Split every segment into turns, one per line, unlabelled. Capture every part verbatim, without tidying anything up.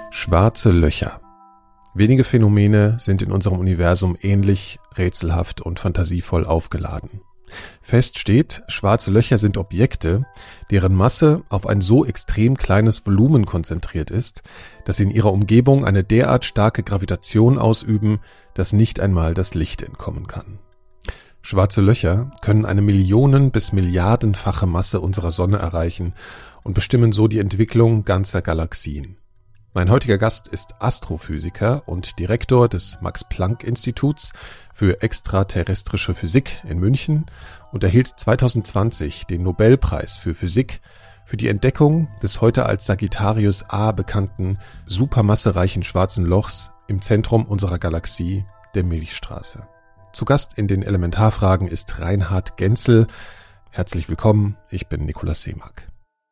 Schwarze Löcher. Wenige Phänomene sind in unserem Universum ähnlich, rätselhaft und fantasievoll aufgeladen. Fest steht, schwarze Löcher sind Objekte, deren Masse auf ein so extrem kleines Volumen konzentriert ist, dass sie in ihrer Umgebung eine derart starke Gravitation ausüben, dass nicht einmal das Licht entkommen kann. Schwarze Löcher können eine Millionen- bis Milliardenfache Masse unserer Sonne erreichen und bestimmen so die Entwicklung ganzer Galaxien. Mein heutiger Gast ist Astrophysiker und Direktor des Max-Planck-Instituts für extraterrestrische Physik in München und erhielt zwanzig zwanzig den Nobelpreis für Physik für die Entdeckung des heute als Sagittarius A bekannten supermassereichen schwarzen Lochs im Zentrum unserer Galaxie, der Milchstraße. Zu Gast in den Elementarfragen ist Reinhard Genzel. Herzlich willkommen, ich bin Nikolaus Seemack.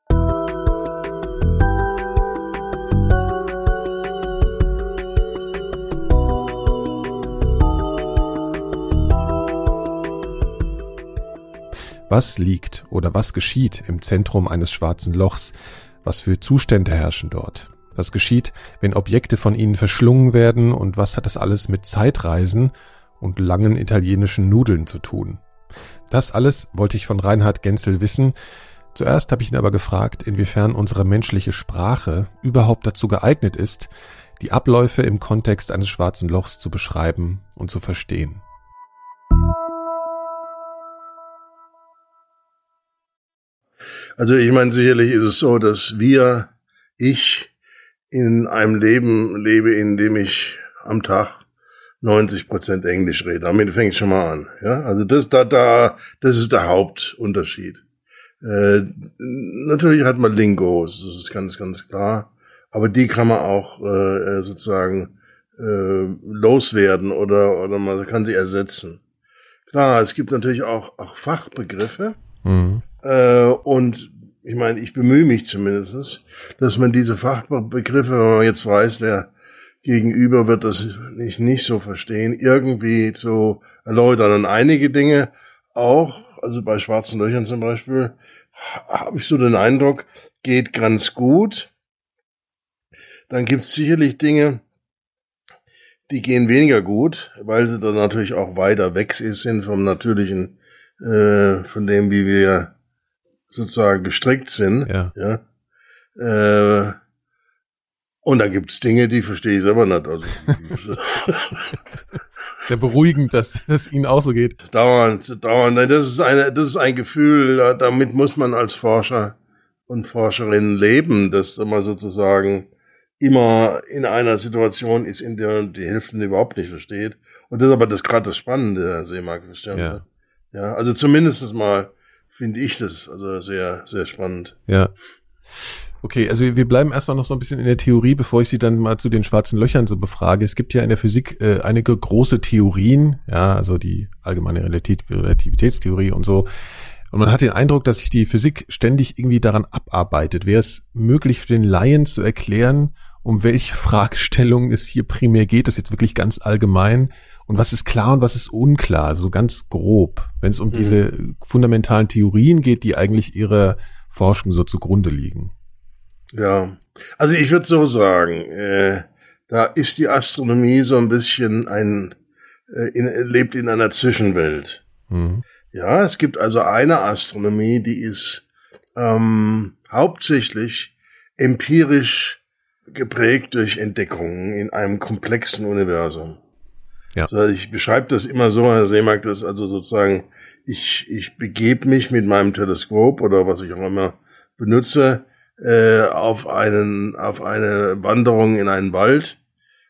Was liegt oder was geschieht im Zentrum eines schwarzen Lochs? Was für Zustände herrschen dort? Was geschieht, wenn Objekte von ihnen verschlungen werden? Und was hat das alles mit Zeitreisen und langen italienischen Nudeln zu tun? Das alles wollte ich von Reinhard Genzel wissen. Zuerst habe ich ihn aber gefragt, inwiefern unsere menschliche Sprache überhaupt dazu geeignet ist, die Abläufe im Kontext eines schwarzen Lochs zu beschreiben und zu verstehen.
Also ich meine, sicherlich ist es so, dass wir, ich, in einem Leben lebe, in dem ich am Tag neunzig Prozent Englisch rede. Damit fängt es schon mal an. Ja, also das, da, da, das ist der Hauptunterschied. Äh, natürlich hat man Lingos, das ist ganz, ganz klar. Aber die kann man auch äh, sozusagen äh, loswerden oder oder man kann sie ersetzen. Klar, es gibt natürlich auch auch Fachbegriffe. Mhm. Äh, und ich meine, ich bemühe mich zumindest, dass man diese Fachbegriffe, wenn man jetzt weiß, der Gegenüber wird das nicht, nicht so verstehen, irgendwie zu erläutern. Und einige Dinge auch, also bei schwarzen Löchern zum Beispiel, habe ich so den Eindruck, geht ganz gut. Dann gibt es sicherlich Dinge, die gehen weniger gut, weil sie dann natürlich auch weiter weg sind vom natürlichen, äh, von dem, wie wir sozusagen gestrickt sind.
Ja.
ja. Äh, und dann gibt's Dinge, die verstehe ich selber nicht. Also,
sehr beruhigend, dass das Ihnen auch so geht.
Dauernd, dauernd. Das ist eine, das ist ein Gefühl, damit muss man als Forscher und Forscherin leben, dass man sozusagen immer in einer Situation ist, in der man die Hälfte überhaupt nicht versteht. Und das ist aber das gerade das Spannende, Herr Seemack.
Ja.
ja, also zumindest mal finde ich das also sehr, sehr spannend.
Ja. Okay, also wir bleiben erstmal noch so ein bisschen in der Theorie, bevor ich Sie dann mal zu den schwarzen Löchern so befrage. Es gibt ja in der Physik äh, einige große Theorien, ja, also die allgemeine Relativ- Relativitätstheorie und so. Und man hat den Eindruck, dass sich die Physik ständig irgendwie daran abarbeitet. Wäre es möglich für den Laien zu erklären, um welche Fragestellungen es hier primär geht? Das ist jetzt wirklich ganz allgemein. Und was ist klar und was ist unklar? So ganz grob, wenn es um mhm. diese fundamentalen Theorien geht, die eigentlich ihrer Forschung so zugrunde liegen.
Ja, also ich würde so sagen, äh, da ist die Astronomie so ein bisschen ein, äh, in, lebt in einer Zwischenwelt. Mhm. Ja, es gibt also eine Astronomie, die ist ähm, hauptsächlich empirisch geprägt durch Entdeckungen in einem komplexen Universum. Ja. Also ich beschreibe das immer so, Herr Seemack, dass also sozusagen ich ich begebe mich mit meinem Teleskop oder was ich auch immer benutze äh, auf einen auf eine Wanderung in einen Wald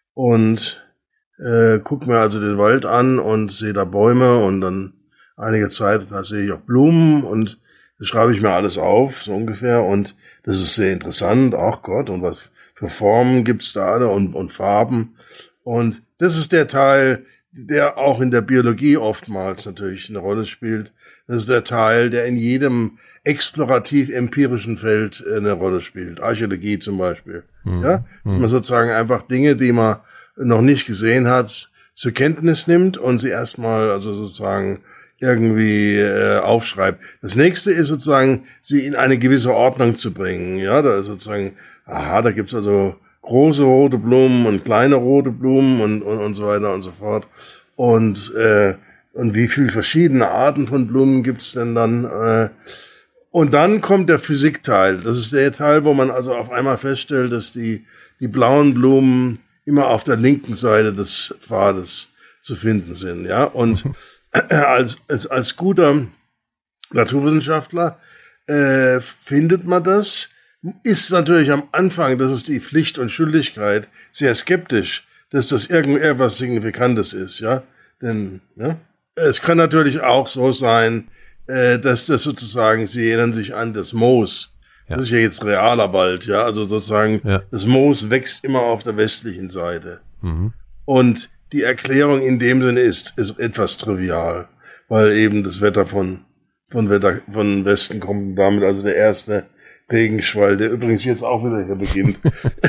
und äh, gucke mir also den Wald an und sehe da Bäume und dann einige Zeit da sehe ich auch Blumen und das schreibe ich mir alles auf so ungefähr und das ist sehr interessant. Ach Gott, und was für Formen gibt's da alle und und Farben und das ist der Teil, der auch in der Biologie oftmals natürlich eine Rolle spielt. Das ist der Teil, der in jedem explorativ-empirischen Feld eine Rolle spielt. Archäologie zum Beispiel. Mhm. Ja, mhm. Man sozusagen einfach Dinge, die man noch nicht gesehen hat, zur Kenntnis nimmt und sie erstmal also sozusagen irgendwie äh, aufschreibt. Das nächste ist sozusagen, sie in eine gewisse Ordnung zu bringen. Ja, da ist sozusagen, aha, da gibt's also große rote Blumen und kleine rote Blumen und, und, und so weiter und so fort. Und, äh, und wie viele verschiedene Arten von Blumen gibt's denn dann? Äh, und dann kommt der Physikteil. Das ist der Teil, wo man also auf einmal feststellt, dass die, die blauen Blumen immer auf der linken Seite des Pfades zu finden sind, ja. Und als, als, als guter Naturwissenschaftler äh, findet man das, ist natürlich am Anfang, das ist die Pflicht und Schuldigkeit, sehr skeptisch, dass das irgendetwas Signifikantes ist, ja. Denn, ja, es kann natürlich auch so sein, äh, dass das sozusagen, Sie erinnern sich an das Moos. Ja. Das ist ja jetzt realer Wald, ja. Also sozusagen, ja. Das Moos wächst immer auf der westlichen Seite. Mhm. Und die Erklärung in dem Sinne ist, ist etwas trivial, weil eben das Wetter von, von Wetter, von Westen kommt und damit also der erste Regenschwall, der übrigens jetzt auch wieder hier beginnt.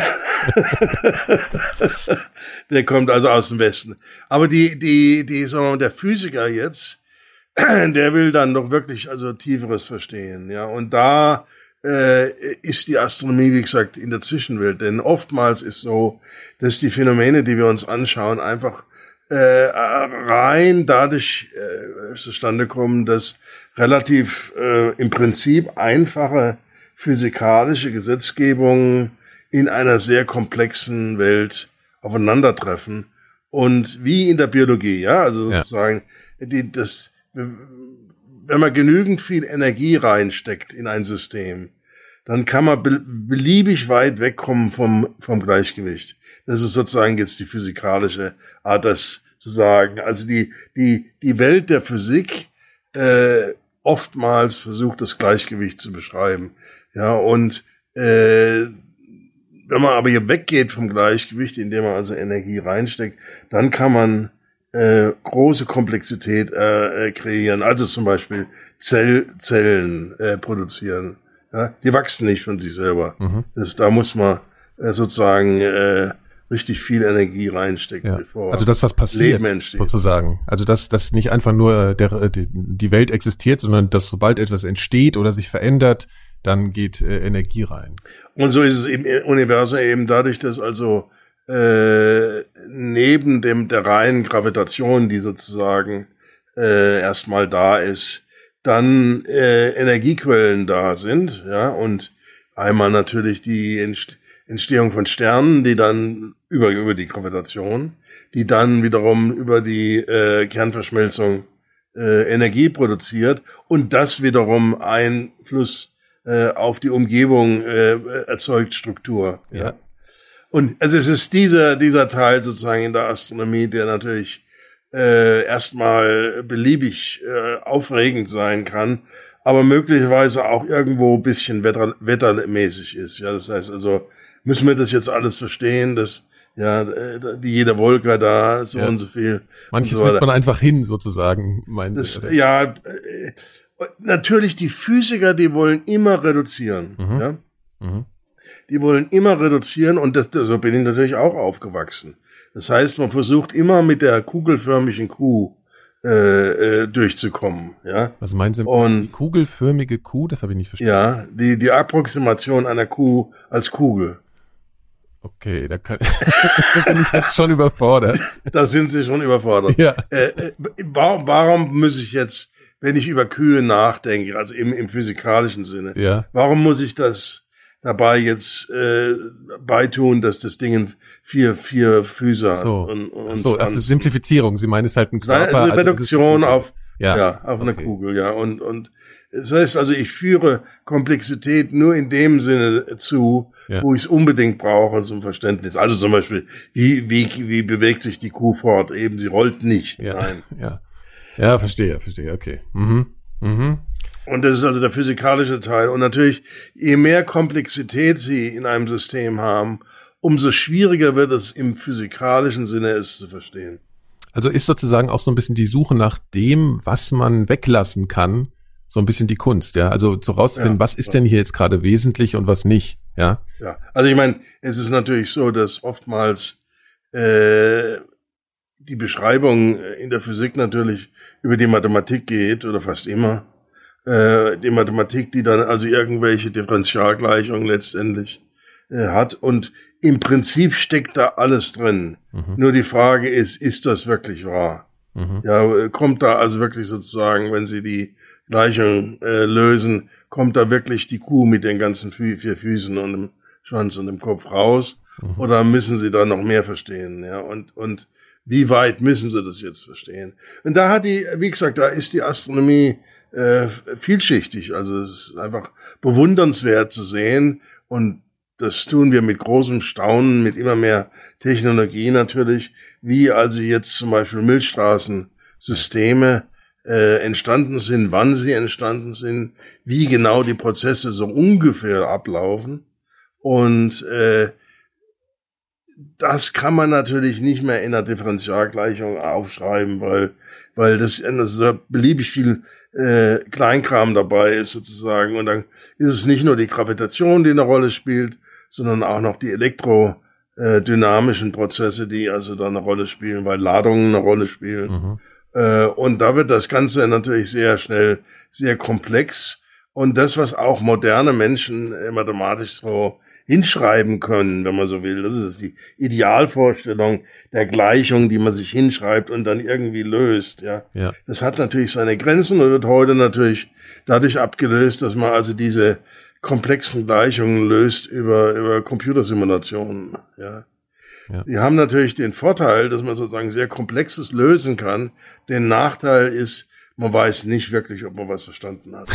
Der kommt also aus dem Westen. Aber die, die, die, sagen wir mal, der Physiker jetzt, der will dann doch wirklich also Tieferes verstehen, ja. Und da äh, ist die Astronomie, wie gesagt, in der Zwischenwelt. Denn oftmals ist so, dass die Phänomene, die wir uns anschauen, einfach äh, rein dadurch äh, zustande kommen, dass relativ äh, im Prinzip einfache physikalische Gesetzgebungen in einer sehr komplexen Welt aufeinandertreffen. Und wie in der Biologie, ja, also ja. sozusagen, die, das, wenn man genügend viel Energie reinsteckt in ein System, dann kann man be- beliebig weit wegkommen vom, vom Gleichgewicht. Das ist sozusagen jetzt die physikalische Art, das zu sagen. Also die, die, die Welt der Physik, äh, oftmals versucht, das Gleichgewicht zu beschreiben. Ja, und, äh, wenn man aber hier weggeht vom Gleichgewicht, indem man also Energie reinsteckt, dann kann man äh, große Komplexität äh, kreieren. Also zum Beispiel Zell, Zellen äh, produzieren. Ja, die wachsen nicht von sich selber. Mhm. Das, da muss man äh, sozusagen äh, richtig viel Energie reinstecken,
ja.
bevor
also das, was passiert,
Leben entsteht.
Sozusagen. Also dass, dass nicht einfach nur der, die, die Welt existiert, sondern dass sobald etwas entsteht oder sich verändert, dann geht äh, Energie rein.
Und so ist es im Universum eben dadurch, dass also äh, neben dem der reinen Gravitation, die sozusagen äh, erstmal da ist, dann äh, Energiequellen da sind, ja, und einmal natürlich die Entst- Entstehung von Sternen, die dann über über die Gravitation, die dann wiederum über die äh, Kernverschmelzung äh, Energie produziert und das wiederum Einfluss auf die Umgebung äh, erzeugt Struktur. Ja. ja. Und also es ist dieser dieser Teil sozusagen in der Astronomie, der natürlich äh, erstmal beliebig äh, aufregend sein kann, aber möglicherweise auch irgendwo ein bisschen wetter, wettermäßig ist. Ja, das heißt also, müssen wir das jetzt alles verstehen, dass ja die jede Wolke da so ja. und so viel.
Manches
so
nimmt man einfach hin sozusagen. Mein
das, ja. Äh, Natürlich, die Physiker, die wollen immer reduzieren. Mhm. Ja? Mhm. Die wollen immer reduzieren und das, so bin ich natürlich auch aufgewachsen. Das heißt, man versucht immer mit der kugelförmigen Kuh äh, äh, durchzukommen. Ja?
Was meinen Sie? Und, die kugelförmige Kuh? Das habe ich nicht verstanden.
Ja, die, die Approximation einer Kuh als Kugel.
Okay, da, kann, da bin ich jetzt schon überfordert.
Da sind Sie schon überfordert. Ja. Äh, äh, warum, warum muss ich jetzt... Wenn ich über Kühe nachdenke, also im, im physikalischen Sinne,
ja.
warum muss ich das dabei jetzt äh, beitun, dass das Ding vier vier Füße hat?
So,
und, und
so also Simplifizierung. Sie meinen es halt ein Körper.
Nein, also Reduktion
also
auf ja, ja auf okay. eine Kugel, ja. Und und das heißt also, ich führe Komplexität nur in dem Sinne zu, ja. wo ich es unbedingt brauche zum Verständnis. Also zum Beispiel, wie wie wie bewegt sich die Kuh fort? Eben, sie rollt nicht.
Ja.
Nein.
Ja. Ja, verstehe, verstehe, okay. Mhm. Mhm.
Und das ist also der physikalische Teil. Und natürlich, je mehr Komplexität Sie in einem System haben, umso schwieriger wird es im physikalischen Sinne, es zu verstehen.
Also ist sozusagen auch so ein bisschen die Suche nach dem, was man weglassen kann, so ein bisschen die Kunst, ja? Also so rauszufinden, ja, was ist denn hier jetzt gerade wesentlich und was nicht, ja?
Ja, also ich meine, es ist natürlich so, dass oftmals äh, die Beschreibung in der Physik natürlich über die Mathematik geht, oder fast immer. Äh, die Mathematik, die dann also irgendwelche Differentialgleichungen letztendlich äh, hat. Und im Prinzip steckt da alles drin. Mhm. Nur die Frage ist, ist das wirklich wahr? Mhm. Ja, kommt da also wirklich sozusagen, wenn Sie die Gleichung äh, lösen, kommt da wirklich die Kuh mit den ganzen vier Füßen und dem Schwanz und dem Kopf raus? Mhm. Oder müssen Sie da noch mehr verstehen? Ja, und, und wie weit müssen Sie das jetzt verstehen? Und da hat die, wie gesagt, da ist die Astronomie äh, vielschichtig. Also es ist einfach bewundernswert zu sehen. Und das tun wir mit großem Staunen, mit immer mehr Technologie natürlich, wie also jetzt zum Beispiel Milchstraßensysteme äh, entstanden sind, wann sie entstanden sind, wie genau die Prozesse so ungefähr ablaufen. Und äh, das kann man natürlich nicht mehr in der Differentialgleichung aufschreiben, weil weil das, das so beliebig viel äh, Kleinkram dabei ist sozusagen. Und dann ist es nicht nur die Gravitation, die eine Rolle spielt, sondern auch noch die elektrodynamischen Prozesse, die also da eine Rolle spielen, weil Ladungen eine Rolle spielen. Mhm. Äh, und da wird das Ganze natürlich sehr schnell sehr komplex. Und das, was auch moderne Menschen äh, mathematisch so hinschreiben können, wenn man so will. Das ist die Idealvorstellung der Gleichung, die man sich hinschreibt und dann irgendwie löst. Ja,
ja.
Das hat natürlich seine Grenzen und wird heute natürlich dadurch abgelöst, dass man also diese komplexen Gleichungen löst über über Computersimulationen. Ja. Ja. Die haben natürlich den Vorteil, dass man sozusagen sehr Komplexes lösen kann. Der Nachteil ist, man weiß nicht wirklich, ob man was verstanden hat.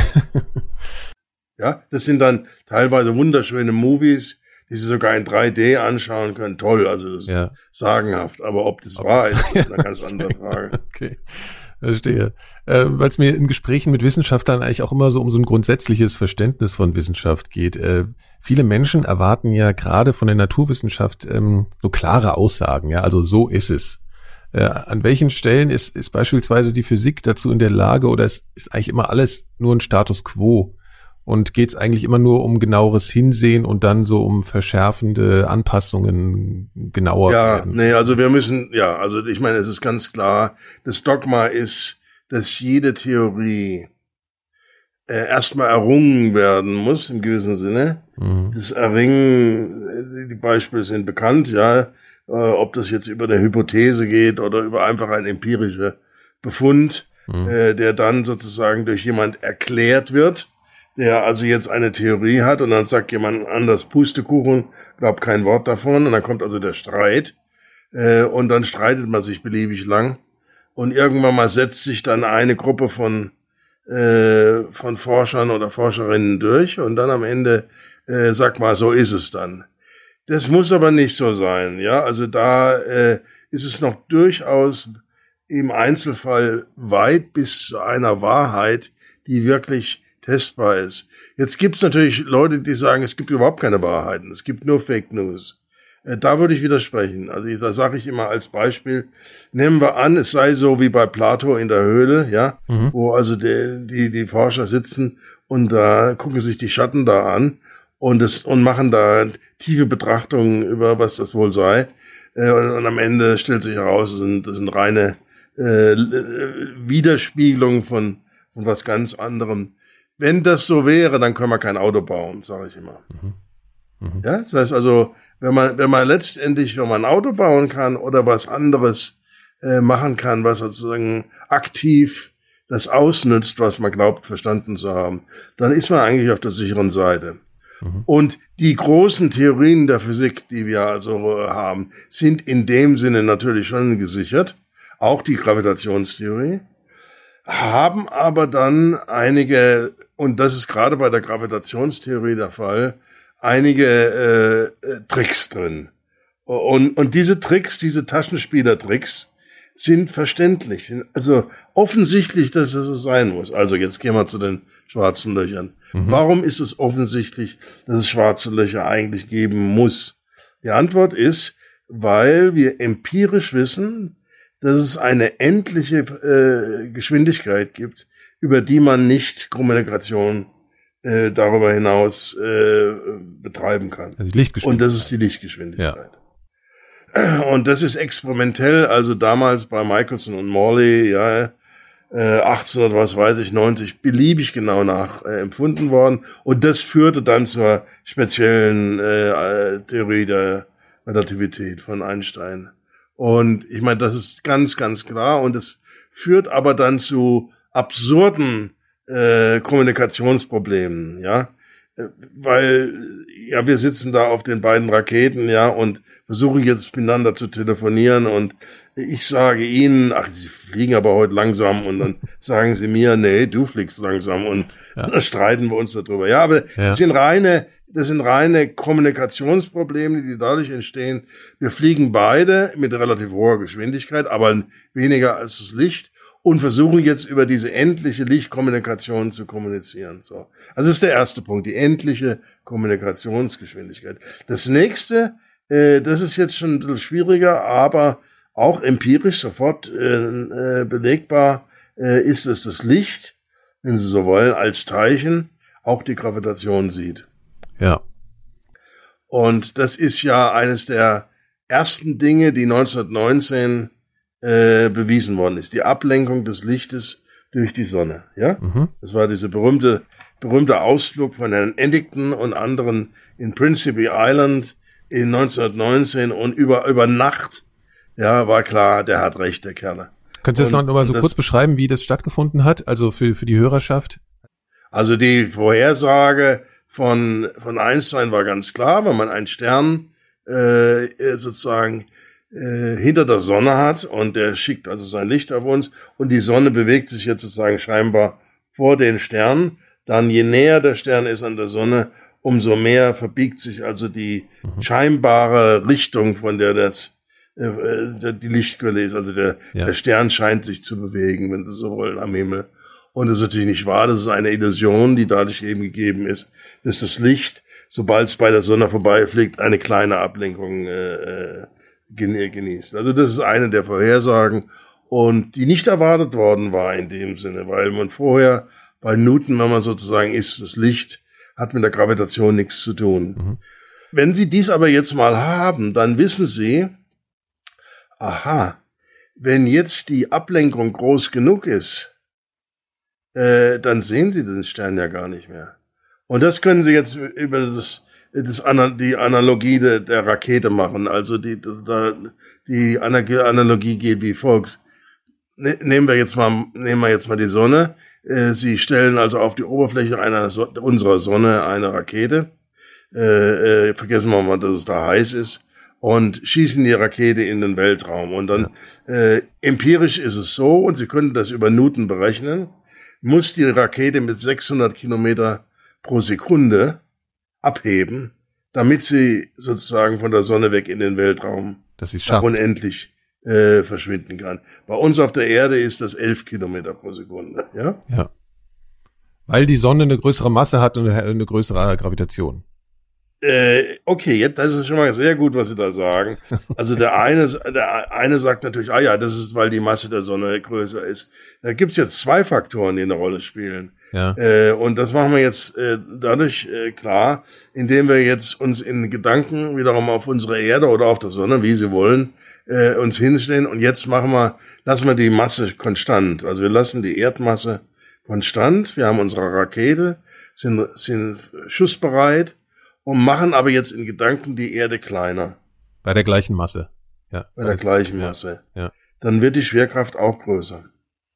Ja, das sind dann teilweise wunderschöne Movies, die Sie sogar in drei D anschauen können. Toll, also das
ja.
ist sagenhaft. Aber ob das ob wahr ist, ist eine ganz andere Frage.
Okay, verstehe. Äh, weil es mir in Gesprächen mit Wissenschaftlern eigentlich auch immer so um so ein grundsätzliches Verständnis von Wissenschaft geht. Äh, viele Menschen erwarten ja gerade von der Naturwissenschaft ähm, so klare Aussagen. Ja, also so ist es. Äh, an welchen Stellen ist, ist beispielsweise die Physik dazu in der Lage oder ist, ist eigentlich immer alles nur ein Status quo? Und geht es eigentlich immer nur um genaueres Hinsehen und dann so um verschärfende Anpassungen genauer
ja,
werden?
Nee, also wir müssen, ja, also ich meine, es ist ganz klar, das Dogma ist, dass jede Theorie äh, erstmal errungen werden muss, im gewissen Sinne. Mhm. Das Erringen, die Beispiele sind bekannt, ja, äh, ob das jetzt über eine Hypothese geht oder über einfach ein empirischer Befund, mhm. äh, der dann sozusagen durch jemand erklärt wird, der also jetzt eine Theorie hat und dann sagt jemand anders Pustekuchen, glaubt kein Wort davon und dann kommt also der Streit äh, und dann streitet man sich beliebig lang und irgendwann mal setzt sich dann eine Gruppe von äh, von Forschern oder Forscherinnen durch und dann am Ende äh, sagt mal, so ist es dann. Das muss aber nicht so sein, ja, also da äh, ist es noch durchaus im Einzelfall weit bis zu einer Wahrheit, die wirklich testbar ist. Jetzt gibt's natürlich Leute, die sagen, es gibt überhaupt keine Wahrheiten, es gibt nur Fake News. Äh, da würde ich widersprechen. Also ich, da sage ich immer als Beispiel, nehmen wir an, es sei so wie bei Plato in der Höhle, ja, mhm. wo also die, die die Forscher sitzen und da gucken sich die Schatten da an und es und machen da tiefe Betrachtungen über was das wohl sei. Äh, und, und am Ende stellt sich heraus, das sind, das sind reine äh, Widerspiegelungen von von was ganz anderem. Wenn das so wäre, dann können wir kein Auto bauen, sage ich immer. Mhm. Mhm. Ja, das heißt also, wenn man, wenn man letztendlich, wenn man ein Auto bauen kann oder was anderes äh, machen kann, was sozusagen aktiv das ausnützt, was man glaubt, verstanden zu haben, dann ist man eigentlich auf der sicheren Seite. Mhm. Und die großen Theorien der Physik, die wir also haben, sind in dem Sinne natürlich schon gesichert. Auch die Gravitationstheorie. Haben aber dann einige, und das ist gerade bei der Gravitationstheorie der Fall, einige äh, Tricks drin. Und, und diese Tricks, diese Taschenspielertricks sind verständlich. Sind also offensichtlich, dass es so sein muss. Also jetzt gehen wir zu den schwarzen Löchern. Mhm. Warum ist es offensichtlich, dass es schwarze Löcher eigentlich geben muss? Die Antwort ist, weil wir empirisch wissen, dass es eine endliche äh, Geschwindigkeit gibt, über die man nicht Kommunikation äh, darüber hinaus äh, betreiben kann.
Also die Lichtgeschwindigkeit.
Und das ist die Lichtgeschwindigkeit. Ja. Und das ist experimentell, also damals bei Michelson und Morley, ja, äh, achtzehnhundert, was weiß ich, neunzig beliebig genau nach äh, empfunden worden. Und das führte dann zur speziellen äh, Theorie der Relativität von Einstein. Und ich meine, das ist ganz, ganz klar. Und es führt aber dann zu absurden äh, Kommunikationsproblemen, ja. Weil, ja, wir sitzen da auf den beiden Raketen, ja, und versuchen jetzt miteinander zu telefonieren und ich sage ihnen, ach, sie fliegen aber heute langsam und dann sagen sie mir, nee, du fliegst langsam und ja. Dann streiten wir uns darüber. Ja, aber ja. das sind reine, das sind reine Kommunikationsprobleme, die dadurch entstehen. Wir fliegen beide mit relativ hoher Geschwindigkeit, aber weniger als das Licht. Und versuchen jetzt über diese endliche Lichtkommunikation zu kommunizieren. So. Also das ist der erste Punkt, die endliche Kommunikationsgeschwindigkeit. Das nächste, äh, das ist jetzt schon ein bisschen schwieriger, aber auch empirisch sofort äh, äh, belegbar äh, ist, dass das Licht, wenn Sie so wollen, als Teilchen auch die Gravitation sieht.
Ja.
Und das ist ja eines der ersten Dinge, die neunzehnhundertneunzehn Äh, bewiesen worden ist, die Ablenkung des Lichtes durch die Sonne, ja? Mhm. Das war diese berühmte, berühmte Ausflug von Herrn Eddington und anderen in Principe Island in neunzehnhundertneunzehn und über, über Nacht, ja, war klar, der hat recht, der Kerle.
Könntest du das noch mal so das, kurz beschreiben, wie das stattgefunden hat, also für, für die Hörerschaft?
Also die Vorhersage von, von Einstein war ganz klar, wenn man einen Stern, äh, sozusagen, hinter der Sonne hat und der schickt also sein Licht auf uns und die Sonne bewegt sich jetzt sozusagen scheinbar vor den Stern, dann je näher der Stern ist an der Sonne, umso mehr verbiegt sich also die mhm. scheinbare Richtung, von der das äh, die Lichtquelle ist, also der, ja. der Stern scheint sich zu bewegen, wenn Sie so wollen, am Himmel. Und das ist natürlich nicht wahr, das ist eine Illusion, die dadurch eben gegeben ist, dass das Licht, sobald es bei der Sonne vorbeifliegt, eine kleine Ablenkung äh, genießt. Also das ist eine der Vorhersagen und die nicht erwartet worden war in dem Sinne, weil man vorher bei Newton, wenn man sozusagen ist, das Licht hat mit der Gravitation nichts zu tun. Mhm. Wenn Sie dies aber jetzt mal haben, dann wissen Sie, aha, wenn jetzt die Ablenkung groß genug ist, äh, dann sehen Sie den Stern ja gar nicht mehr. Und das können Sie jetzt über das Das, die Analogie der, der Rakete machen. Also die, die Analogie geht wie folgt. Nehmen wir jetzt mal, nehmen wir jetzt mal die Sonne. Sie stellen also auf die Oberfläche einer, unserer Sonne eine Rakete. Äh, vergessen wir mal, dass es da heiß ist. Und schießen die Rakete in den Weltraum. Und dann, ja. äh, empirisch ist es so, und Sie können das über Newton berechnen, muss die Rakete mit sechshundert Kilometer pro Sekunde abheben, damit sie sozusagen von der Sonne weg in den Weltraum
dass sie es schafft.
unendlich äh, verschwinden kann. Bei uns auf der Erde ist das elf Kilometer pro Sekunde. Ja?
Ja. Weil die Sonne eine größere Masse hat und eine größere Gravitation.
Äh, okay, jetzt, das ist schon mal sehr gut, was Sie da sagen. Also der eine, der eine sagt natürlich, ah ja, das ist, weil die Masse der Sonne größer ist. Da gibt's jetzt zwei Faktoren, die eine Rolle spielen.
Ja.
Äh, und das machen wir jetzt äh, dadurch äh, klar, indem wir jetzt uns in Gedanken wiederum auf unsere Erde oder auf der Sonne, wie Sie wollen, äh, uns hinstellen. Und jetzt machen wir, lassen wir die Masse konstant. Also wir lassen die Erdmasse konstant. Wir haben unsere Rakete, sind, sind schussbereit. Und machen aber jetzt in Gedanken die Erde kleiner.
Bei der gleichen Masse. Ja.
Bei der gleichen Masse.
Ja. Ja.
Dann wird die Schwerkraft auch größer.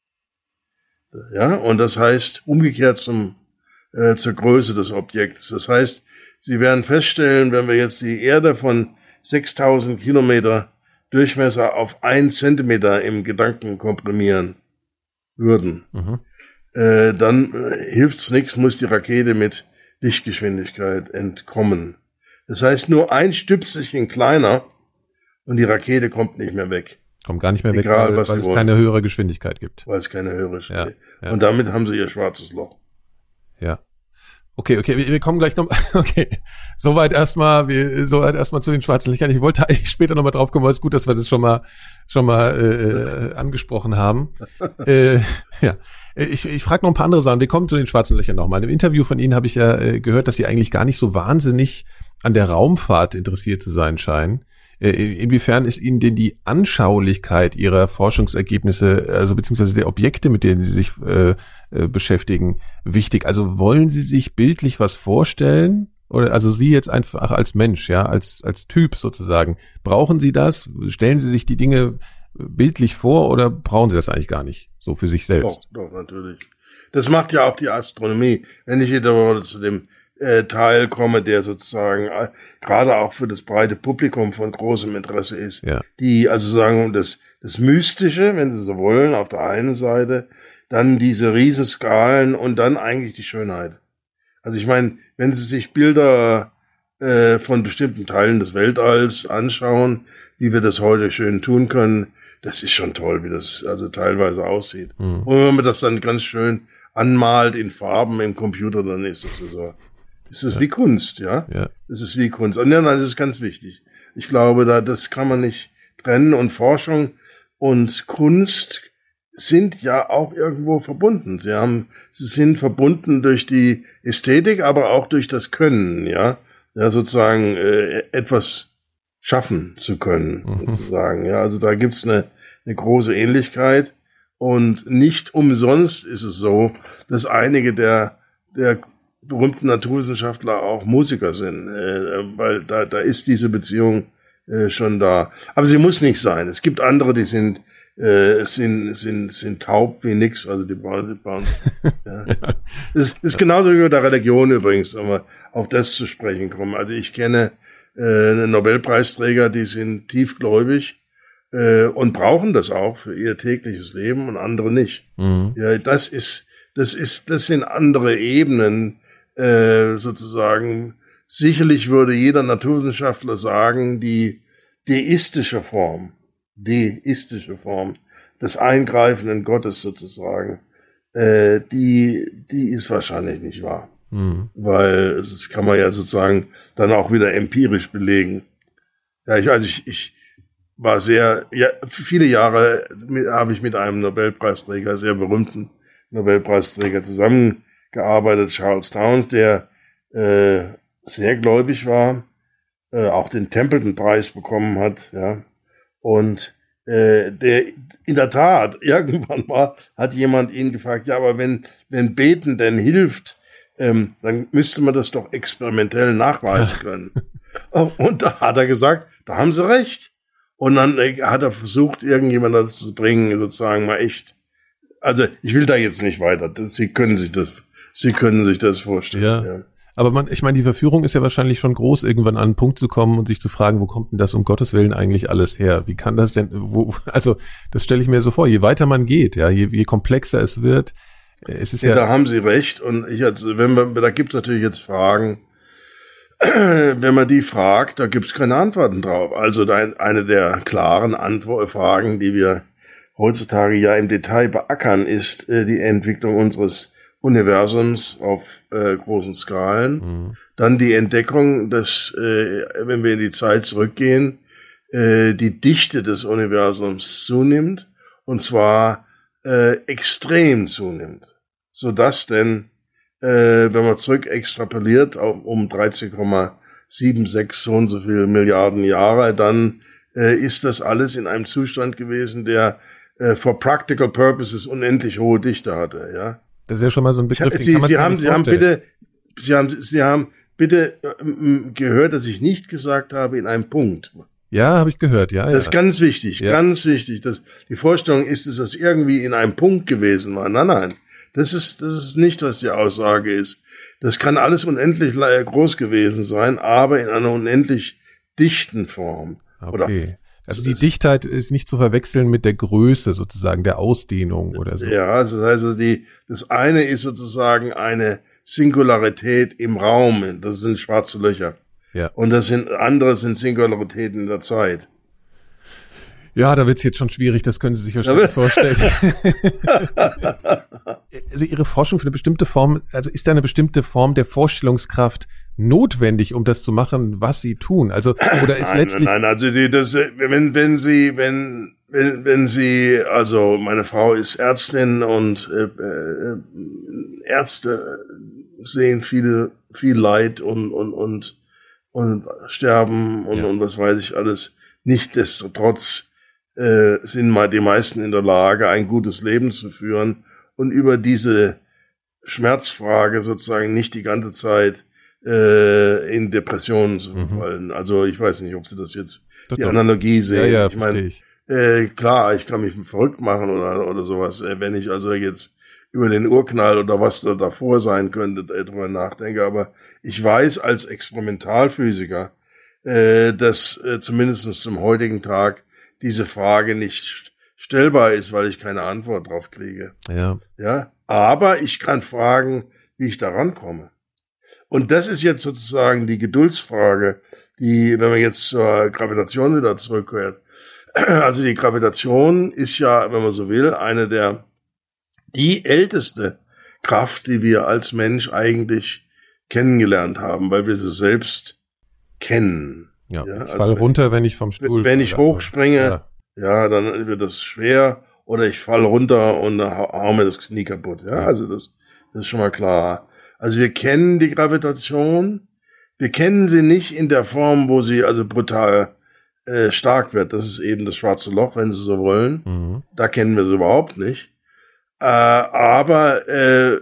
Ja, und das heißt umgekehrt zum äh, zur Größe des Objekts. Das heißt, Sie werden feststellen, wenn wir jetzt die Erde von sechstausend Kilometer Durchmesser auf ein Zentimeter im Gedanken komprimieren würden, mhm. äh, dann äh, hilft's nichts, muss die Rakete mit Lichtgeschwindigkeit entkommen. Das heißt, nur ein Stüpselchen kleiner und die Rakete kommt nicht mehr weg.
Kommt gar nicht mehr
Egal,
weg, weil, weil es keine höhere Geschwindigkeit gibt.
Weil es keine höhere Geschwindigkeit gibt.
Ja, ja.
Und damit haben sie ihr schwarzes Loch.
Ja. Okay, okay, wir, wir kommen gleich noch, okay. Soweit erstmal, wir, soweit erstmal zu den schwarzen Lichtern. Ich wollte eigentlich später nochmal drauf kommen, aber es ist gut, dass wir das schon mal, schon mal, äh, angesprochen haben. äh, ja. Ich, ich frage noch ein paar andere Sachen. Wir kommen zu den schwarzen Löchern nochmal. Im Interview von Ihnen habe ich ja äh, gehört, dass Sie eigentlich gar nicht so wahnsinnig an der Raumfahrt interessiert zu sein scheinen. Inwiefern ist Ihnen denn die Anschaulichkeit Ihrer Forschungsergebnisse, also beziehungsweise der Objekte, mit denen Sie sich äh, äh, beschäftigen, wichtig? Also wollen Sie sich bildlich was vorstellen? Oder also Sie jetzt einfach als Mensch, ja, als als Typ sozusagen. Brauchen Sie das? Stellen Sie sich die Dinge bildlich vor oder brauchen Sie das eigentlich gar nicht so für sich selbst?
Doch, doch, natürlich. Das macht ja auch die Astronomie. Wenn ich wieder zu dem äh, Teil komme, der sozusagen äh, gerade auch für das breite Publikum von großem Interesse ist,
ja.
die also sagen, das, das Mystische, wenn Sie so wollen, auf der einen Seite, dann diese Riesenskalen und dann eigentlich die Schönheit. Also ich meine, wenn Sie sich Bilder äh, von bestimmten Teilen des Weltalls anschauen, wie wir das heute schön tun können, das ist schon toll, wie das also teilweise aussieht. Mhm. Und wenn man das dann ganz schön anmalt in Farben im Computer, dann ist das so. Ist das ja. wie Kunst, ja? Ja. Das ist wie Kunst. Und ja, nein, das ist ganz wichtig. Ich glaube, da, das kann man nicht trennen. Und Forschung und Kunst sind ja auch irgendwo verbunden. Sie haben, sie sind verbunden durch die Ästhetik, aber auch durch das Können, ja? Ja, sozusagen, äh, etwas schaffen zu können, mhm. sozusagen, ja? Also da gibt's eine, eine große Ähnlichkeit. Und nicht umsonst ist es so, dass einige der, der berühmten Naturwissenschaftler auch Musiker sind, äh, weil da, da ist diese Beziehung äh, schon da. Aber sie muss nicht sein. Es gibt andere, die sind, äh, sind, sind, sind taub wie nix, also die bauen, die bauen. Ja. Das ist genauso wie bei der Religion übrigens, wenn wir auf das zu sprechen kommen. Also ich kenne äh, Nobelpreisträger, die sind tiefgläubig, äh, und brauchen das auch für ihr tägliches Leben und andere nicht. Mhm. Ja, das ist, das ist, das sind andere Ebenen, äh, sozusagen. Sicherlich würde jeder Naturwissenschaftler sagen, die deistische Form, deistische Form des eingreifenden Gottes sozusagen, äh, die, die ist wahrscheinlich nicht wahr. Mhm. Weil, das kann man ja sozusagen dann auch wieder empirisch belegen. Ja, ich, also ich, ich, war sehr, ja, viele Jahre habe ich mit einem Nobelpreisträger, sehr berühmten Nobelpreisträger zusammengearbeitet, Charles Townes, der äh, sehr gläubig war, äh, auch den Templeton-Preis bekommen hat, ja, und äh, der in der Tat irgendwann mal hat jemand ihn gefragt, ja, aber wenn wenn Beten denn hilft, ähm, dann müsste man das doch experimentell nachweisen können. Und da hat er gesagt, da haben Sie recht. Und dann hat er versucht, irgendjemand dazu zu bringen, sozusagen mal echt. Also ich will da jetzt nicht weiter. Sie können sich das, Sie können sich das vorstellen.
Ja. ja. Aber man, ich meine, die Verführung ist ja wahrscheinlich schon groß, irgendwann an einen Punkt zu kommen und sich zu fragen, wo kommt denn das um Gottes Willen eigentlich alles her? Wie kann das denn? Wo? Also das stelle ich mir so vor. Je weiter man geht, ja, je, je komplexer es wird, es ist ja.
Ja, da haben Sie recht. Und ich jetzt, wenn man, da gibt's natürlich jetzt Fragen. Wenn man die fragt, da gibt's keine Antworten drauf. Also eine der klaren Antwort Fragen, die wir heutzutage ja im Detail beackern, ist äh, die Entwicklung unseres Universums auf äh, großen Skalen. Mhm. Dann die Entdeckung, dass, äh, wenn wir in die Zeit zurückgehen, äh, die Dichte des Universums zunimmt, und zwar äh, extrem zunimmt, sodass denn Äh, wenn man zurück extrapoliert um dreizehn Komma sechsundsiebzig so und so viele Milliarden Jahre, dann äh, ist das alles in einem Zustand gewesen, der äh, for practical purposes unendlich hohe Dichte hatte, ja.
Das ist ja schon mal so ein Begriff,
den Sie, kann man Sie haben, Sie haben bitte, Sie haben, Sie haben bitte äh, gehört, dass ich nicht gesagt habe in einem Punkt.
Ja, habe ich gehört, ja.
Das
ja.
ist ganz wichtig, ja. ganz wichtig. Dass die Vorstellung ist, dass das irgendwie in einem Punkt gewesen war. Nein, nein. Das ist, das ist nicht, was die Aussage ist. Das kann alles unendlich groß gewesen sein, aber in einer unendlich dichten Form.
Okay. Oder also die Dichtheit ist nicht zu verwechseln mit der Größe sozusagen, der Ausdehnung oder so.
Ja, also das heißt, also die, das eine ist sozusagen eine Singularität im Raum. Das sind schwarze Löcher.
Ja.
Und das sind, andere sind Singularitäten in der Zeit.
Ja, da wird's jetzt schon schwierig, das können Sie sich wahrscheinlich vorstellen. Also Ihre Forschung für eine bestimmte Form, also ist da eine bestimmte Form der Vorstellungskraft notwendig, um das zu machen, was Sie tun? Also, oder ist
nein,
letztlich.
Nein, nein, also die, das, wenn, wenn Sie, wenn, wenn, wenn Sie, also meine Frau ist Ärztin und äh, äh, Ärzte sehen viele, viel Leid und, und, und, und sterben und, ja. und was weiß ich alles. Nichtsdestotrotz äh, sind mal die meisten in der Lage, ein gutes Leben zu führen und über diese Schmerzfrage sozusagen nicht die ganze Zeit äh, in Depressionen zu verfallen. Mhm. Also ich weiß nicht, ob Sie das jetzt das die doch. Analogie sehen.
Ja, ja,
ich meine, äh, klar, ich kann mich verrückt machen oder oder sowas, äh, wenn ich also jetzt über den Urknall oder was da davor sein könnte, darüber nachdenke. Aber ich weiß als Experimentalphysiker, äh, dass äh, zumindest zum heutigen Tag diese Frage nicht stellbar ist, weil ich keine Antwort drauf kriege.
Ja.
Ja. Aber ich kann fragen, wie ich da rankomme. Und das ist jetzt sozusagen die Geduldsfrage, die, wenn man jetzt zur Gravitation wieder zurückkehrt. Also die Gravitation ist ja, wenn man so will, eine der die älteste Kraft, die wir als Mensch eigentlich kennengelernt haben, weil wir sie selbst kennen.
Ja, ja, ich also falle runter, wenn ich vom Stuhl
Wenn ich hochspringe, ja. ja, dann wird das schwer, oder ich falle runter und hau, hau mir das Knie kaputt. Ja, ja, also das, das ist schon mal klar. Also wir kennen die Gravitation, wir kennen sie nicht in der Form, wo sie also brutal äh, stark wird. Das ist eben das schwarze Loch, wenn Sie so wollen. Mhm. Da kennen wir sie überhaupt nicht. Äh, aber äh,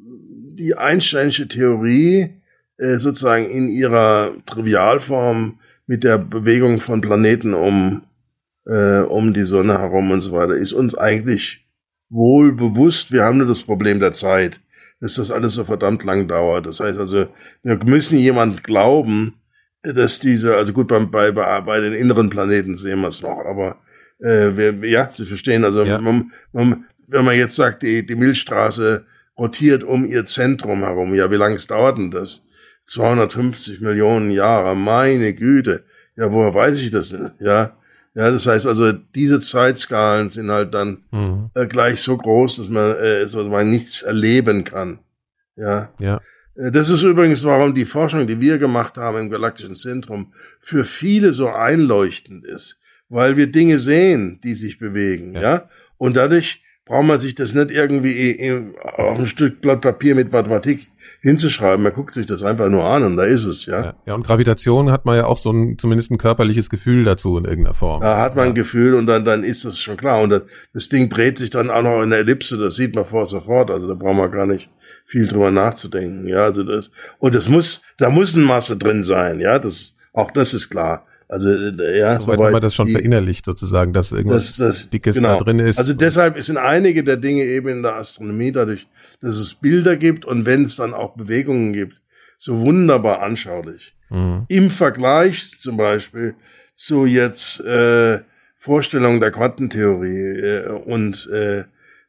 die Einsteinsche Theorie äh, sozusagen in ihrer Trivialform mit der Bewegung von Planeten um äh, um die Sonne herum und so weiter ist uns eigentlich wohl bewusst. Wir haben nur das Problem der Zeit, dass das alles so verdammt lang dauert. Das heißt also, wir müssen jemand glauben, dass diese, also gut, beim, bei, bei, bei den inneren Planeten sehen wir es noch, aber äh, wir, ja, Sie verstehen, also ja. man, man wenn man jetzt sagt, die, die Milchstraße rotiert um ihr Zentrum herum, ja, wie lange dauert denn das? zweihundertfünfzig Millionen Jahre, meine Güte. Ja, woher weiß ich das denn? Ja, ja, das heißt also, diese Zeitskalen sind halt dann mhm. äh, gleich so groß, dass man, äh, dass man nichts erleben kann. Ja.
Ja.
Äh, das ist übrigens, warum die Forschung, die wir gemacht haben im Galaktischen Zentrum, für viele so einleuchtend ist. Weil wir Dinge sehen, die sich bewegen, ja. ja? Und dadurch braucht man sich das nicht irgendwie auf ein Stück Blatt Papier mit Mathematik hinzuschreiben. Man guckt sich das einfach nur an und da ist es, ja.
Ja, ja, und Gravitation hat man ja auch so ein, zumindest ein körperliches Gefühl dazu in irgendeiner Form.
Da hat man
ja.
ein Gefühl und dann, dann ist das schon klar. Und das, das Ding dreht sich dann auch noch in der Ellipse, das sieht man vor sofort. Also da braucht man gar nicht viel drüber nachzudenken, ja. Also das, und das muss, da muss eine Masse drin sein, ja. Das, auch das ist klar. Also, ja,
soweit man das schon die, verinnerlicht sozusagen, dass irgendwas
das, das,
Dickes
genau.
da drin ist.
Also deshalb sind einige der Dinge eben in der Astronomie dadurch, dass es Bilder gibt und wenn es dann auch Bewegungen gibt, so wunderbar anschaulich. Mhm. Im Vergleich zum Beispiel zu jetzt äh, Vorstellungen der Quantentheorie äh, und äh,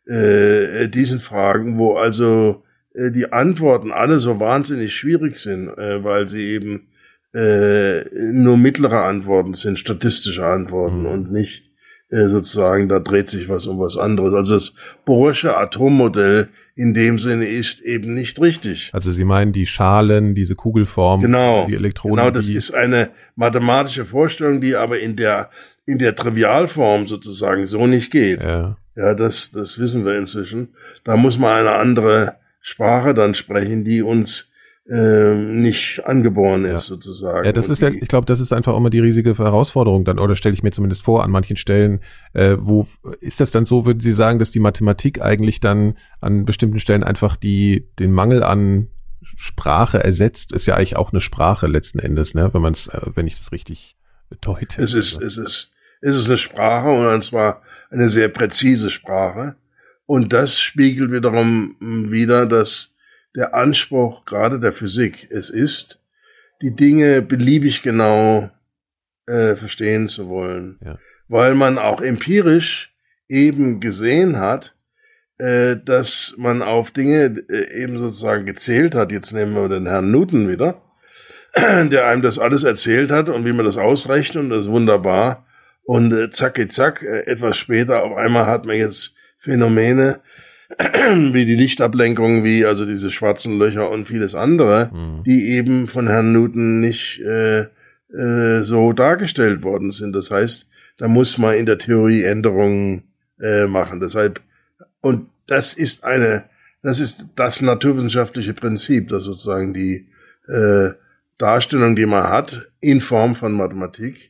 äh, diesen Fragen, wo also äh, die Antworten alle so wahnsinnig schwierig sind, äh, weil sie eben Äh, nur mittlere Antworten sind, statistische Antworten mhm. und nicht äh, sozusagen, da dreht sich was um was anderes. Also das Bohrsche Atommodell in dem Sinne ist eben nicht richtig.
Also Sie meinen die Schalen, diese Kugelform,
genau,
die Elektronen.
Genau, das ist eine mathematische Vorstellung, die aber in der in der Trivialform sozusagen so nicht geht.
Ja,
ja das, das wissen wir inzwischen. Da muss man eine andere Sprache dann sprechen, die uns Ähm, nicht angeboren ist, ja. sozusagen.
Ja, das ist ja, ich glaube, das ist einfach auch immer die riesige Herausforderung dann, oder stelle ich mir zumindest vor, an manchen Stellen, äh, wo ist das dann so, würden Sie sagen, dass die Mathematik eigentlich dann an bestimmten Stellen einfach die den Mangel an Sprache ersetzt, ist ja eigentlich auch eine Sprache letzten Endes, ne, wenn man es, äh, wenn ich das richtig deute.
Es ist, es ist, es ist eine Sprache und zwar eine sehr präzise Sprache und das spiegelt wiederum wieder, dass der Anspruch gerade der Physik es ist, die Dinge beliebig genau äh, verstehen zu wollen.
Ja.
Weil man auch empirisch eben gesehen hat, äh, dass man auf Dinge äh, eben sozusagen gezählt hat. Jetzt nehmen wir den Herrn Newton wieder, der einem das alles erzählt hat und wie man das ausrechnet und das ist wunderbar. Und äh, zacki zack, äh, etwas später auf einmal hat man jetzt Phänomene, wie die Lichtablenkung, wie also diese schwarzen Löcher und vieles andere, mhm. die eben von Herrn Newton nicht äh, äh, so dargestellt worden sind. Das heißt, da muss man in der Theorie Änderungen äh, machen. Deshalb, und das ist eine, das ist das naturwissenschaftliche Prinzip, dass sozusagen die äh, Darstellung, die man hat, in Form von Mathematik,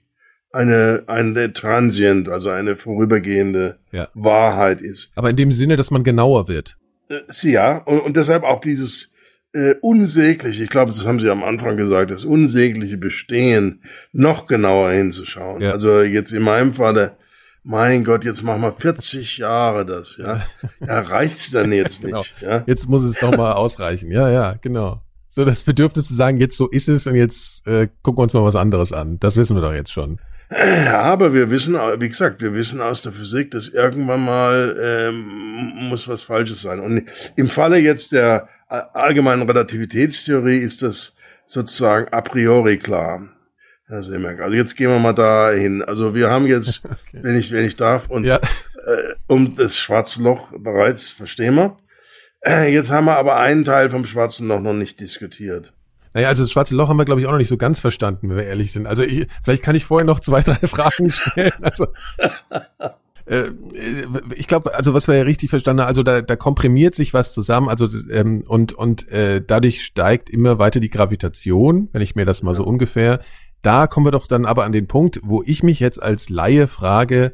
eine, eine transient, also eine vorübergehende
ja.
Wahrheit ist.
Aber in dem Sinne, dass man genauer wird.
Äh, ja, und, und deshalb auch dieses äh, unsägliche, ich glaube, das haben Sie am Anfang gesagt, das unsägliche Bestehen, noch genauer hinzuschauen. Ja. Also jetzt in meinem Falle, mein Gott, jetzt machen wir vierzig Jahre das, ja. Ja, reicht's dann jetzt
genau.
nicht, ja.
Jetzt muss es doch mal ausreichen. Ja, ja, genau. So das Bedürfnis zu sagen, jetzt so ist es und jetzt äh, gucken wir uns mal was anderes an. Das wissen wir doch jetzt schon.
Ja, aber wir wissen, wie gesagt, wir wissen aus der Physik, dass irgendwann mal ähm, muss was Falsches sein. Und im Falle jetzt der allgemeinen Relativitätstheorie ist das sozusagen a priori klar. Also jetzt gehen wir mal da hin. Also wir haben jetzt, okay. wenn ich wenn ich darf, und ja. äh, um das Schwarze Loch bereits verstehen wir. Äh, jetzt haben wir aber einen Teil vom Schwarzen Loch noch nicht diskutiert.
Naja, also das Schwarze Loch haben wir, glaube ich, auch noch nicht so ganz verstanden, wenn wir ehrlich sind. Also ich, vielleicht kann ich vorher noch zwei, drei Fragen stellen. Also äh, ich glaube, also was wir ja richtig verstanden haben, also da, da komprimiert sich was zusammen, also ähm, und und äh, dadurch steigt immer weiter die Gravitation, wenn ich mir das mal so ungefähr. Da kommen wir doch dann aber an den Punkt, wo ich mich jetzt als Laie frage,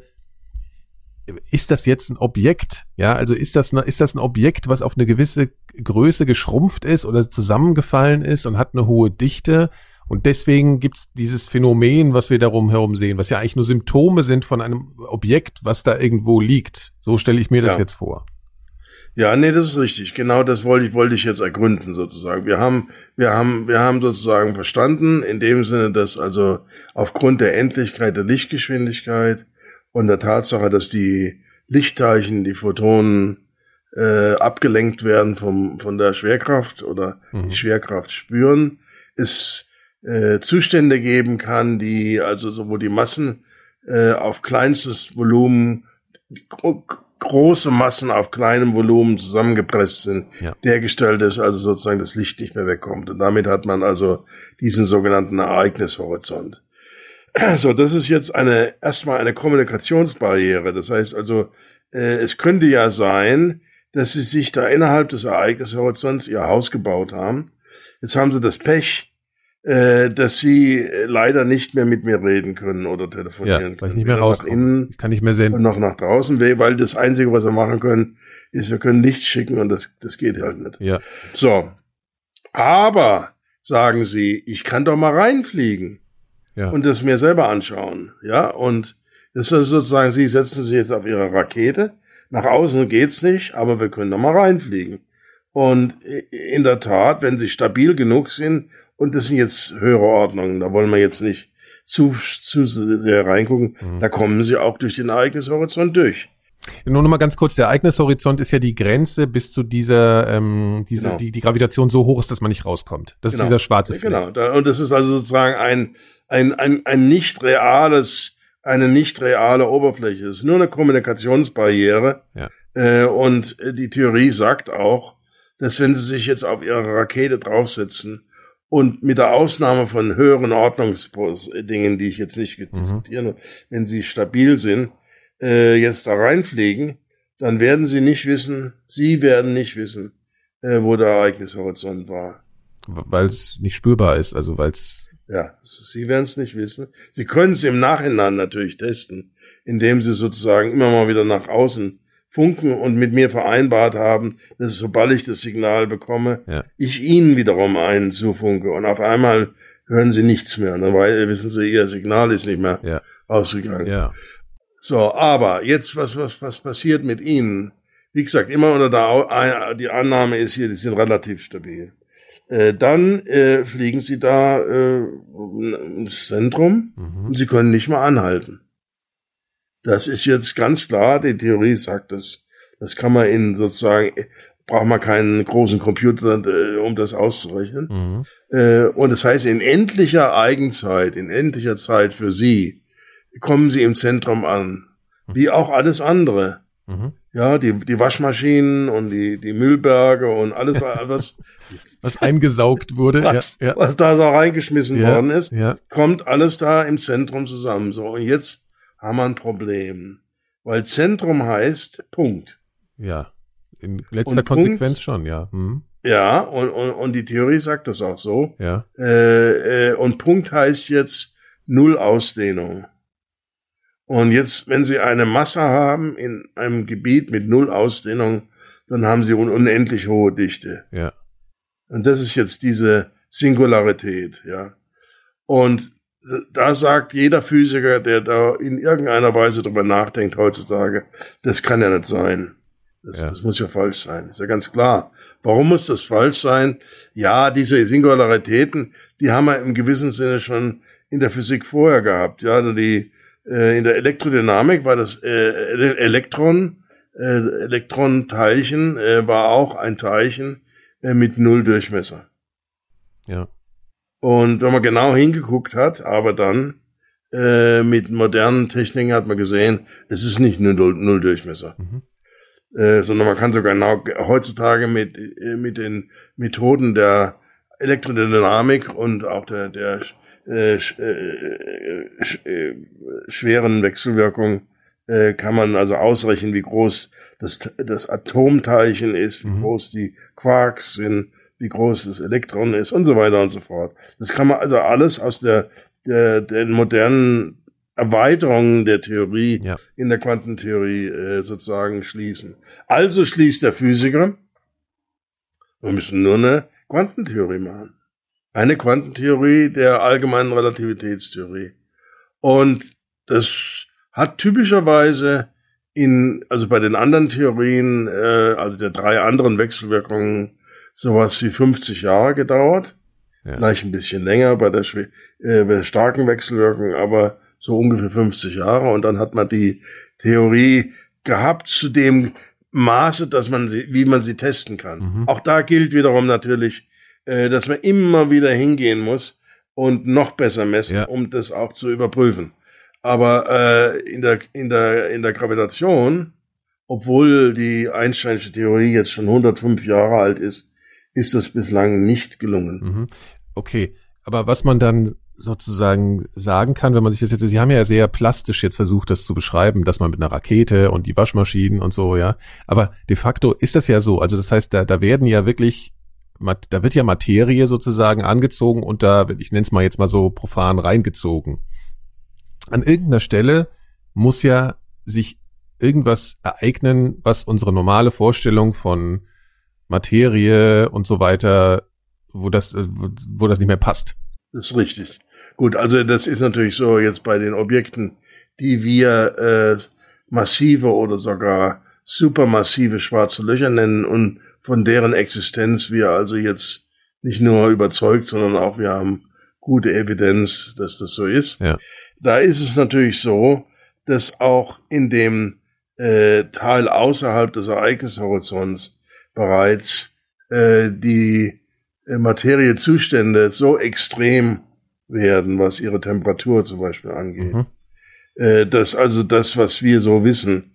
ist das jetzt ein Objekt? Ja, also ist das, ist das ein Objekt, was auf eine gewisse Größe geschrumpft ist oder zusammengefallen ist und hat eine hohe Dichte? Und deswegen gibt's dieses Phänomen, was wir darum herum sehen, was ja eigentlich nur Symptome sind von einem Objekt, was da irgendwo liegt. So stelle ich mir das ja. jetzt vor.
Ja, nee, das ist richtig. Genau das wollte ich, wollte ich jetzt ergründen, sozusagen. Wir haben, wir haben, wir haben sozusagen verstanden, in dem Sinne, dass also aufgrund der Endlichkeit der Lichtgeschwindigkeit und der Tatsache, dass die Lichtteilchen, die Photonen, äh, abgelenkt werden vom, von der Schwerkraft oder mhm. die Schwerkraft spüren, es, äh, Zustände geben kann, die, also, so, wo die Massen, äh, auf kleinstes Volumen, große Massen auf kleinem Volumen zusammengepresst sind, ja. dergestellt ist, also sozusagen das Licht nicht mehr wegkommt. Und damit hat man also diesen sogenannten Ereignishorizont. So, das ist jetzt eine erstmal eine Kommunikationsbarriere. Das heißt also, äh, es könnte ja sein, dass sie sich da innerhalb des Ereignishorizonts ihr Haus gebaut haben. Jetzt haben sie das Pech, äh, dass sie leider nicht mehr mit mir reden können oder telefonieren
ja,
können.
Weil ich nicht mehr rauskomme. Kann nicht mehr sehen.
Und noch nach draußen, weil das Einzige, was wir machen können, ist, wir können Licht schicken und das, das geht halt nicht.
Ja.
So. Aber, sagen sie, ich kann doch mal reinfliegen. Ja. Und das mir selber anschauen. Ja. Und das ist sozusagen, sie setzen sich jetzt auf ihre Rakete. Nach außen geht's nicht, aber wir können doch mal reinfliegen. Und in der Tat, wenn sie stabil genug sind, und das sind jetzt höhere Ordnungen, da wollen wir jetzt nicht zu, zu sehr reingucken, mhm. da kommen sie auch durch den Ereignishorizont durch.
Nur noch mal ganz kurz, der Ereignishorizont ist ja die Grenze bis zu dieser, ähm, diese, genau. die, die Gravitation so hoch ist, dass man nicht rauskommt. Das genau. ist dieser schwarze Fleck.
Genau, da, und das ist also sozusagen ein, ein, ein, ein nicht reales, eine nicht reale Oberfläche. Es ist nur eine Kommunikationsbarriere.
Ja.
Äh, und die Theorie sagt auch, dass wenn sie sich jetzt auf ihre Rakete draufsetzen und mit der Ausnahme von höheren Ordnungsdingen, die ich jetzt nicht diskutiere, mhm. wenn sie stabil sind, äh, jetzt da reinfliegen, dann werden sie nicht wissen, sie werden nicht wissen, äh, wo der Ereignishorizont war.
Weil es nicht spürbar ist, also weil es...
Ja, sie werden es nicht wissen. Sie können es im Nachhinein natürlich testen, indem sie sozusagen immer mal wieder nach außen funken und mit mir vereinbart haben, dass sobald ich das Signal bekomme,
ja.
ich ihnen wiederum einen zufunke. Und auf einmal hören sie nichts mehr, ne? Weil, wissen sie, ihr Signal ist nicht mehr
ja.
ausgegangen.
Ja.
So, aber jetzt, was, was, was passiert mit ihnen? Wie gesagt, immer unter der, die Annahme ist hier, die sind relativ stabil. Äh, dann äh, fliegen sie da äh, ins Zentrum mhm. und sie können nicht mehr anhalten. Das ist jetzt ganz klar, die Theorie sagt das. Das kann man in sozusagen, braucht man keinen großen Computer, äh, um das auszurechnen.
Mhm.
Äh, und das heißt, in endlicher Eigenzeit, in endlicher Zeit für sie, kommen sie im Zentrum an. Mhm. Wie auch alles andere.
Mhm.
Ja, die, die Waschmaschinen und die, die Müllberge und alles, was,
was eingesaugt wurde,
was,
ja, ja.
was da so reingeschmissen
ja,
worden ist,
ja.
kommt alles da im Zentrum zusammen. So, und jetzt haben wir ein Problem. Weil Zentrum heißt Punkt.
Ja, in letzter und Konsequenz Punkt, schon, ja. Hm.
Ja, und, und, und die Theorie sagt das auch so.
Ja.
Äh, äh, und Punkt heißt jetzt Null Ausdehnung. Und jetzt, wenn Sie eine Masse haben in einem Gebiet mit null Ausdehnung, dann haben Sie eine unendlich hohe Dichte.
Ja.
Und das ist jetzt diese Singularität, ja. Und da sagt jeder Physiker, der da in irgendeiner Weise drüber nachdenkt heutzutage, das kann ja nicht sein. Das, ja. das muss ja falsch sein. Ist ja ganz klar. Warum muss das falsch sein? Ja, diese Singularitäten, die haben wir im gewissen Sinne schon in der Physik vorher gehabt. Ja, die, äh, in der Elektrodynamik war das äh, Elektron, äh, Elektronenteilchen äh, war auch ein Teilchen äh, mit null Durchmesser.
Ja.
Und wenn man genau hingeguckt hat, aber dann äh, mit modernen Techniken hat man gesehen, es ist nicht nur null, null Durchmesser. Mhm. Äh, sondern man kann sogar genau heutzutage mit äh, mit den Methoden der Elektrodynamik und auch der der äh, sch, äh, sch, äh, schweren Wechselwirkung äh, kann man also ausrechnen, wie groß das das Atomteilchen ist, wie mhm. groß die Quarks sind, wie groß das Elektron ist und so weiter und so fort. Das kann man also alles aus der der, der modernen Erweiterungen der Theorie ja. in der Quantentheorie äh, sozusagen schließen. Also schließt der Physiker, wir müssen nur eine Quantentheorie machen. Eine Quantentheorie der allgemeinen Relativitätstheorie. Und das hat typischerweise in, also bei den anderen Theorien, äh, also der drei anderen Wechselwirkungen, sowas wie fünfzig Jahre gedauert. Ja. Vielleicht ein bisschen länger bei der, äh, bei der starken Wechselwirkung, aber so ungefähr fünfzig Jahre, und dann hat man die Theorie gehabt zu dem Maße, dass man sie, wie man sie testen kann. Mhm. Auch da gilt wiederum natürlich, äh, dass man immer wieder hingehen muss und noch besser messen, ja. um das auch zu überprüfen. Aber äh, in der in der in der Gravitation, obwohl die Einsteinsche Theorie jetzt schon hundertfünf Jahre alt ist, ist das bislang nicht gelungen.
Mhm. Okay, aber was man dann sozusagen sagen kann, wenn man sich das jetzt, Sie haben ja sehr plastisch jetzt versucht, das zu beschreiben, dass man mit einer Rakete und die Waschmaschinen und so, ja, aber de facto ist das ja so, also das heißt, da, da werden ja wirklich, da wird ja Materie sozusagen angezogen und da, ich nenne es mal jetzt mal so profan, reingezogen. An irgendeiner Stelle muss ja sich irgendwas ereignen, was unsere normale Vorstellung von Materie und so weiter, wo das, wo das nicht mehr passt.
Das ist richtig. Gut, also das ist natürlich so jetzt bei den Objekten, die wir äh, massive oder sogar supermassive schwarze Löcher nennen und von deren Existenz wir also jetzt nicht nur überzeugt, sondern auch wir haben gute Evidenz, dass das so ist. Ja. Da ist es natürlich so, dass auch in dem äh, Teil außerhalb des Ereignishorizonts bereits äh, die äh, Materiezustände so extrem werden, was ihre Temperatur zum Beispiel angeht. Mhm. Äh, dass also das, was wir so wissen,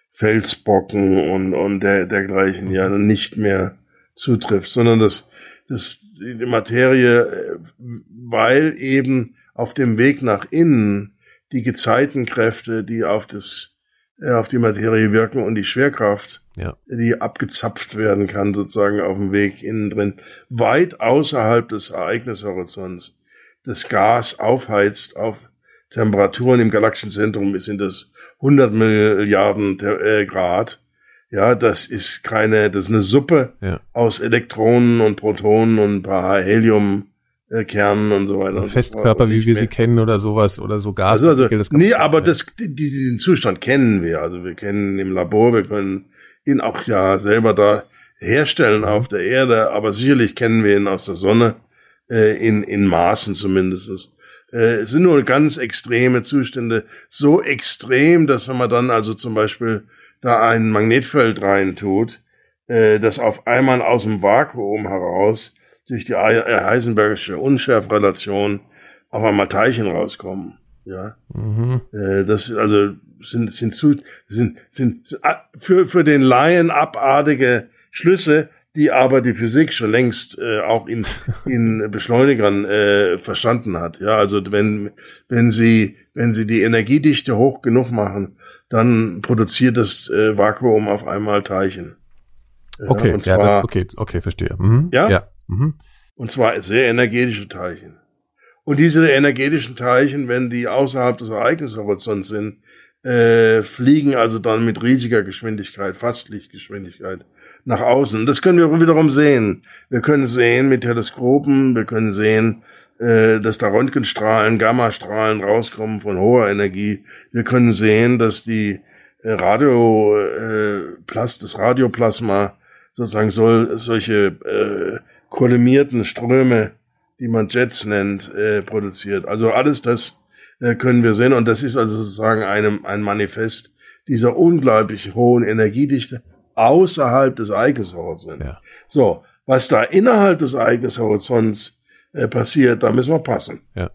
Felsbrocken und, und der, dergleichen, ja, nicht mehr zutrifft, sondern dass, dass die Materie, weil eben auf dem Weg nach innen die Gezeitenkräfte, die auf das, äh, auf die Materie wirken und die Schwerkraft, ja. die abgezapft werden kann, sozusagen auf dem Weg innen drin, weit außerhalb des Ereignishorizonts, das Gas aufheizt auf Temperaturen im galaktischen Zentrum sind das hundert Milliarden äh, Grad. Ja, das ist keine, das ist eine Suppe ja. aus Elektronen und Protonen und ein paar Heliumkernen und so weiter.
Also Festkörper, so wie wir mehr. sie kennen oder sowas oder so Gas.
Also, also das nee, aber das, die, den Zustand kennen wir. Also wir kennen im Labor, wir können ihn auch ja selber da herstellen mhm. auf der Erde, aber sicherlich kennen wir ihn aus der Sonne. In, in Maßen zumindest. Äh, es sind nur ganz extreme Zustände, so extrem, dass wenn man dann also zum Beispiel da ein Magnetfeld rein tut, äh, dass auf einmal aus dem Vakuum heraus durch die Heisenbergische Unschärferelation auf einmal Teilchen rauskommen. Ja, mhm. äh, das also sind sind zu sind sind für für den Laien abartige Schlüsse, die aber die Physik schon längst äh, auch in in Beschleunigern äh, verstanden hat. Ja, also wenn wenn sie wenn sie die Energiedichte hoch genug machen, dann produziert das äh, Vakuum auf einmal Teilchen.
Ja, okay, und zwar, ja, das, okay, okay, verstehe. Mhm.
Ja,
ja. Mhm.
Und zwar sehr energetische Teilchen. Und diese energetischen Teilchen, wenn die außerhalb des Ereignishorizonts sind, äh, fliegen also dann mit riesiger Geschwindigkeit, fast Lichtgeschwindigkeit, nach außen. Das können wir wiederum sehen. Wir können sehen mit Teleskopen, wir können sehen, äh, dass da Röntgenstrahlen, Gammastrahlen rauskommen von hoher Energie. Wir können sehen, dass die äh, Radio, äh, Plas- das Radioplasma sozusagen soll solche äh, kollimierten Ströme, die man Jets nennt, äh, produziert. Also alles das äh, können wir sehen und das ist also sozusagen einem, ein Manifest dieser unglaublich hohen Energiedichte außerhalb des Ereignishorizonts. Ja. So, was da innerhalb des Ereignishorizonts äh, passiert, da müssen wir passen.
Ja,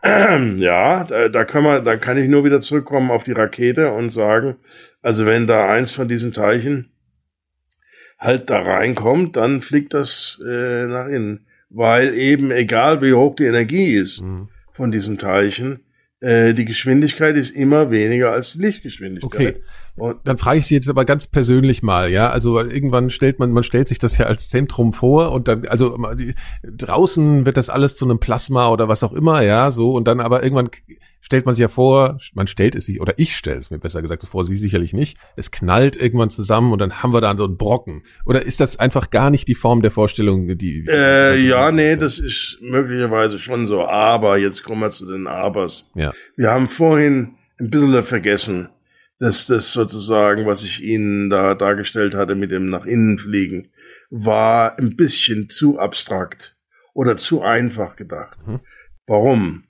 ja da, da kann man, da kann ich nur wieder zurückkommen auf die Rakete und sagen, also wenn da eins von diesen Teilchen halt da reinkommt, dann fliegt das äh, nach innen. Weil eben, egal wie hoch die Energie ist mhm. von diesem Teilchen, äh, die Geschwindigkeit ist immer weniger als die Lichtgeschwindigkeit.
Okay, und dann frage ich Sie jetzt aber ganz persönlich mal, ja, also irgendwann stellt man, man stellt sich das ja als Zentrum vor und dann, also die, draußen wird das alles zu einem Plasma oder was auch immer, ja, so und dann aber irgendwann stellt man sich ja vor, man stellt es sich, oder ich stelle es mir besser gesagt so vor, Sie sicherlich nicht, es knallt irgendwann zusammen und dann haben wir da so einen Brocken. Oder ist das einfach gar nicht die Form der Vorstellung, die...
Äh, ja, nee, das ist möglicherweise schon so, aber jetzt kommen wir zu den Abers.
Ja.
Wir haben vorhin ein bisschen vergessen, dass das sozusagen, was ich Ihnen da dargestellt hatte mit dem nach innen fliegen, war ein bisschen zu abstrakt oder zu einfach gedacht. Mhm. Warum?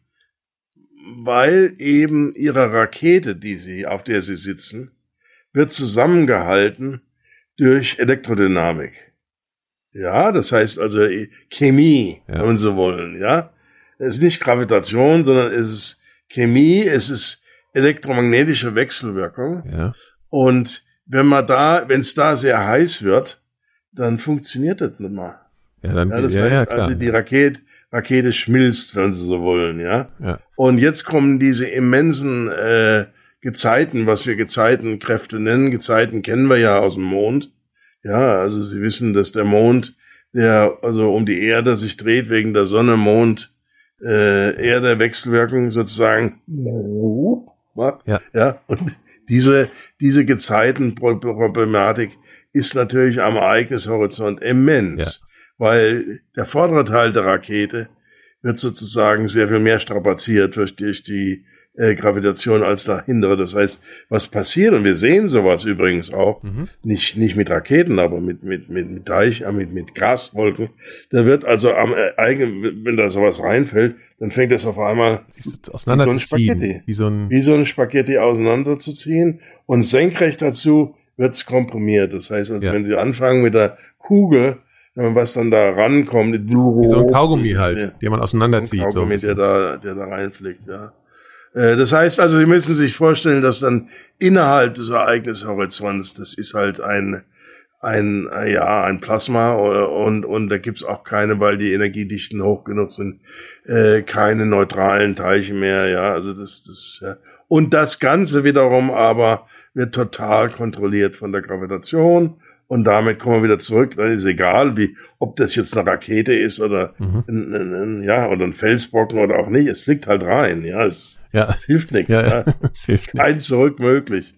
Weil eben ihre Rakete, die sie, auf der sie sitzen, wird zusammengehalten durch Elektrodynamik. Ja, das heißt also Chemie, ja. wenn man so wollen, ja. Es ist nicht Gravitation, sondern es ist Chemie, es ist elektromagnetische Wechselwirkung.
Ja.
Und wenn man da, wenn es da sehr heiß wird, dann funktioniert das nicht mehr.
Ja, dann,
ja, das
ja,
heißt
ja, klar.
also die Rakete, Rakete schmilzt, wenn Sie so wollen, ja.
ja.
Und jetzt kommen diese immensen äh, Gezeiten, was wir Gezeitenkräfte nennen. Gezeiten kennen wir ja aus dem Mond. Ja, also Sie wissen, dass der Mond, der also um die Erde sich dreht wegen der Sonne, Mond, äh, Erde, Wechselwirkung sozusagen.
Ja.
Ja, und diese diese Gezeitenproblematik ist natürlich am Ereignishorizont immens.
Ja.
Weil der vordere Teil der Rakete wird sozusagen sehr viel mehr strapaziert durch, durch die äh, Gravitation als der hintere. Das heißt, was passiert, und wir sehen sowas übrigens auch, mhm. nicht nicht mit Raketen, aber mit mit mit mit Teich, äh, mit mit Gaswolken. Da wird also am äh, eigenen, wenn da sowas reinfällt, dann fängt es auf einmal
auseinanderzuziehen,
wie so ein Spaghetti, wie so ein, wie so ein Spaghetti auseinanderzuziehen und senkrecht dazu wird's komprimiert. Das heißt, also, ja. wenn Sie anfangen mit der Kugel, was dann da rankommt.
Wie so ein Kaugummi halt, ja. den man auseinanderzieht.
Ein Kaugummi, so. der da, der da reinfliegt, ja. Das heißt also, Sie müssen sich vorstellen, dass dann innerhalb des Ereignishorizonts, das ist halt ein, ein, ja, ein Plasma und, und da gibt's auch keine, weil die Energiedichten hoch genug sind, äh, keine neutralen Teilchen mehr, ja, also das, das, ja. Und das Ganze wiederum aber wird total kontrolliert von der Gravitation. Und damit kommen wir wieder zurück. Dann ist egal, wie, ob das jetzt eine Rakete ist oder mhm. ein, ein, ein, ja oder ein Felsbrocken oder auch nicht. Es fliegt halt rein. Ja, es,
ja.
es hilft nichts.
Ja,
ja.
ja. Es hilft
Kein Zurück möglich.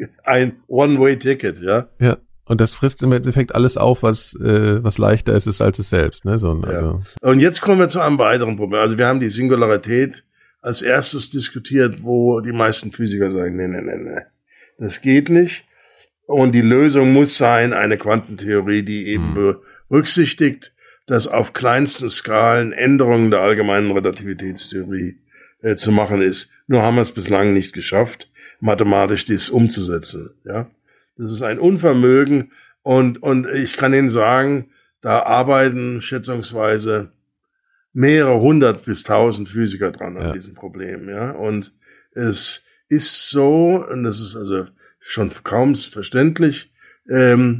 Ein One-Way-Ticket. Ja.
Ja. Und das frisst im Endeffekt alles auf, was äh, was leichter ist, ist als es selbst. Ne? So, also.
Ja. Und jetzt kommen wir zu einem weiteren Problem. Also wir haben die Singularität als erstes diskutiert, wo die meisten Physiker sagen, nee, nee, nee, nee, das geht nicht. Und die Lösung muss sein, eine Quantentheorie, die eben hm. berücksichtigt, dass auf kleinsten Skalen Änderungen der allgemeinen Relativitätstheorie äh, zu machen ist. Nur haben wir es bislang nicht geschafft, mathematisch dies umzusetzen. Ja, das ist ein Unvermögen. Und und ich kann Ihnen sagen, da arbeiten schätzungsweise mehrere hundert bis tausend Physiker dran an ja. diesem Problem. Ja, und es ist so, und das ist also schon kaum verständlich, ähm,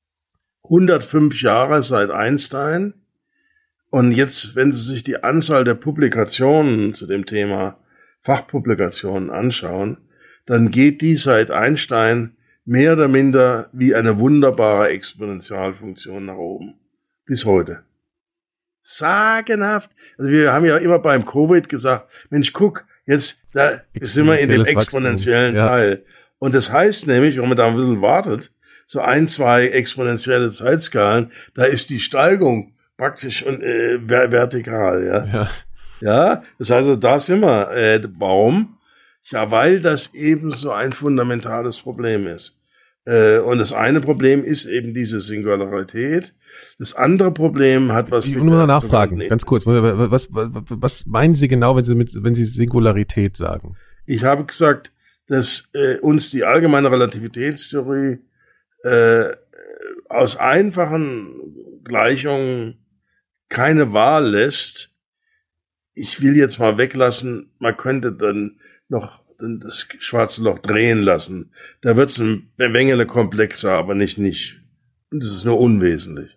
hundertfünf Jahre seit Einstein. Und jetzt, wenn Sie sich die Anzahl der Publikationen zu dem Thema, Fachpublikationen anschauen, dann geht die seit Einstein mehr oder minder wie eine wunderbare Exponentialfunktion nach oben. Bis heute. Sagenhaft. Also wir haben ja immer beim Covid gesagt, Mensch, guck, Jetzt, da sind wir in dem exponentiellen ja. Teil. Und das heißt nämlich, wenn man da ein bisschen wartet, so ein, zwei exponentielle Zeitskalen, da ist die Steigung praktisch und äh, vertikal, ja. ja. Ja, das heißt, also, da sind wir. Äh, warum? Ja, weil das eben so ein fundamentales Problem ist. Äh, und das eine Problem ist eben diese Singularität. Das andere Problem hat was
ich mit... Ich muss mal nachfragen, ganz kurz. Was, was, was meinen Sie genau, wenn Sie mit, wenn Sie Singularität sagen?
Ich habe gesagt, dass äh, uns die allgemeine Relativitätstheorie äh, aus einfachen Gleichungen keine Wahl lässt. Ich will jetzt mal weglassen, man könnte dann noch das schwarze Loch drehen lassen. Da wird es eine Menge komplexer, aber nicht nicht. Und das ist nur unwesentlich.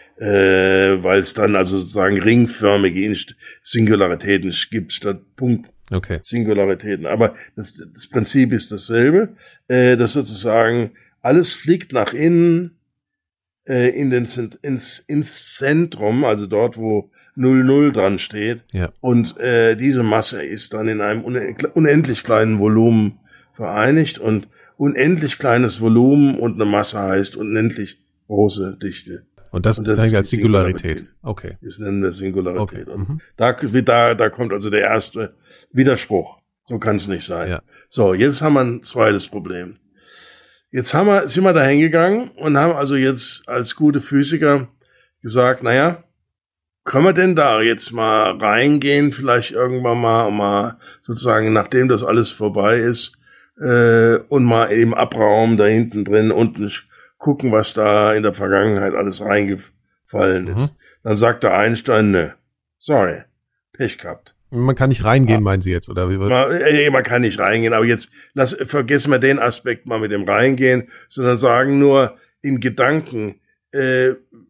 Äh, weil es dann also sozusagen ringförmige Singularitäten gibt statt Punkt
okay.
Singularitäten. Aber das, das Prinzip ist dasselbe, äh, dass sozusagen alles fliegt nach innen äh, in den ins ins Zentrum, also dort, wo null null dran steht.
Ja.
Und äh, diese Masse ist dann in einem unendlich kleinen Volumen vereinigt. Und unendlich kleines Volumen und eine Masse heißt unendlich große Dichte.
Und das, und das ist als Singularität. Singularität. Okay.
Das nennen wir Singularität.
Okay.
Und
mhm.
da, da, da kommt also der erste Widerspruch. So kann es nicht sein.
Ja.
So, jetzt haben wir ein zweites Problem. Jetzt haben wir, sind wir da hingegangen und haben also jetzt als gute Physiker gesagt, naja, können wir denn da jetzt mal reingehen, vielleicht irgendwann mal, mal sozusagen, nachdem das alles vorbei ist, äh, und mal im Abraum da hinten drin unten gucken, was da in der Vergangenheit alles reingefallen ist. Mhm. Dann sagt der Einstein, ne, sorry, Pech gehabt.
Man kann nicht reingehen, ja. meinen Sie jetzt, oder wie?
Man, äh, man kann nicht reingehen, aber jetzt lass, vergessen wir den Aspekt mal mit dem Reingehen, sondern sagen nur in Gedanken, äh,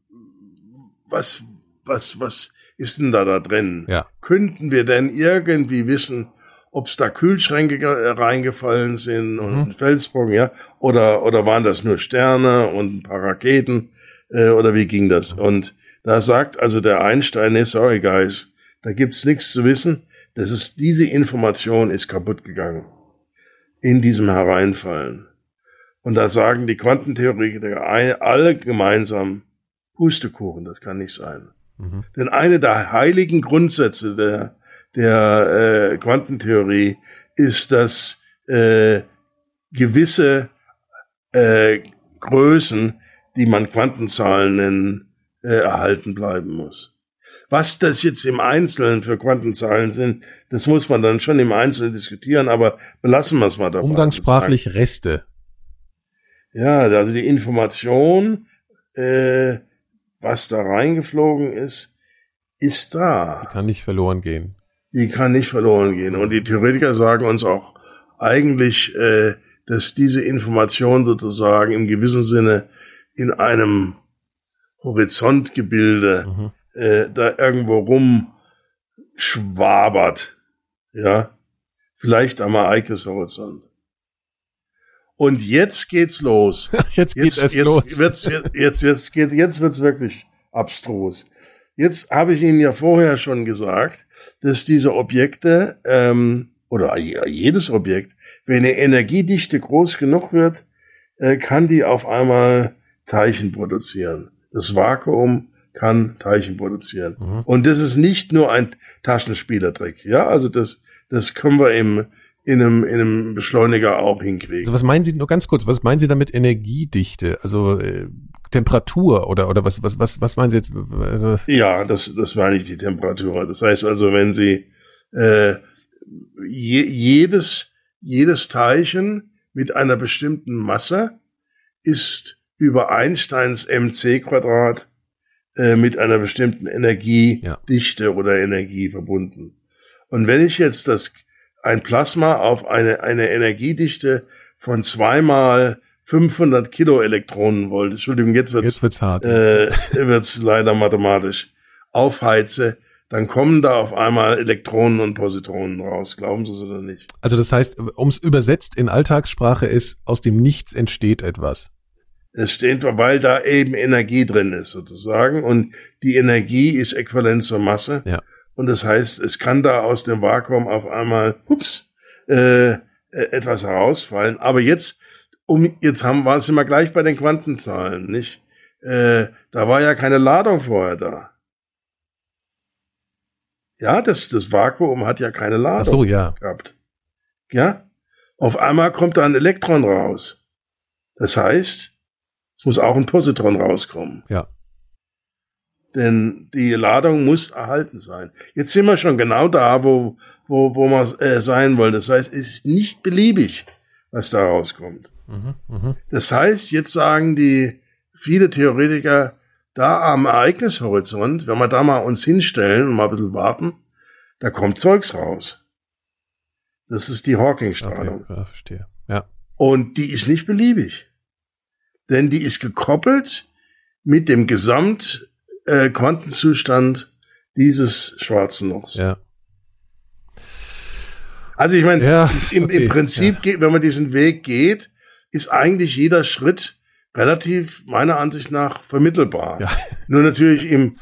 was, was, was ist denn da da drin?
Ja.
Könnten wir denn irgendwie wissen, ob es da Kühlschränke reingefallen sind und mhm. ein Felsbrocken, ja? Oder, oder waren das nur Sterne und ein paar Raketen, äh, oder wie ging das? Und da sagt also der Einstein, nee, sorry guys, da gibt's nichts zu wissen. Das ist, diese Information ist kaputt gegangen. In diesem Hereinfallen. Und da sagen die Quantentheoretiker alle gemeinsam, Pustekuchen, das kann nicht sein. Mhm. Denn eine der heiligen Grundsätze der, der äh, Quantentheorie ist, dass äh, gewisse äh, Größen, die man Quantenzahlen nennen, äh, erhalten bleiben muss. Was das jetzt im Einzelnen für Quantenzahlen sind, das muss man dann schon im Einzelnen diskutieren, aber belassen wir es mal dabei.
Umgangssprachlich Reste.
Ja, also die Information, äh, was da reingeflogen ist, ist da.
Die kann nicht verloren gehen.
Die kann nicht verloren gehen. Und die Theoretiker sagen uns auch eigentlich, äh, dass diese Information sozusagen im gewissen Sinne in einem Horizontgebilde mhm. äh, da irgendwo rumschwabert. Ja, vielleicht am Ereignishorizont. Und jetzt geht's los.
Jetzt geht's erst
jetzt
los.
Wird's, jetzt, jetzt, geht, jetzt wird's wirklich abstrus. Jetzt habe ich Ihnen ja vorher schon gesagt, dass diese Objekte, ähm, oder jedes Objekt, wenn eine Energiedichte groß genug wird, äh, kann die auf einmal Teilchen produzieren. Das Vakuum kann Teilchen produzieren. Mhm. Und das ist nicht nur ein Taschenspielertrick. Ja, also das, das können wir im in einem, in einem Beschleuniger auch hinkriegen.
Also was meinen Sie, nur ganz kurz, was meinen Sie damit Energiedichte? Also äh, Temperatur oder oder was was was was meinen Sie jetzt? Also
ja, das das meine ich, die Temperatur. Das heißt also, wenn Sie äh, je, jedes jedes Teilchen mit einer bestimmten Masse ist über Einsteins M C Quadrat äh, mit einer bestimmten Energiedichte ja. oder Energie verbunden. Und wenn ich jetzt das ein Plasma auf eine, eine Energiedichte von zweimal fünfhundert Kiloelektronenvolt, Entschuldigung, jetzt wird's,
jetzt wird's hart.
Äh, wird's leider mathematisch, aufheize, dann kommen da auf einmal Elektronen und Positronen raus. Glauben Sie es oder nicht?
Also das heißt, ums übersetzt in Alltagssprache ist, aus dem Nichts entsteht etwas.
Es steht, weil da eben Energie drin ist, sozusagen. Und die Energie ist äquivalent zur Masse.
Ja.
Und das heißt, es kann da aus dem Vakuum auf einmal, ups, äh, etwas herausfallen. Aber jetzt, um jetzt haben wir es immer gleich bei den Quantenzahlen, nicht? Äh, da war ja keine Ladung vorher da. Ja, das, das Vakuum hat ja keine Ladung
Ach so, ja.
gehabt. Ja? Auf einmal kommt da ein Elektron raus. Das heißt, es muss auch ein Positron rauskommen.
Ja.
Denn die Ladung muss erhalten sein. Jetzt sind wir schon genau da, wo, wo, wo wir äh, sein wollen. Das heißt, es ist nicht beliebig, was da rauskommt.
Mhm, mh.
Das heißt, jetzt sagen die viele Theoretiker, da am Ereignishorizont, wenn wir da mal uns hinstellen und mal ein bisschen warten, da kommt Zeugs raus. Das ist die Hawking-Strahlung.
Okay, ja, verstehe. Ja.
Und die ist nicht beliebig. Denn die ist gekoppelt mit dem Gesamt äh, Quantenzustand dieses schwarzen Lochs.
Ja.
Also ich meine,
Ja,
im,
okay,
im Prinzip,
ja.
geht, wenn man diesen Weg geht, ist eigentlich jeder Schritt relativ, meiner Ansicht nach, vermittelbar.
Ja.
Nur natürlich im,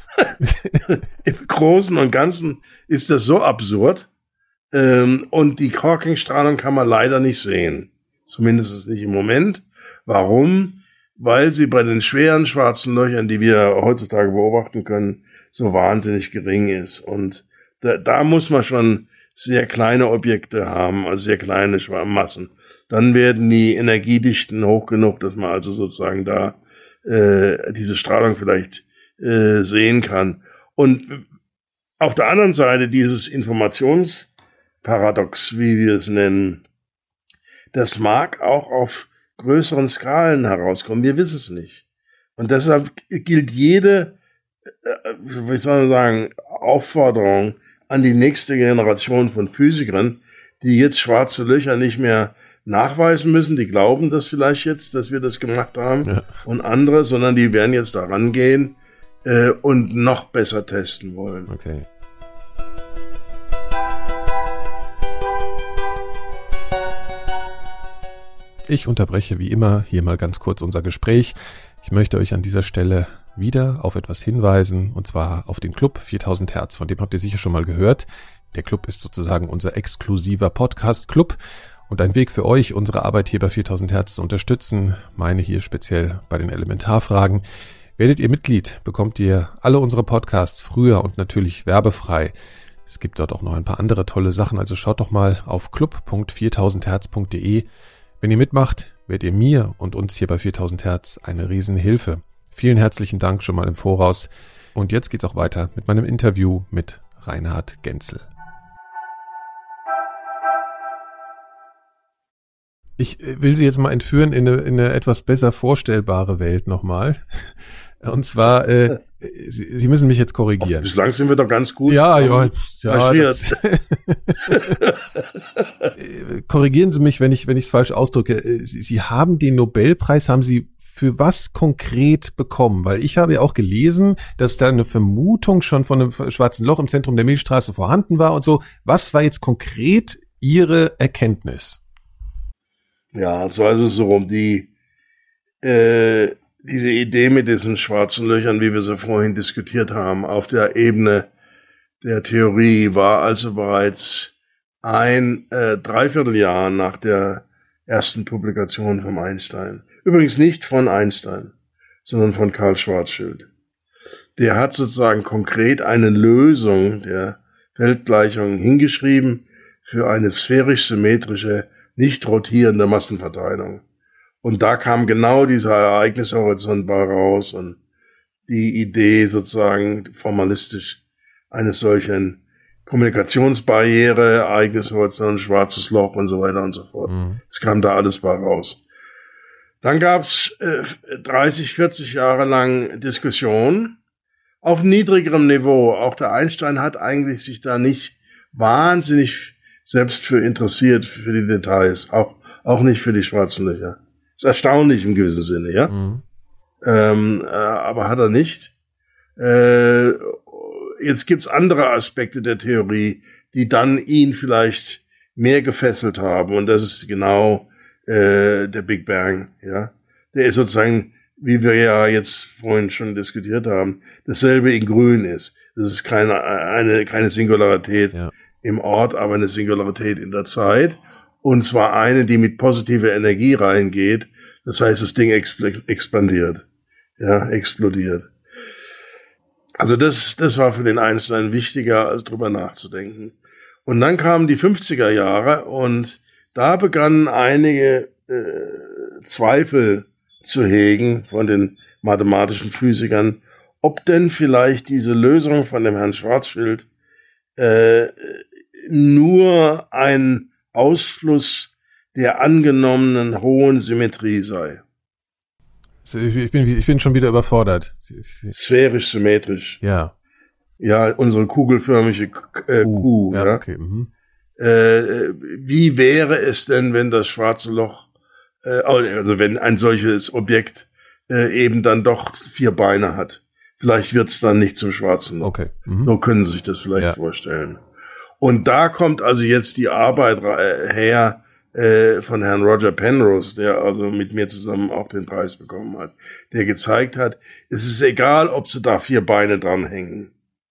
im Großen und Ganzen ist das so absurd. Ähm, und die Hawking-Strahlung kann man leider nicht sehen. Zumindest nicht im Moment. Warum? Weil sie bei den schweren schwarzen Löchern, die wir heutzutage beobachten können, so wahnsinnig gering ist. Und da, da muss man schon sehr kleine Objekte haben, also sehr kleine Massen. Dann werden die Energiedichten hoch genug, dass man also sozusagen da äh, diese Strahlung vielleicht äh, sehen kann. Und auf der anderen Seite dieses Informationsparadox, wie wir es nennen, das mag auch auf größeren Skalen herauskommen. Wir wissen es nicht. Und deshalb gilt jede, äh, wie soll man sagen, Aufforderung an die nächste Generation von Physikern, die jetzt schwarze Löcher nicht mehr nachweisen müssen, die glauben das vielleicht jetzt, dass wir das gemacht haben, ja. Und andere, sondern die werden jetzt da rangehen äh, und noch besser testen wollen.
Okay. Ich unterbreche wie immer hier mal ganz kurz unser Gespräch. Ich möchte euch an dieser Stelle wieder auf etwas hinweisen, und zwar auf den Club viertausend Hertz, von dem habt ihr sicher schon mal gehört. Der Club ist sozusagen unser exklusiver Podcast-Club und ein Weg für euch, unsere Arbeit hier bei viertausend Hertz zu unterstützen, meine hier speziell bei den Elementarfragen. Werdet ihr Mitglied, bekommt ihr alle unsere Podcasts früher und natürlich werbefrei. Es gibt dort auch noch ein paar andere tolle Sachen, also schaut doch mal auf club punkt viertausend hertz punkt de. Wenn ihr mitmacht, werdet ihr mir und uns hier bei viertausend Hertz eine Riesenhilfe. Vielen herzlichen Dank schon mal im Voraus. Und jetzt geht's auch weiter mit meinem Interview mit Reinhard Genzel. Ich will Sie jetzt mal entführen in eine, in eine etwas besser vorstellbare Welt nochmal. Und zwar, äh, Sie, Sie müssen mich jetzt korrigieren.
Auf, bislang sind wir doch ganz gut.
Ja, ja, ja. Das, korrigieren Sie mich, wenn ich wenn ich es falsch ausdrücke. Sie, Sie haben den Nobelpreis, haben Sie für was konkret bekommen? Weil ich habe ja auch gelesen, dass da eine Vermutung schon von einem schwarzen Loch im Zentrum der Milchstraße vorhanden war und so. Was war jetzt konkret Ihre Erkenntnis?
Ja, also, also so um die äh, diese Idee mit diesen schwarzen Löchern, wie wir sie vorhin diskutiert haben, auf der Ebene der Theorie war also bereits ein äh, Dreivierteljahr nach der ersten Publikation von Einstein. Übrigens nicht von Einstein, sondern von Karl Schwarzschild. Der hat sozusagen konkret eine Lösung der Feldgleichung hingeschrieben für eine sphärisch-symmetrische, nicht rotierende Massenverteilung. Und da kam genau dieser Ereignishorizont bei raus und die Idee sozusagen formalistisch eines solchen Kommunikationsbarriere, Ereignishorizont, schwarzes Loch und so weiter und so fort. Mhm. Es kam da alles bei raus. Dann gab's äh, dreißig, vierzig Jahre lang Diskussionen auf niedrigerem Niveau. Auch der Einstein hat eigentlich sich da nicht wahnsinnig selbst für interessiert, für die Details. Auch, auch nicht für die schwarzen Löcher. Ist erstaunlich im gewissen Sinne, ja. Mhm. Ähm, äh, aber hat er nicht. Äh, jetzt gibt's andere Aspekte der Theorie, die dann ihn vielleicht mehr gefesselt haben. Und das ist genau äh, der Big Bang, ja. Der ist sozusagen, wie wir ja jetzt vorhin schon diskutiert haben, dasselbe in Grün ist. Das ist keine, eine, keine Singularität ja. im Ort, aber eine Singularität in der Zeit. Und zwar eine, die mit positiver Energie reingeht. Das heißt, das Ding expl- expandiert. Ja, explodiert. Also das, das war für den Einstein wichtiger, als drüber nachzudenken. Und dann kamen die fünfziger Jahre und da begannen einige äh, Zweifel zu hegen von den mathematischen Physikern, ob denn vielleicht diese Lösung von dem Herrn Schwarzschild äh, nur ein Ausfluss der angenommenen hohen Symmetrie sei.
Ich bin, ich bin schon wieder überfordert.
Sphärisch symmetrisch.
Ja.
Ja, unsere kugelförmige äh, uh, Kuh. Ja, ja. Okay. Mhm. Äh, wie wäre es denn, wenn das schwarze Loch, äh, also wenn ein solches Objekt äh, eben dann doch vier Beine hat? Vielleicht wird's dann nicht zum schwarzen Loch.
Okay. Mhm.
So können Sie sich das vielleicht
ja.
vorstellen. Und da kommt also jetzt die Arbeit her, von Herrn Roger Penrose, der also mit mir zusammen auch den Preis bekommen hat, der gezeigt hat, es ist egal, ob sie da vier Beine dranhängen.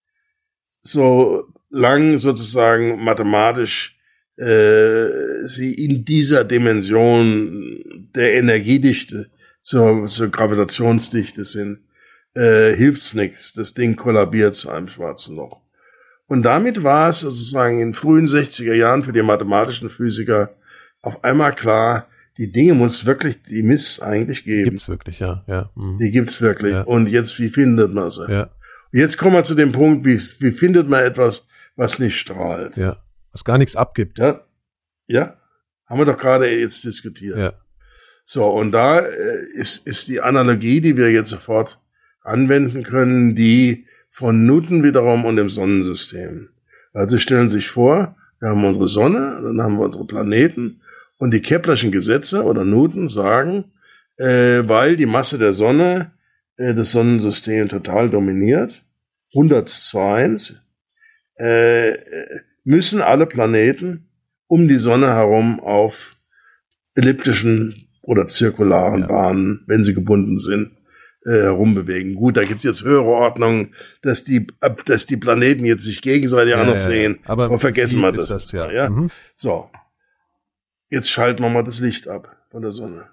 So lang sozusagen mathematisch äh, sie in dieser Dimension der Energiedichte zur, zur Gravitationsdichte sind, äh, hilft's nichts. Das Ding kollabiert zu einem schwarzen Loch. Und damit war es sozusagen in frühen sechziger Jahren für die mathematischen Physiker auf einmal klar, die Dinge muss wirklich, die Miss eigentlich geben.
Gibt's wirklich, ja, ja. Mhm.
Die gibt's wirklich.
Ja.
Und jetzt, wie findet man sie?
Ja.
Und jetzt kommen wir zu dem Punkt, wie, wie findet man etwas, was nicht strahlt?
Ja. Was gar nichts abgibt.
Ja. Ja. Haben wir doch gerade jetzt diskutiert.
Ja.
So. Und da äh, ist, ist die Analogie, die wir jetzt sofort anwenden können, die von Newton wiederum und dem Sonnensystem. Also stellen Sie sich vor, wir haben unsere Sonne, dann haben wir unsere Planeten. Und die Keplerschen Gesetze oder Newton sagen, äh, weil die Masse der Sonne äh, das Sonnensystem total dominiert, hundert zu eins, äh, müssen alle Planeten um die Sonne herum auf elliptischen oder zirkularen ja. Bahnen, wenn sie gebunden sind, äh, herumbewegen. Gut, da gibt's jetzt höhere Ordnungen, dass die, dass die Planeten jetzt sich gegenseitig
ja,
auch noch
ja,
sehen.
Aber,
Aber vergessen wir das.
das ja.
ja?
Mhm.
So. Jetzt schalten wir mal das Licht ab von der Sonne.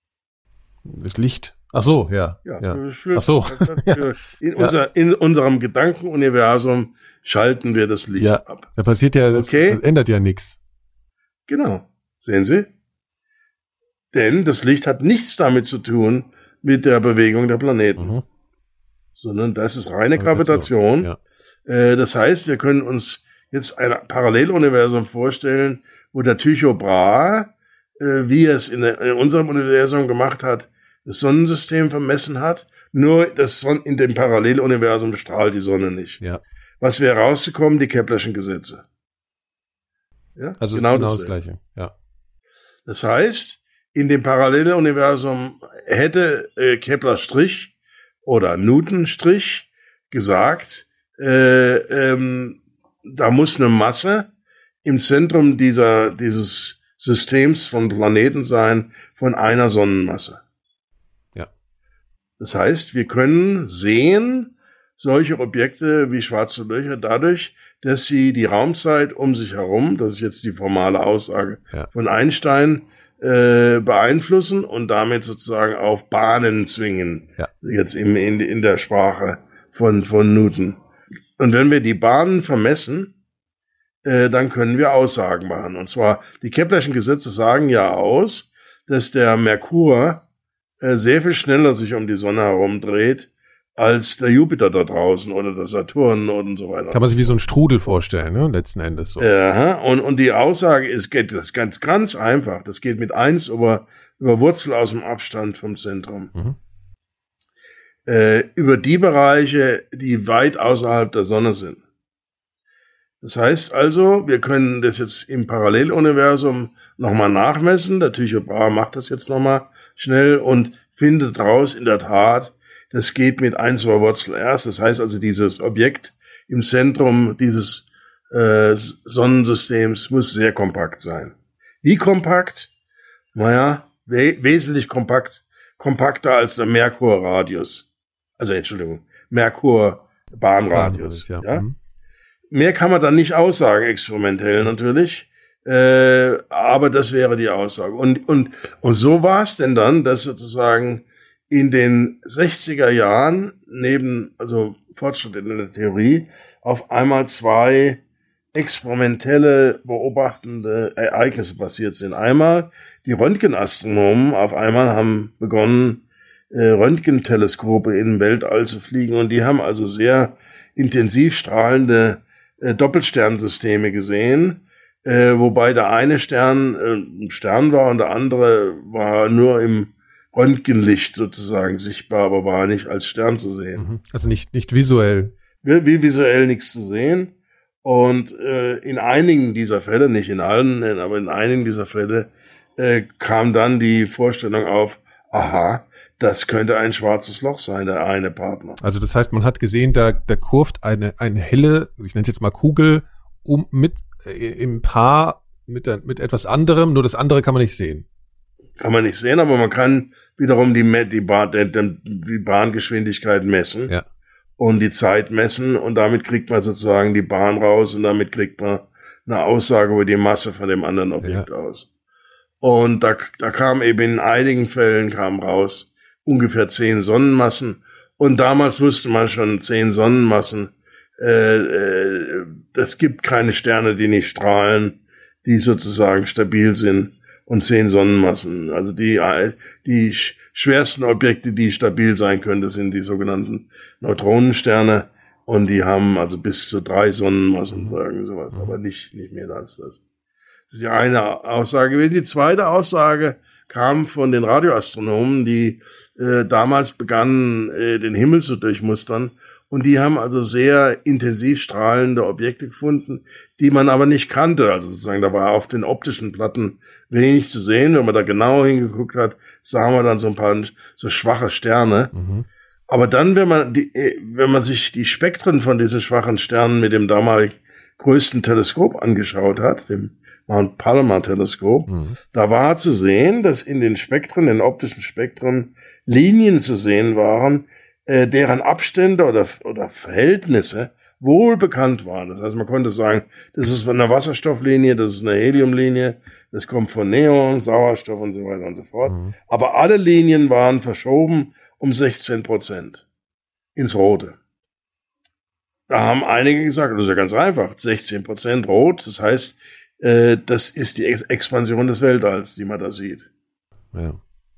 Das Licht? Ach so, ja.
Ja.
ja.
Ach so. In, unser,
ja.
in unserem Gedankenuniversum schalten wir das Licht
ja.
ab.
Da passiert ja, das,
okay.
das ändert ja nichts.
Genau. Sehen Sie? Denn das Licht hat nichts damit zu tun mit der Bewegung der Planeten. Mhm. Sondern das ist reine Gravitation.
Ja.
Äh, das heißt, wir können uns jetzt ein Paralleluniversum vorstellen, wo der Tycho Brahe, äh, wie er es in, in unserem Universum gemacht hat, das Sonnensystem vermessen hat. Nur das Son- in dem Paralleluniversum strahlt die Sonne nicht.
Ja.
Was wäre rausgekommen? Die Keplerschen Gesetze. Ja?
Also
genau,
genau
das,
das Gleiche. Ja.
Das heißt, in dem Paralleluniversum hätte äh, Kepler Strich oder Newton Strich gesagt, äh, ähm, da muss eine Masse im Zentrum dieser, dieses Systems von Planeten sein, von einer Sonnenmasse.
Ja.
Das heißt, wir können sehen solche Objekte wie schwarze Löcher dadurch, dass sie die Raumzeit um sich herum, das ist jetzt die formale Aussage
ja.
von Einstein, äh, beeinflussen und damit sozusagen auf Bahnen zwingen.
Ja.
Jetzt im, in, in der Sprache von, von Newton. Und wenn wir die Bahnen vermessen, äh, dann können wir Aussagen machen. Und zwar, die Keplerschen Gesetze sagen ja aus, dass der Merkur äh, sehr viel schneller sich um die Sonne herumdreht, als der Jupiter da draußen oder der Saturn und so weiter.
Kann man sich wie so ein Strudel vorstellen, ne? Letzten Endes so.
Ja, und, und die Aussage ist, geht das ganz, ganz einfach. Das geht mit eins über, über Wurzel aus dem Abstand vom Zentrum.
Mhm.
Äh, über die Bereiche, die weit außerhalb der Sonne sind. Das heißt also, wir können das jetzt im Paralleluniversum nochmal nachmessen. Der Tycho Brahe macht das jetzt nochmal schnell und findet raus, in der Tat, das geht mit eins über Wurzel erst. Das heißt also, dieses Objekt im Zentrum dieses äh, Sonnensystems muss sehr kompakt sein. Wie kompakt? Naja, we- wesentlich kompakt, kompakter als der Merkur-Radius. Also Entschuldigung, Merkur Bahnradius.
Bahnradius ja.
Ja?
Mhm.
Mehr kann man dann nicht aussagen, experimentell natürlich, äh, aber das wäre die Aussage. Und, und, und so war es denn dann, dass sozusagen in den sechziger Jahren neben, also Fortschritt in der Theorie, auf einmal zwei experimentelle, beobachtende Ereignisse passiert sind. Einmal die Röntgenastronomen auf einmal haben begonnen, äh, Röntgenteleskope in den Weltall zu fliegen und die haben also sehr intensiv strahlende äh, Doppelsternsysteme gesehen, äh, wobei der eine Stern äh, ein Stern war und der andere war nur im Röntgenlicht sozusagen sichtbar, aber war nicht als Stern zu sehen.
Also nicht, nicht visuell.
Wie, wie visuell nichts zu sehen. Und äh, in einigen dieser Fälle, nicht in allen, aber in einigen dieser Fälle äh, kam dann die Vorstellung auf, aha, das könnte ein schwarzes Loch sein, der eine Partner.
Also das heißt, man hat gesehen, da, da kurvt eine, eine helle, ich nenne es jetzt mal Kugel, um mit äh, im Paar mit, mit etwas anderem, nur das andere kann man nicht sehen.
Kann man nicht sehen, aber man kann wiederum die, die, Bahn, die Bahngeschwindigkeit messen.
Ja.
Und die Zeit messen und damit kriegt man sozusagen die Bahn raus und damit kriegt man eine Aussage über die Masse von dem anderen Objekt ja. aus. Und da, da kam eben in einigen Fällen kam raus ungefähr zehn Sonnenmassen und damals wusste man schon zehn Sonnenmassen, äh, äh, das gibt keine Sterne, die nicht strahlen, die sozusagen stabil sind und zehn Sonnenmassen. Also die, die schwersten Objekte, die stabil sein können, das sind die sogenannten Neutronensterne und die haben also bis zu drei Sonnenmassen oder irgend sowas, aber nicht, nicht mehr als das. Das ist die eine Aussage gewesen. Die zweite Aussage kam von den Radioastronomen, die äh, damals begannen, äh, den Himmel zu durchmustern. Und die haben also sehr intensiv strahlende Objekte gefunden, die man aber nicht kannte. Also sozusagen, da war auf den optischen Platten wenig zu sehen. Wenn man da genau hingeguckt hat, sah man dann so ein paar so schwache Sterne. Mhm. Aber dann, wenn man die, wenn man sich die Spektren von diesen schwachen Sternen mit dem damalig größten Teleskop angeschaut hat, dem Mount Palomar Teleskop, mhm. da war zu sehen, dass in den Spektren, den optischen Spektren, Linien zu sehen waren, äh, deren Abstände oder, oder Verhältnisse wohl bekannt waren. Das heißt, man konnte sagen, das ist eine Wasserstofflinie, das ist eine Heliumlinie, das kommt von Neon, Sauerstoff und so weiter und so fort. Mhm. Aber alle Linien waren verschoben um sechzehn Prozent ins Rote. Da haben einige gesagt, das ist ja ganz einfach, sechzehn Prozent rot, das heißt, äh, das ist die Ex- Expansion des Weltalls, die man da sieht.
Ja.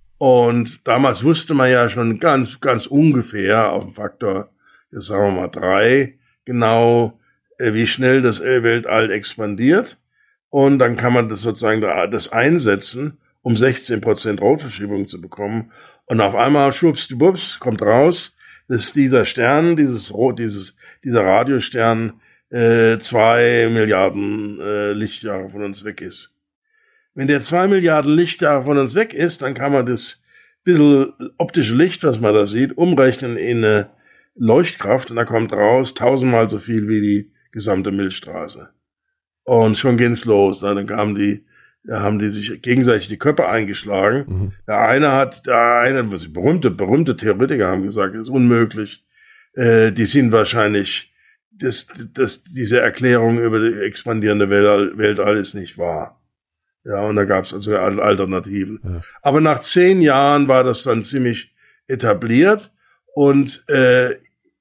Und damals wusste man ja schon ganz, ganz ungefähr auf dem Faktor, jetzt sagen wir mal drei, genau, äh, wie schnell das Weltall expandiert. Und dann kann man das sozusagen da, das einsetzen, um sechzehn Prozent Rotverschiebung zu bekommen. Und auf einmal, schwuppsdiwupps, kommt raus, dass dieser Stern, dieses Rot, dieses, dieser Radiostern, äh, zwei Milliarden äh, Lichtjahre von uns weg ist. Wenn der zwei Milliarden Lichtjahre von uns weg ist, dann kann man das bisschen optische Licht, was man da sieht, umrechnen in eine Leuchtkraft und da kommt raus tausendmal so viel wie die gesamte Milchstraße. Und schon ging's los. Dann kamen die, da haben die sich gegenseitig die Köpfe eingeschlagen. Mhm. Der eine hat, der eine, berühmte, berühmte Theoretiker haben gesagt, das ist unmöglich. Äh, die sind wahrscheinlich, das, das, diese Erklärung über die expandierende Weltall, Weltall ist nicht wahr. Ja, und da gab's also Alternativen. Ja. Aber nach zehn Jahren war das dann ziemlich etabliert und äh,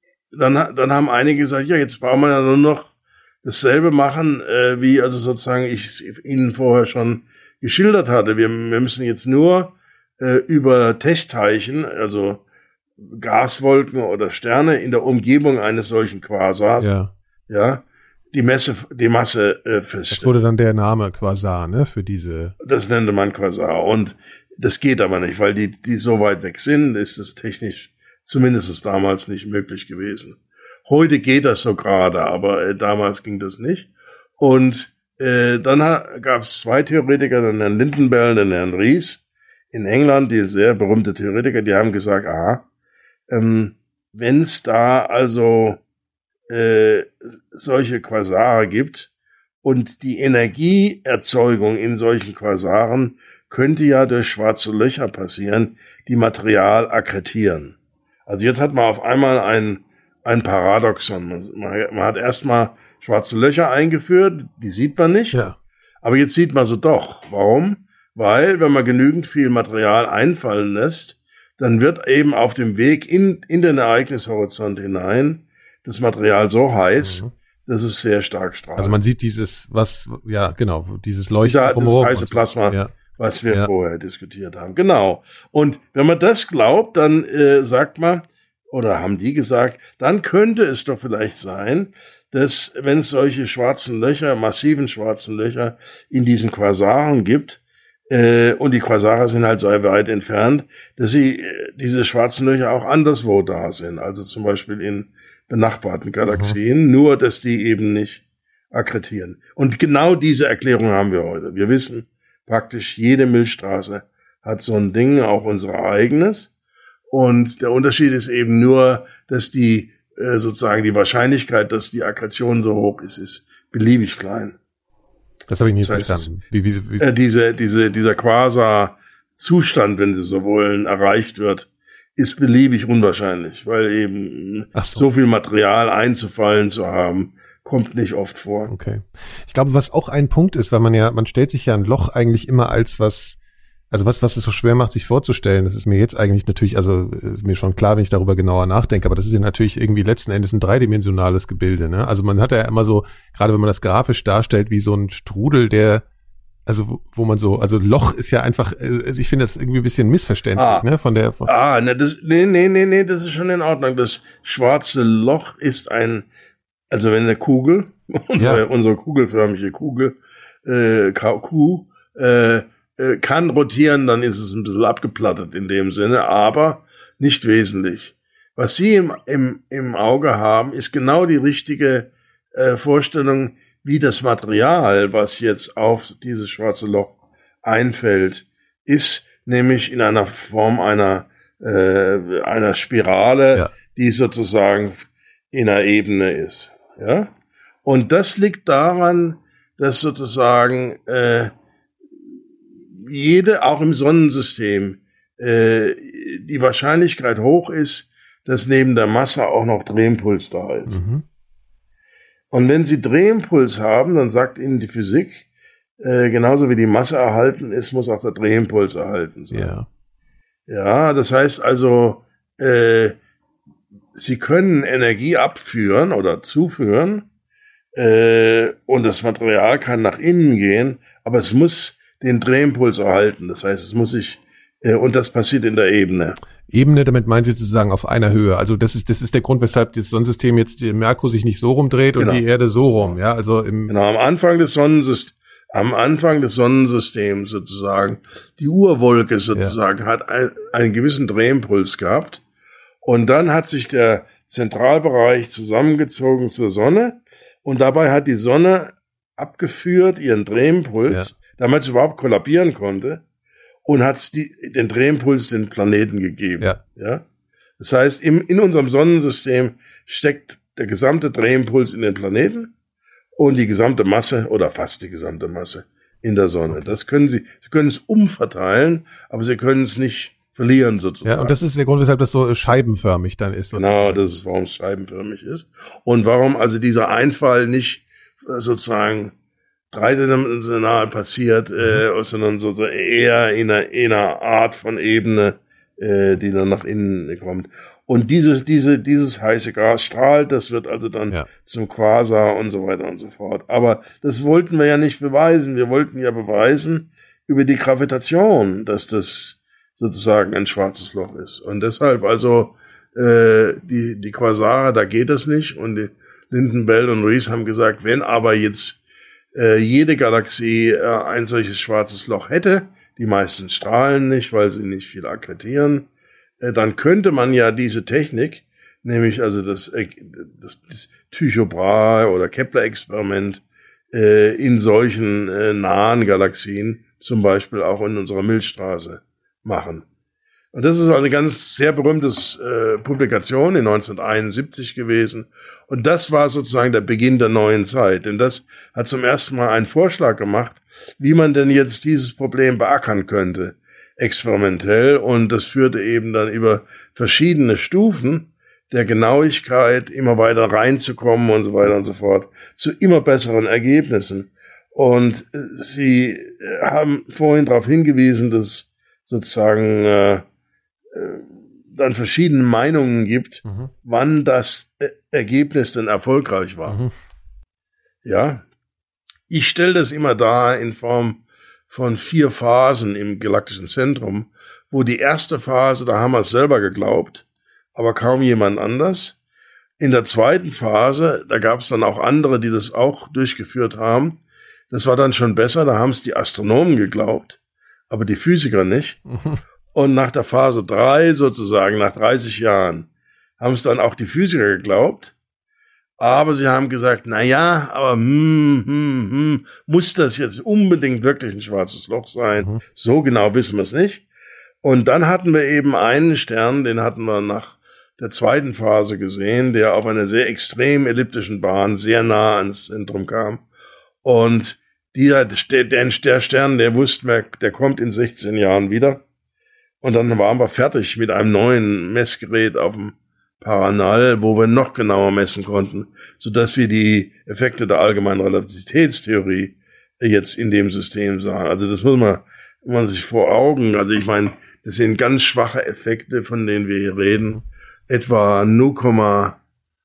dann, dann haben einige gesagt, ja, jetzt brauchen wir ja nur noch dasselbe machen, äh, wie also sozusagen ich es Ihnen vorher schon geschildert hatte. Wir, wir müssen jetzt nur äh, über Testteilchen, also Gaswolken oder Sterne in der Umgebung eines solchen Quasars, ja, ja die Messe, die Masse äh, feststellen.
Das wurde dann der Name Quasar, ne, für diese.
Das nannte man Quasar und das geht aber nicht, weil die, die so weit weg sind, ist das technisch zumindest damals nicht möglich gewesen. Heute geht das so gerade, aber äh, damals ging das nicht. Und äh, dann gab es zwei Theoretiker, den Herrn Lindenberg und den Herrn Ries in England, die sehr berühmte Theoretiker, die haben gesagt, aha, ähm, wenn es da also äh, solche Quasare gibt und die Energieerzeugung in solchen Quasaren könnte ja durch schwarze Löcher passieren, die Material akkretieren. Also jetzt hat man auf einmal ein ein Paradoxon. Man, man hat erstmal schwarze Löcher eingeführt, die sieht man nicht,
ja.
aber jetzt sieht man sie doch. Warum? Weil, wenn man genügend viel Material einfallen lässt, dann wird eben auf dem Weg in, in den Ereignishorizont hinein das Material so heiß, mhm. dass es sehr stark strahlt.
Also man sieht dieses, was, ja, genau, dieses Leuchten.
Dieser, das heiße Plasma, ja. was wir ja. vorher diskutiert haben. Genau. Und wenn man das glaubt, dann äh, sagt man, oder haben die gesagt, dann könnte es doch vielleicht sein, dass, wenn es solche schwarzen Löcher, massiven schwarzen Löcher in diesen Quasaren gibt, äh, und die Quasare sind halt sehr weit entfernt, dass sie, äh, diese schwarzen Löcher auch anderswo da sind. Also zum Beispiel in benachbarten Galaxien, mhm. nur dass die eben nicht akkretieren. Und genau diese Erklärung haben wir heute. Wir wissen praktisch, jede Milchstraße hat so ein Ding, auch unser eigenes. Und der Unterschied ist eben nur, dass die äh, sozusagen die Wahrscheinlichkeit, dass die Akkretion so hoch ist, ist beliebig klein.
Das habe ich nicht
das heißt,
verstanden. Wie, wie, wie?
Äh, diese, diese, dieser Quasar-Zustand, wenn Sie so wollen, erreicht wird, ist beliebig unwahrscheinlich, weil eben so. so viel Material einzufallen zu haben, kommt nicht oft vor.
Okay. Ich glaube, was auch ein Punkt ist, weil man ja, man stellt sich ja ein Loch eigentlich immer als was, also was, was es so schwer macht, sich vorzustellen. Das ist mir jetzt eigentlich natürlich, also ist mir schon klar, wenn ich darüber genauer nachdenke, aber das ist ja natürlich irgendwie letzten Endes ein dreidimensionales Gebilde, ne? Also man hat ja immer so, gerade wenn man das grafisch darstellt, wie so ein Strudel, der Also wo, wo man so, also Loch ist ja einfach, also ich finde das irgendwie ein bisschen missverständlich,
ah,
ne, von der. Von
ah, ne, das, nee, nee, nee, nee, das ist schon in Ordnung. Das schwarze Loch ist ein, also wenn eine Kugel, unsere, ja. unsere kugelförmige Kugel, äh, Kuh, äh, äh, kann rotieren, dann ist es ein bisschen abgeplattet in dem Sinne, aber nicht wesentlich. Was Sie im, im, im Auge haben, ist genau die richtige äh, Vorstellung, wie das Material, was jetzt auf dieses schwarze Loch einfällt, ist, nämlich in einer Form einer äh, einer Spirale, ja. die sozusagen in einer Ebene ist. Ja, und das liegt daran, dass sozusagen äh, jede, auch im Sonnensystem, äh, die Wahrscheinlichkeit hoch ist, dass neben der Masse auch noch Drehimpuls da ist. Mhm. Und wenn Sie Drehimpuls haben, dann sagt Ihnen die Physik, äh, genauso wie die Masse erhalten ist, muss auch der Drehimpuls erhalten sein.
Ja,
ja, das heißt also, äh, Sie können Energie abführen oder zuführen, äh, und das Material kann nach innen gehen, aber es muss den Drehimpuls erhalten. Das heißt, es muss sich, äh, und das passiert in der Ebene.
Ebene, damit meinen Sie sozusagen auf einer Höhe. Also das ist das ist der Grund, weshalb das Sonnensystem jetzt, der Merkur sich nicht so rumdreht und genau. die Erde so rum. Ja, also im
genau am Anfang des Sonnensystems, am Anfang des Sonnensystems sozusagen, die Urwolke sozusagen ja. hat ein, einen gewissen Drehimpuls gehabt und dann hat sich der Zentralbereich zusammengezogen zur Sonne und dabei hat die Sonne abgeführt ihren Drehimpuls, ja. damit es überhaupt kollabieren konnte. Und hat's die, den Drehimpuls den Planeten gegeben.
Ja.
Ja. Das heißt, im, in unserem Sonnensystem steckt der gesamte Drehimpuls in den Planeten und die gesamte Masse oder fast die gesamte Masse in der Sonne. Okay. Das können Sie, Sie können es umverteilen, aber Sie können es nicht verlieren sozusagen.
Ja, und das ist der Grund, weshalb das so scheibenförmig dann ist.
Genau, das ist, warum es scheibenförmig ist. Und warum also dieser Einfall nicht sozusagen dreidimensional passiert, äh, sondern so, so eher in einer, in einer Art von Ebene, äh, die dann nach innen kommt. Und diese, diese, dieses heiße Gas strahlt, das wird also dann ja. zum Quasar und so weiter und so fort. Aber das wollten wir ja nicht beweisen. Wir wollten ja beweisen über die Gravitation, dass das sozusagen ein schwarzes Loch ist. Und deshalb also äh, die, die Quasare, da geht das nicht. Und die Lyndon, Bell und Rees haben gesagt, wenn aber jetzt jede Galaxie äh, ein solches schwarzes Loch hätte, die meisten strahlen nicht, weil sie nicht viel akkretieren, äh, dann könnte man ja diese Technik, nämlich also das, äh, das, das Tycho Brahe oder Kepler-Experiment äh, in solchen äh, nahen Galaxien, zum Beispiel auch in unserer Milchstraße, machen. Und das ist also eine ganz sehr berühmtes äh, Publikation in neunzehnhunderteinundsiebzig gewesen. Und das war sozusagen der Beginn der neuen Zeit. Denn das hat zum ersten Mal einen Vorschlag gemacht, wie man denn jetzt dieses Problem beackern könnte, experimentell. Und das führte eben dann über verschiedene Stufen der Genauigkeit, immer weiter reinzukommen und so weiter und so fort, zu immer besseren Ergebnissen. Und Sie haben vorhin darauf hingewiesen, dass sozusagen äh, dann verschiedene Meinungen gibt, mhm. wann das Ergebnis denn erfolgreich war. Mhm. Ja, ich stelle das immer dar in Form von vier Phasen im galaktischen Zentrum, wo die erste Phase, da haben wir es selber geglaubt, aber kaum jemand anders. In der zweiten Phase, da gab es dann auch andere, die das auch durchgeführt haben. Das war dann schon besser, da haben es die Astronomen geglaubt, aber die Physiker nicht. Mhm. Und nach der Phase drei sozusagen, nach dreißig Jahren, haben es dann auch die Physiker geglaubt. Aber sie haben gesagt, na ja, aber hm, hm, hm, muss das jetzt unbedingt wirklich ein schwarzes Loch sein? Mhm. So genau wissen wir es nicht. Und dann hatten wir eben einen Stern, den hatten wir nach der zweiten Phase gesehen, der auf einer sehr extrem elliptischen Bahn sehr nah ans Zentrum kam. Und die, der, der Stern, der wussten wir, der kommt in sechzehn Jahren wieder. Und dann waren wir fertig mit einem neuen Messgerät auf dem Paranal, wo wir noch genauer messen konnten, sodass wir die Effekte der allgemeinen Relativitätstheorie jetzt in dem System sahen. Also das muss man, muss man sich vor Augen, also ich meine, das sind ganz schwache Effekte, von denen wir hier reden, etwa null Komma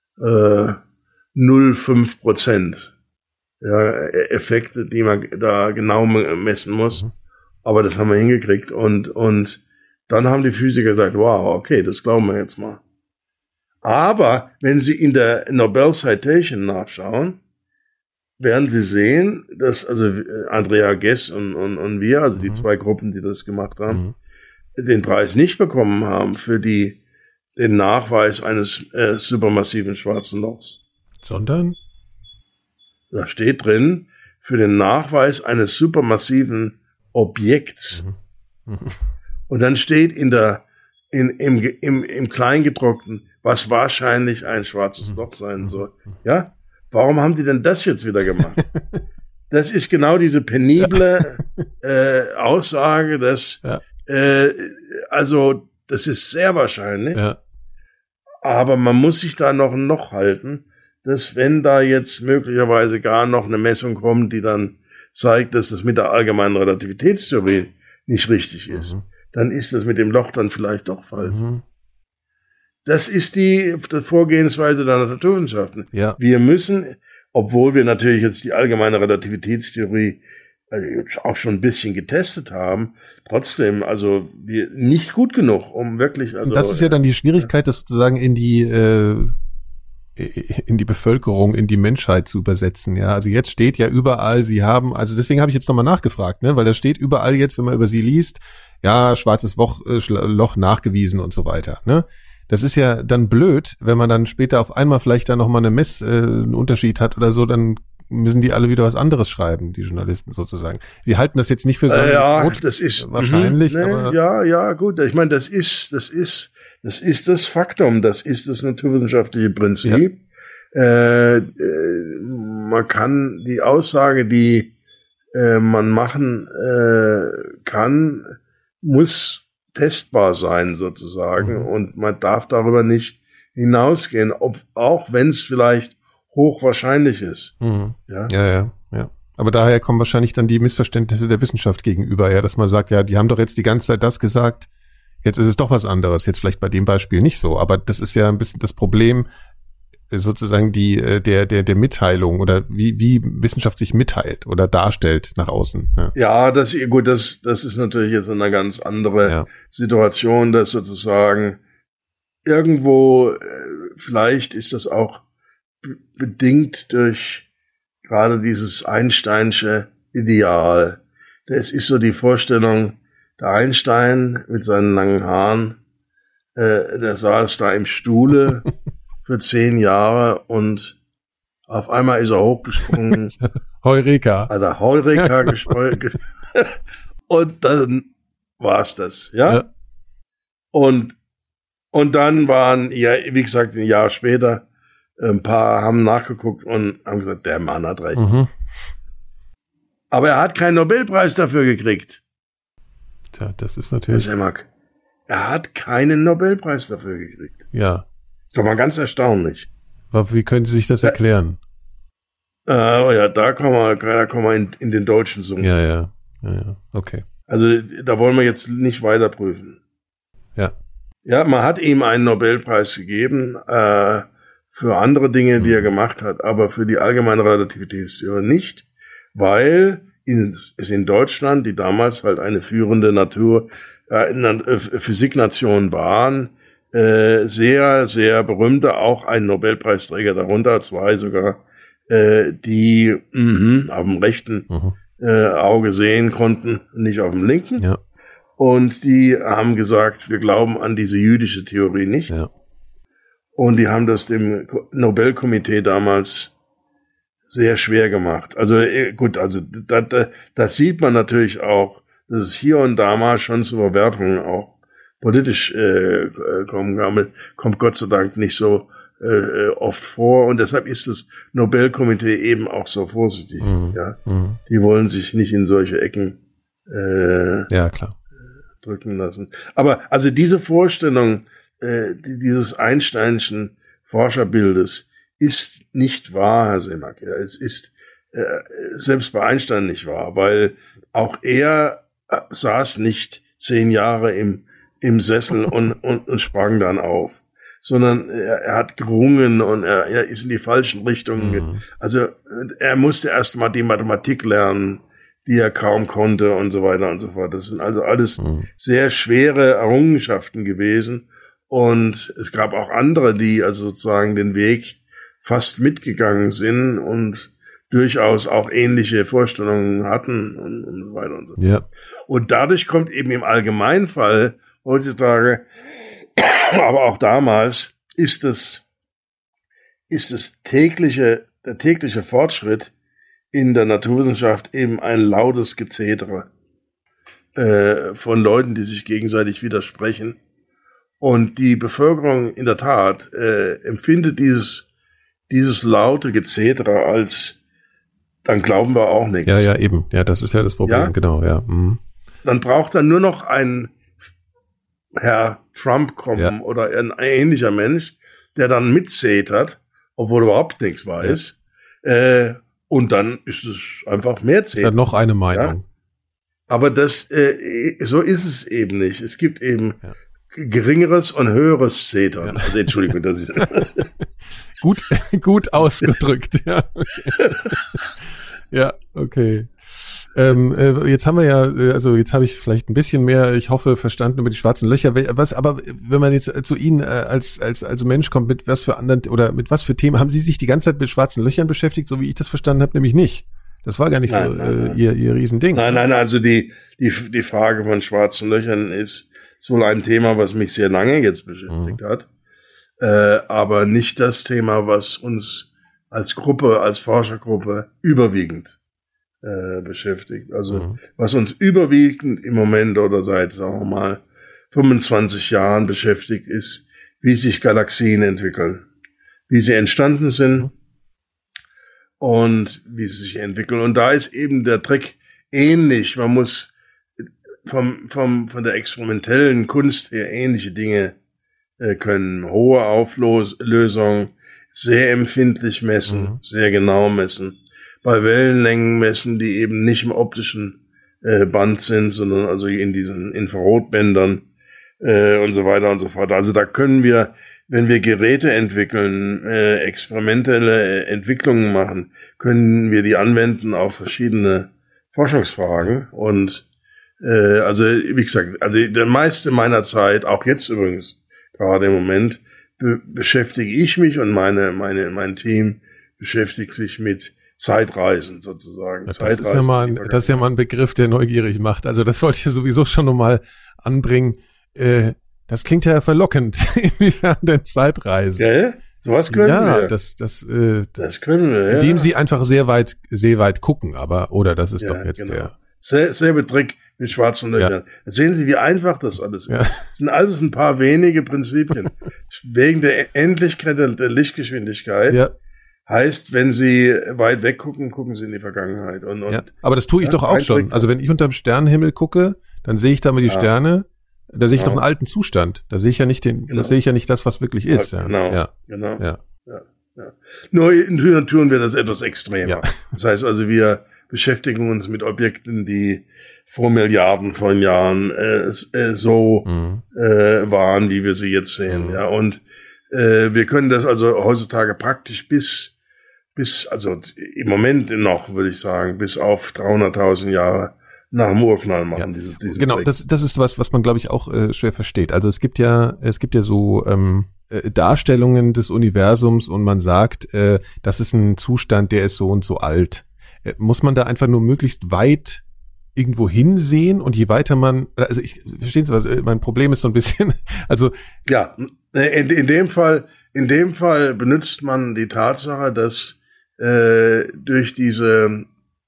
null fünf Prozent ja, Effekte, die man da genau messen muss. Aber das haben wir hingekriegt und, und dann haben die Physiker gesagt, wow, okay, das glauben wir jetzt mal. Aber wenn Sie in der Nobel Citation nachschauen, werden Sie sehen, dass also Andrea Ghez und, und, und wir, also mhm. die zwei Gruppen, die das gemacht haben, mhm. den Preis nicht bekommen haben für die den Nachweis eines äh, supermassiven schwarzen Lochs.
Sondern?
Da steht drin, für den Nachweis eines supermassiven Objekts. Mhm. Mhm. Und dann steht in der in, im, im, im Kleingedruckten, was wahrscheinlich ein schwarzes Loch sein soll. Ja? Warum haben die denn das jetzt wieder gemacht? Das ist genau diese penible äh, Aussage, dass ja. äh, also das ist sehr wahrscheinlich, ja. aber man muss sich da noch ein Loch halten, dass wenn da jetzt möglicherweise gar noch eine Messung kommt, die dann zeigt, dass das mit der allgemeinen Relativitätstheorie nicht richtig ist, mhm. dann ist das mit dem Loch dann vielleicht doch falsch. Mhm. Das ist die, die Vorgehensweise der Naturwissenschaften. Ja. Wir müssen, obwohl wir natürlich jetzt die allgemeine Relativitätstheorie äh, auch schon ein bisschen getestet haben, trotzdem, also wir nicht gut genug, um wirklich... Also
das ist ja dann die Schwierigkeit, das sozusagen in die äh, in die Bevölkerung, in die Menschheit zu übersetzen. Ja, also jetzt steht ja überall, sie haben, also deswegen habe ich jetzt nochmal nachgefragt, ne, weil da steht überall jetzt, wenn man über sie liest, ja, schwarzes Loch, äh, Loch nachgewiesen und so weiter, ne. Das ist ja dann blöd, wenn man dann später auf einmal vielleicht da nochmal eine Mess, äh, einen Unterschied hat oder so, dann müssen die alle wieder was anderes schreiben, die Journalisten sozusagen. Die halten das jetzt nicht für so
äh, ja, Not, das ist
wahrscheinlich,
mh, ne, aber ja, ja, gut. Ich meine, das ist, das ist, das ist das Faktum, das ist das naturwissenschaftliche Prinzip. Ja. Äh, äh, man kann die Aussage, die äh, man machen äh, kann, muss testbar sein sozusagen mhm. und man darf darüber nicht hinausgehen, ob auch wenn es vielleicht hochwahrscheinlich ist.
Mhm. Ja? ja, ja, ja. Aber daher kommen wahrscheinlich dann die Missverständnisse der Wissenschaft gegenüber, ja, dass man sagt, ja, die haben doch jetzt die ganze Zeit das gesagt, jetzt ist es doch was anderes. Jetzt vielleicht bei dem Beispiel nicht so, aber das ist ja ein bisschen das Problem, sozusagen die der der der Mitteilung oder wie wie Wissenschaft sich mitteilt oder darstellt nach außen. Ja,
ja das gut, das das ist natürlich jetzt eine ganz andere ja. Situation, dass sozusagen irgendwo vielleicht ist das auch bedingt durch gerade dieses Einsteinsche Ideal. Das ist so die Vorstellung, der Einstein mit seinen langen Haaren, äh, der saß da im Stuhle für zehn Jahre und auf einmal ist er hochgesprungen.
Heureka.
Also Heureka gesprungen. Und dann war's das, ja? ja? Und, und dann waren, ja, wie gesagt, ein Jahr später, ein paar haben nachgeguckt und haben gesagt, der Mann hat recht. Mhm. Aber er hat keinen Nobelpreis dafür gekriegt.
Tja, das ist natürlich...
Er hat keinen Nobelpreis dafür gekriegt.
Ja.
Ist doch mal ganz erstaunlich.
Wie können Sie sich das erklären?
Äh, ja, da kommen wir, da kommen wir in, in den deutschen Sumpf.
Ja, ja, ja, ja, okay.
Also da wollen wir jetzt nicht weiter prüfen.
Ja.
Ja, man hat ihm einen Nobelpreis gegeben äh, für andere Dinge, die mhm. er gemacht hat, aber für die allgemeine Relativitätstheorie nicht, weil es in Deutschland, die damals halt eine führende Natur, äh, Physiknation waren, äh, sehr, sehr berühmte, auch ein Nobelpreisträger darunter, zwei sogar, äh, die mh, auf dem rechten mhm. äh, Auge sehen konnten, nicht auf dem linken.
Ja.
Und die haben gesagt, wir glauben an diese jüdische Theorie nicht.
Ja.
Und die haben das dem Nobelkomitee damals sehr schwer gemacht. Also gut, also da, da, das sieht man natürlich auch, dass es hier und da mal schon zu Verwerfungen auch politisch äh, kommen kann. Kommt Gott sei Dank nicht so äh, oft vor. Und deshalb ist das Nobelkomitee eben auch so vorsichtig.
Mhm.
Ja,
mhm.
Die wollen sich nicht in solche Ecken äh,
ja, klar.
drücken lassen. Aber also diese Vorstellung äh, dieses Einsteinschen Forscherbildes ist nicht wahr, Herr Seemack. Ja, es ist äh, selbst bei Einstein nicht wahr, weil auch er äh, saß nicht zehn Jahre im im Sessel und, und, und sprang dann auf, sondern er, er hat gerungen und er, er ist in die falschen Richtungen. Mhm. Also er musste erst mal die Mathematik lernen, die er kaum konnte und so weiter und so fort. Das sind also alles mhm. sehr schwere Errungenschaften gewesen. Und es gab auch andere, die also sozusagen den Weg fast mitgegangen sind und durchaus auch ähnliche Vorstellungen hatten und, und so weiter und so fort.
Ja.
Und dadurch kommt eben im Allgemeinfall heutzutage, aber auch damals, ist es, ist es tägliche, der tägliche Fortschritt in der Naturwissenschaft eben ein lautes Gezetere äh, von Leuten, die sich gegenseitig widersprechen. Und die Bevölkerung in der Tat äh, empfindet dieses, dieses laute Gezetere als, dann glauben wir auch nichts.
Ja, ja, eben. Ja, das ist ja das Problem, ja? Genau, ja. Mhm.
Dann braucht dann nur noch ein Herr Trump kommen ja. oder ein ähnlicher Mensch, der dann mitzetert, obwohl er überhaupt nichts weiß. Ja. Äh, und dann ist es einfach mehr Zetern.
Ist ja noch eine Meinung.
Ja? Aber das, äh, so ist es eben nicht. Es gibt eben ja. geringeres und höheres Zetern. Ja. Also, Entschuldigung, dass ich
gut, gut ausgedrückt, ja. Okay. Ja, okay. Ähm, äh, jetzt haben wir ja, also jetzt habe ich vielleicht ein bisschen mehr, ich hoffe, verstanden über die schwarzen Löcher. Was, aber wenn man jetzt zu Ihnen äh, als als als Mensch kommt, mit was für anderen oder mit was für Themen haben Sie sich die ganze Zeit mit schwarzen Löchern beschäftigt, so wie ich das verstanden habe, nämlich nicht. Das war gar nicht nein, so nein, äh, nein. ihr ihr Riesending.
Nein, nein, also die die die Frage von schwarzen Löchern ist, ist wohl ein Thema, was mich sehr lange jetzt beschäftigt mhm. hat, äh, aber nicht das Thema, was uns als Gruppe, als Forschergruppe überwiegend äh, beschäftigt. Also mhm. was uns überwiegend im Moment oder seit, sagen wir mal, fünfundzwanzig Jahren beschäftigt, ist, wie sich Galaxien entwickeln, wie sie entstanden sind mhm. und wie sie sich entwickeln. Und da ist eben der Trick ähnlich. Man muss vom, vom, von der experimentellen Kunst her ähnliche Dinge äh, können. Hohe Auflösung, sehr empfindlich messen, mhm. sehr genau messen. Bei Wellenlängen messen, die eben nicht im optischen äh, Band sind, sondern also in diesen Infrarotbändern äh, und so weiter und so fort. Also da können wir, wenn wir Geräte entwickeln, äh, experimentelle Entwicklungen machen, können wir die anwenden auf verschiedene Forschungsfragen. Und äh, also wie gesagt, also der meiste meiner Zeit, auch jetzt übrigens, gerade im Moment, be- beschäftige ich mich und meine meine mein Team beschäftigt sich mit Zeitreisen sozusagen.
Ja, das,
Zeitreisen,
ist ja mal ein, das ist ja mal ein Begriff, der neugierig macht. Also das wollte ich ja sowieso schon nochmal anbringen. Äh, das klingt ja verlockend. Inwiefern denn Zeitreisen?
Gell? Sowas können
ja,
wir.
Ja, das, das, äh,
das können wir, ja.
Indem sie einfach sehr weit, sehr weit gucken, aber, oder das ist ja, doch jetzt genau. der.
Sel- selbe Trick mit schwarzen Löchern. Ja. Sehen Sie, wie einfach das alles ist. Ja. Das sind alles ein paar wenige Prinzipien. Wegen der Endlichkeit der, der Lichtgeschwindigkeit.
Ja.
Heißt, wenn Sie weit weg gucken, gucken Sie in die Vergangenheit. Und, und
ja, aber das tue ich ja, doch auch schon. Also wenn ich unterm Sternenhimmel gucke, dann sehe ich da mal die ah. Sterne Da sehe ich genau. noch einen alten Zustand. Da sehe ich ja nicht den, genau. da sehe ich ja nicht das, was wirklich ist.
Ja,
ja.
Genau,
ja.
genau.
Ja.
Ja. Ja. Nur in Türen tun wir das etwas extremer. Ja. Das heißt also, wir beschäftigen uns mit Objekten, die vor Milliarden von Jahren äh, äh, so mhm. äh, waren, wie wir sie jetzt sehen. Mhm. Ja, und äh, wir können das also heutzutage praktisch bis, bis, also im Moment noch, würde ich sagen, bis auf dreihunderttausend Jahre nach dem Urknall machen.
Ja.
Diese, diese
genau, das, das ist was, was man, glaube ich, auch äh, schwer versteht. Also es gibt ja, es gibt ja so ähm, äh, Darstellungen des Universums und man sagt, äh, das ist ein Zustand, der ist so und so alt. Äh, muss man da einfach nur möglichst weit irgendwo hinsehen und je weiter man, also ich, verstehen Sie was, mein Problem ist so ein bisschen, also.
Ja, in, in dem Fall, in dem Fall benutzt man die Tatsache, dass äh, durch diese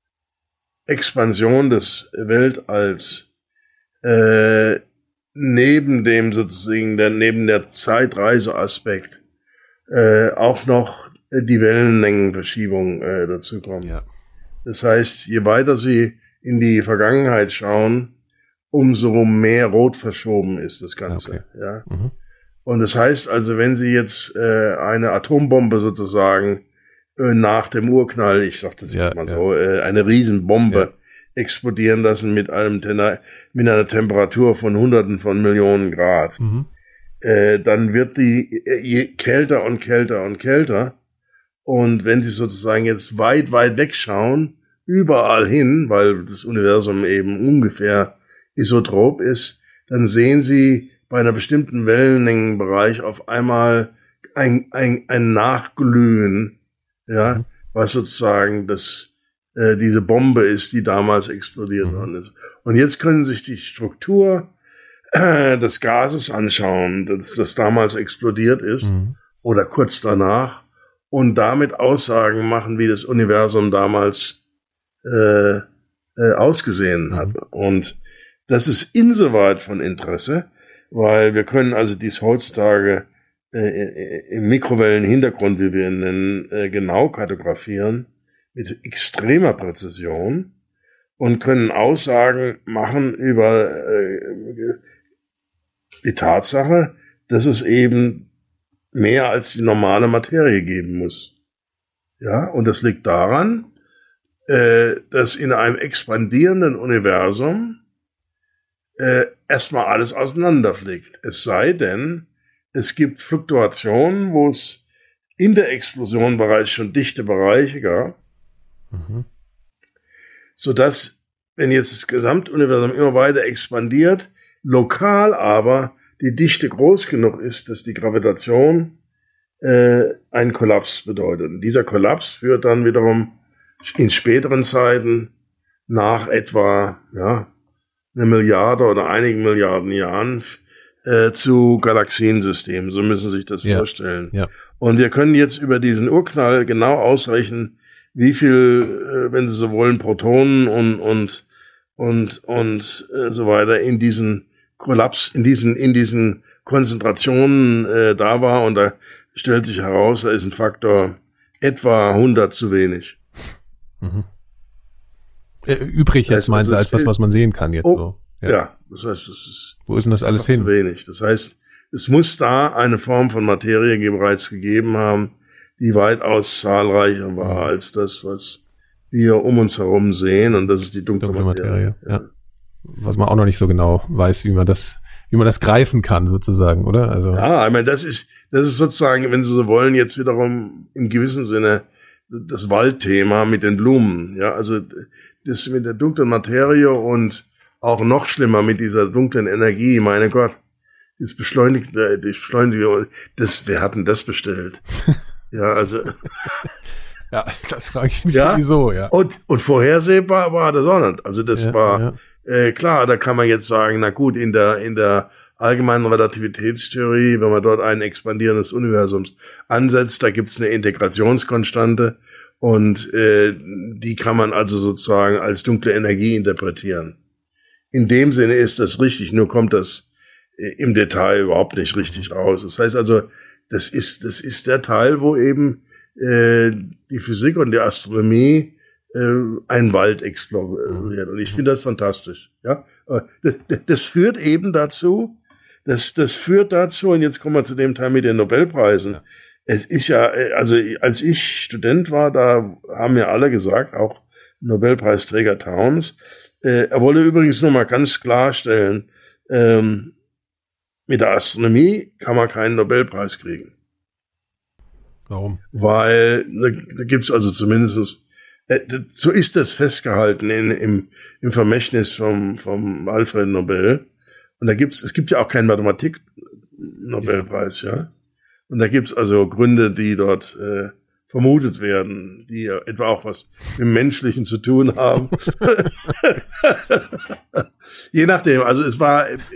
Expansion des Weltalls äh, neben dem sozusagen, der, neben der Zeitreiseaspekt äh, auch noch die Wellenlängenverschiebung äh, dazu kommt. Ja. Das heißt, je weiter Sie in die Vergangenheit schauen, umso mehr rot verschoben ist das Ganze. Okay. Ja. Mhm. Und das heißt also, wenn Sie jetzt äh, eine Atombombe sozusagen äh, nach dem Urknall, ich sag das jetzt ja, mal ja. so, äh, eine Riesenbombe ja. explodieren lassen mit einem mit einer Temperatur von Hunderten von Millionen Grad, mhm. äh, dann wird die je kälter und kälter und kälter. Und wenn Sie sozusagen jetzt weit, weit wegschauen, überall hin, weil das Universum eben ungefähr isotrop ist, dann sehen Sie bei einer bestimmten Wellenlängenbereich auf einmal ein, ein, ein Nachglühen, ja, mhm. was sozusagen das, äh, diese Bombe ist, die damals explodiert mhm. worden ist. Und jetzt können Sie sich die Struktur äh, des Gases anschauen, das, das damals explodiert ist, mhm. oder kurz danach, und damit Aussagen machen, wie das Universum damals Äh, äh, ausgesehen hat. Mhm. Und das ist insoweit von Interesse, weil wir können also dies heutzutage äh, im Mikrowellenhintergrund, wie wir ihn nennen, äh, genau kartografieren, mit extremer Präzision und können Aussagen machen über äh, die Tatsache, dass es eben mehr als die normale Materie geben muss. Ja, und das liegt daran, äh, dass in einem expandierenden Universum äh, erstmal alles auseinanderfliegt. Es sei denn, es gibt Fluktuationen, wo es in der Explosion bereits schon dichte Bereiche gab, mhm. sodass, wenn jetzt das Gesamtuniversum immer weiter expandiert, lokal aber die Dichte groß genug ist, dass die Gravitation äh, einen Kollaps bedeutet. Und dieser Kollaps führt dann wiederum in späteren Zeiten nach etwa ja eine Milliarde oder einigen Milliarden Jahren äh, zu Galaxiensystemen. So müssen Sie sich das ja. vorstellen. Ja. Und wir können jetzt über diesen Urknall genau ausrechnen, wie viel, äh, wenn Sie so wollen, Protonen und und und und äh, so weiter in diesen Kollaps, in diesen in diesen Konzentrationen äh, da war. Und da stellt sich heraus, da ist ein Faktor etwa hundert zu wenig.
Mhm. Äh, übrig jetzt, das heißt, meinen Sie, als was, was man sehen kann jetzt oh, so.
Ja. ja, das heißt, das ist.
Wo ist denn das alles hin?
Zu wenig. Das heißt, es muss da eine Form von Materie bereits gegeben haben, die weitaus zahlreicher war mhm. als das, was wir um uns herum sehen, und das ist die dunkle, dunkle Materie. Materie. Ja. Ja.
Was man auch noch nicht so genau weiß, wie man das, wie man das greifen kann, sozusagen, oder? Also.
Ja, ich meine, das ist, das ist sozusagen, wenn Sie so wollen, jetzt wiederum im gewissen Sinne das Waldthema mit den Blumen, ja, also das mit der dunklen Materie und auch noch schlimmer mit dieser dunklen Energie, meine Gott, das beschleunigt, das beschleunigt, das, wer hat denn das bestellt? Ja, also.
Ja, das frage ich mich
ja?
sowieso, ja.
Und, und vorhersehbar war das auch nicht. Also das ja, war, ja. Äh, klar, da kann man jetzt sagen, na gut, in der, in der allgemeinen Relativitätstheorie, wenn man dort ein expandierendes Universum ansetzt, da gibt's eine Integrationskonstante und äh, die kann man also sozusagen als dunkle Energie interpretieren. In dem Sinne ist das richtig, nur kommt das äh, im Detail überhaupt nicht richtig raus. Das heißt also, das ist das ist der Teil, wo eben äh, die Physik und die Astronomie äh, ein Wald explodiert. Und ich finde das fantastisch. Ja, das, das führt eben dazu, das, das führt dazu, und jetzt kommen wir zu dem Teil mit den Nobelpreisen. Ja. Es ist ja, also als ich Student war, da haben mir alle gesagt, auch Nobelpreisträger Towns, äh, er wolle übrigens nur mal ganz klarstellen, ähm, mit der Astronomie kann man keinen Nobelpreis kriegen.
Warum?
Weil da, da gibt's also zumindestens, äh, so ist das festgehalten in, im, im Vermächtnis vom, vom Alfred Nobel. Und da gibt's, es gibt ja auch keinen Mathematik-Nobelpreis, ja. ja. Und da gibt's also Gründe, die dort äh, vermutet werden, die ja etwa auch was mit dem Menschlichen zu tun haben. Je nachdem, also es war äh,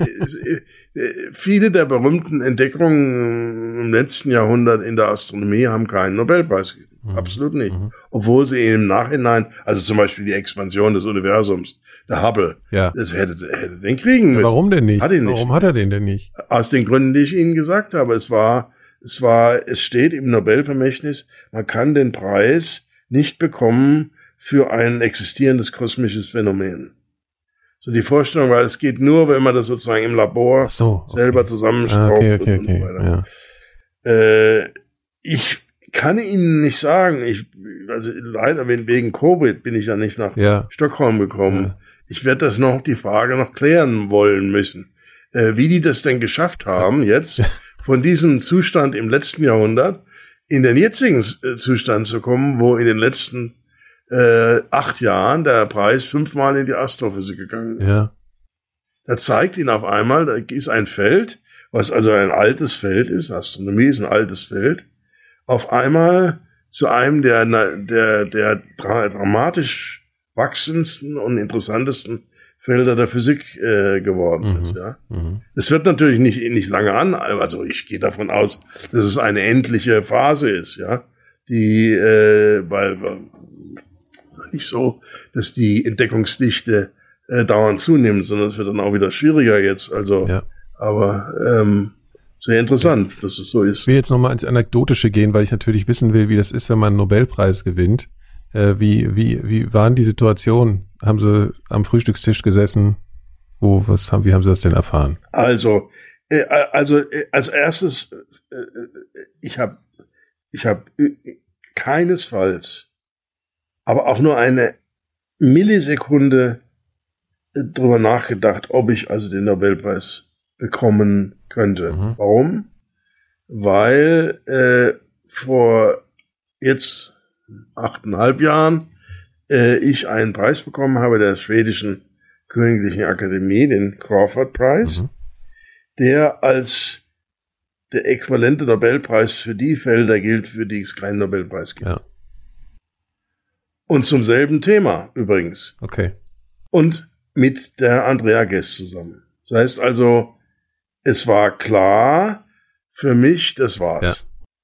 viele der berühmten Entdeckungen im letzten Jahrhundert in der Astronomie haben keinen Nobelpreis gegeben. Mhm. Absolut nicht. Mhm. Obwohl sie im Nachhinein, also zum Beispiel die Expansion des Universums, der Hubble,
ja.
das hätte, hätte den kriegen müssen.
Ja, warum denn nicht?
Hat ihn nicht?
Warum hat er den denn nicht?
Aus den Gründen, die ich Ihnen gesagt habe. Es war, es war, es steht im Nobelvermächtnis, man kann den Preis nicht bekommen für ein existierendes kosmisches Phänomen. So die Vorstellung war, es geht nur, wenn man das sozusagen im Labor
so, okay.
selber zusammenschraubt.
Ah, okay, okay,
und,
okay.
und so weiter. Ja. Äh, ich kann Ihnen nicht sagen, ich, also leider wegen Covid bin ich ja nicht nach
ja.
Stockholm gekommen.
Ja.
Ich werde das noch, die Frage noch klären wollen müssen. Äh, wie die das denn geschafft haben, jetzt von diesem Zustand im letzten Jahrhundert in den jetzigen äh, Zustand zu kommen, wo in den letzten äh, acht Jahren der Preis fünfmal in die Astrophysik gegangen ist.
Ja.
Da zeigt ihn auf einmal, da ist ein Feld, was also ein altes Feld ist, Astronomie ist ein altes Feld, auf einmal zu einem der, der, der dramatisch wachsendsten und interessantesten Felder der Physik äh, geworden
mhm.
ist. Ja,
mhm.
Das wird natürlich nicht nicht lange an, also ich gehe davon aus, dass es eine endliche Phase ist, ja, die, äh, weil, weil nicht so, dass die Entdeckungsdichte äh, dauernd zunimmt, sondern es wird dann auch wieder schwieriger jetzt. Also,
ja.
aber ähm, sehr interessant, dass es so ist.
Ich will jetzt nochmal ins Anekdotische gehen, weil ich natürlich wissen will, wie das ist, wenn man einen Nobelpreis gewinnt. Äh, wie, wie, wie waren die Situationen? Haben Sie am Frühstückstisch gesessen? Wo, was haben, wie haben Sie das denn erfahren?
Also, äh, also äh, als erstes, äh, ich habe, ich habe äh, keinesfalls, aber auch nur eine Millisekunde äh, drüber nachgedacht, ob ich also den Nobelpreis bekommen könnte. Mhm. Warum? Weil äh, vor jetzt achteinhalb Jahren äh, ich einen Preis bekommen habe der schwedischen Königlichen Akademie, den Crawford-Preis, mhm. der als der äquivalente Nobelpreis für die Felder gilt, für die es keinen Nobelpreis gibt.
Ja.
Und zum selben Thema übrigens.
Okay.
Und mit der Andrea Ghez zusammen. Das heißt also, es war klar für mich, das war's.
Ja.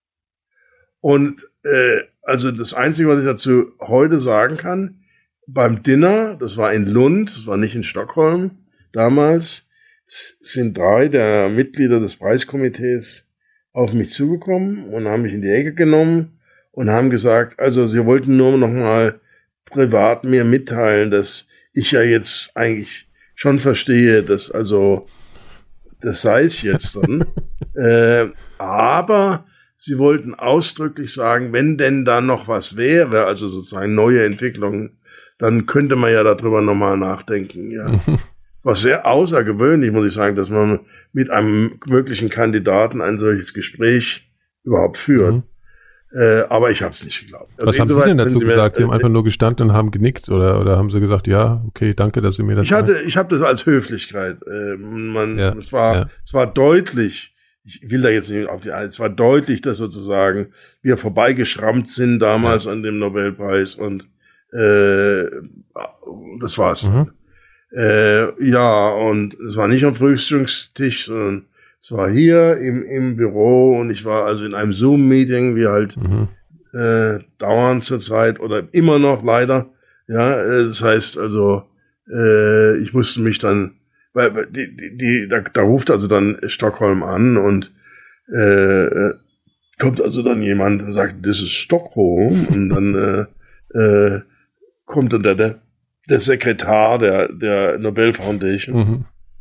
Und äh, also das Einzige, was ich dazu heute sagen kann, beim Dinner, das war in Lund, das war nicht in Stockholm damals, sind drei der Mitglieder des Preiskomitees auf mich zugekommen und haben mich in die Ecke genommen und haben gesagt, also sie wollten nur noch mal privat mir mitteilen, dass ich ja jetzt eigentlich schon verstehe, dass also das sei es jetzt dann. äh, aber sie wollten ausdrücklich sagen, wenn denn da noch was wäre, also sozusagen neue Entwicklungen, dann könnte man ja darüber nochmal nachdenken. Ja. Was sehr außergewöhnlich, muss ich sagen, dass man mit einem möglichen Kandidaten ein solches Gespräch überhaupt führt. Mhm. Äh, aber ich habe es nicht geglaubt. Also
was haben Sie denn dazu Sie gesagt? Mir, Sie haben einfach nur gestanden und haben genickt oder oder haben Sie gesagt, ja, okay, danke, dass Sie mir das
Ich hatte, ich habe das als Höflichkeit. Äh, man, ja, es war, ja. es war deutlich. Ich will da jetzt nicht auf die, es war deutlich, dass sozusagen wir vorbeigeschrammt sind damals ja. an dem Nobelpreis und äh, das war's. Mhm. Äh, ja, und es war nicht am Frühstückstisch, sondern es war hier im, im Büro und ich war also in einem Zoom-Meeting, wie halt mhm. äh, dauernd zur Zeit oder immer noch leider. Ja, äh, das heißt also, äh, ich musste mich dann, weil die, die, die da, da ruft also dann Stockholm an und äh, kommt also dann jemand und sagt, das ist Stockholm und dann äh, äh, kommt dann der, der, der Sekretär der, der Nobel Foundation, mhm.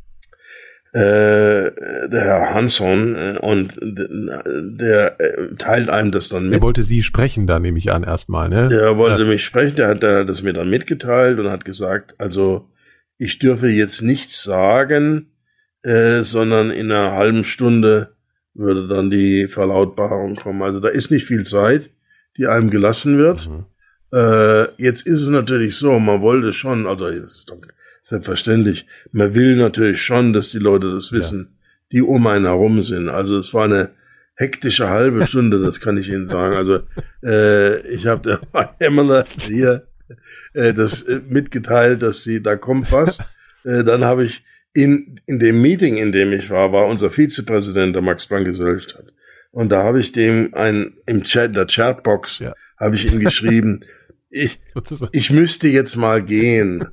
äh, der Herr Hansson, äh, und der, der äh, teilt einem das dann mit.
Der wollte Sie sprechen, da nehme ich an, erstmal, ne?
Der wollte
ja.
mich sprechen, der hat der das mir dann mitgeteilt und hat gesagt, also ich dürfe jetzt nichts sagen, äh, sondern in einer halben Stunde würde dann die Verlautbarung kommen. Also da ist nicht viel Zeit, die einem gelassen wird. Mhm. Äh, jetzt ist es natürlich so, man wollte schon, also das ist doch selbstverständlich, man will natürlich schon, dass die Leute das wissen, ja. die um einen herum sind. Also es war eine hektische halbe Stunde, das kann ich Ihnen sagen. Also äh, ich habe der Hämmerle hier äh, das äh, mitgeteilt, dass sie, da kommt was. Äh, dann habe ich in in dem Meeting, in dem ich war, war unser Vizepräsident der Max-Planck-Gesellschaft. Und da habe ich dem ein im Chat, in der Chatbox, ja. habe ich ihm geschrieben, ich, ich müsste jetzt mal gehen.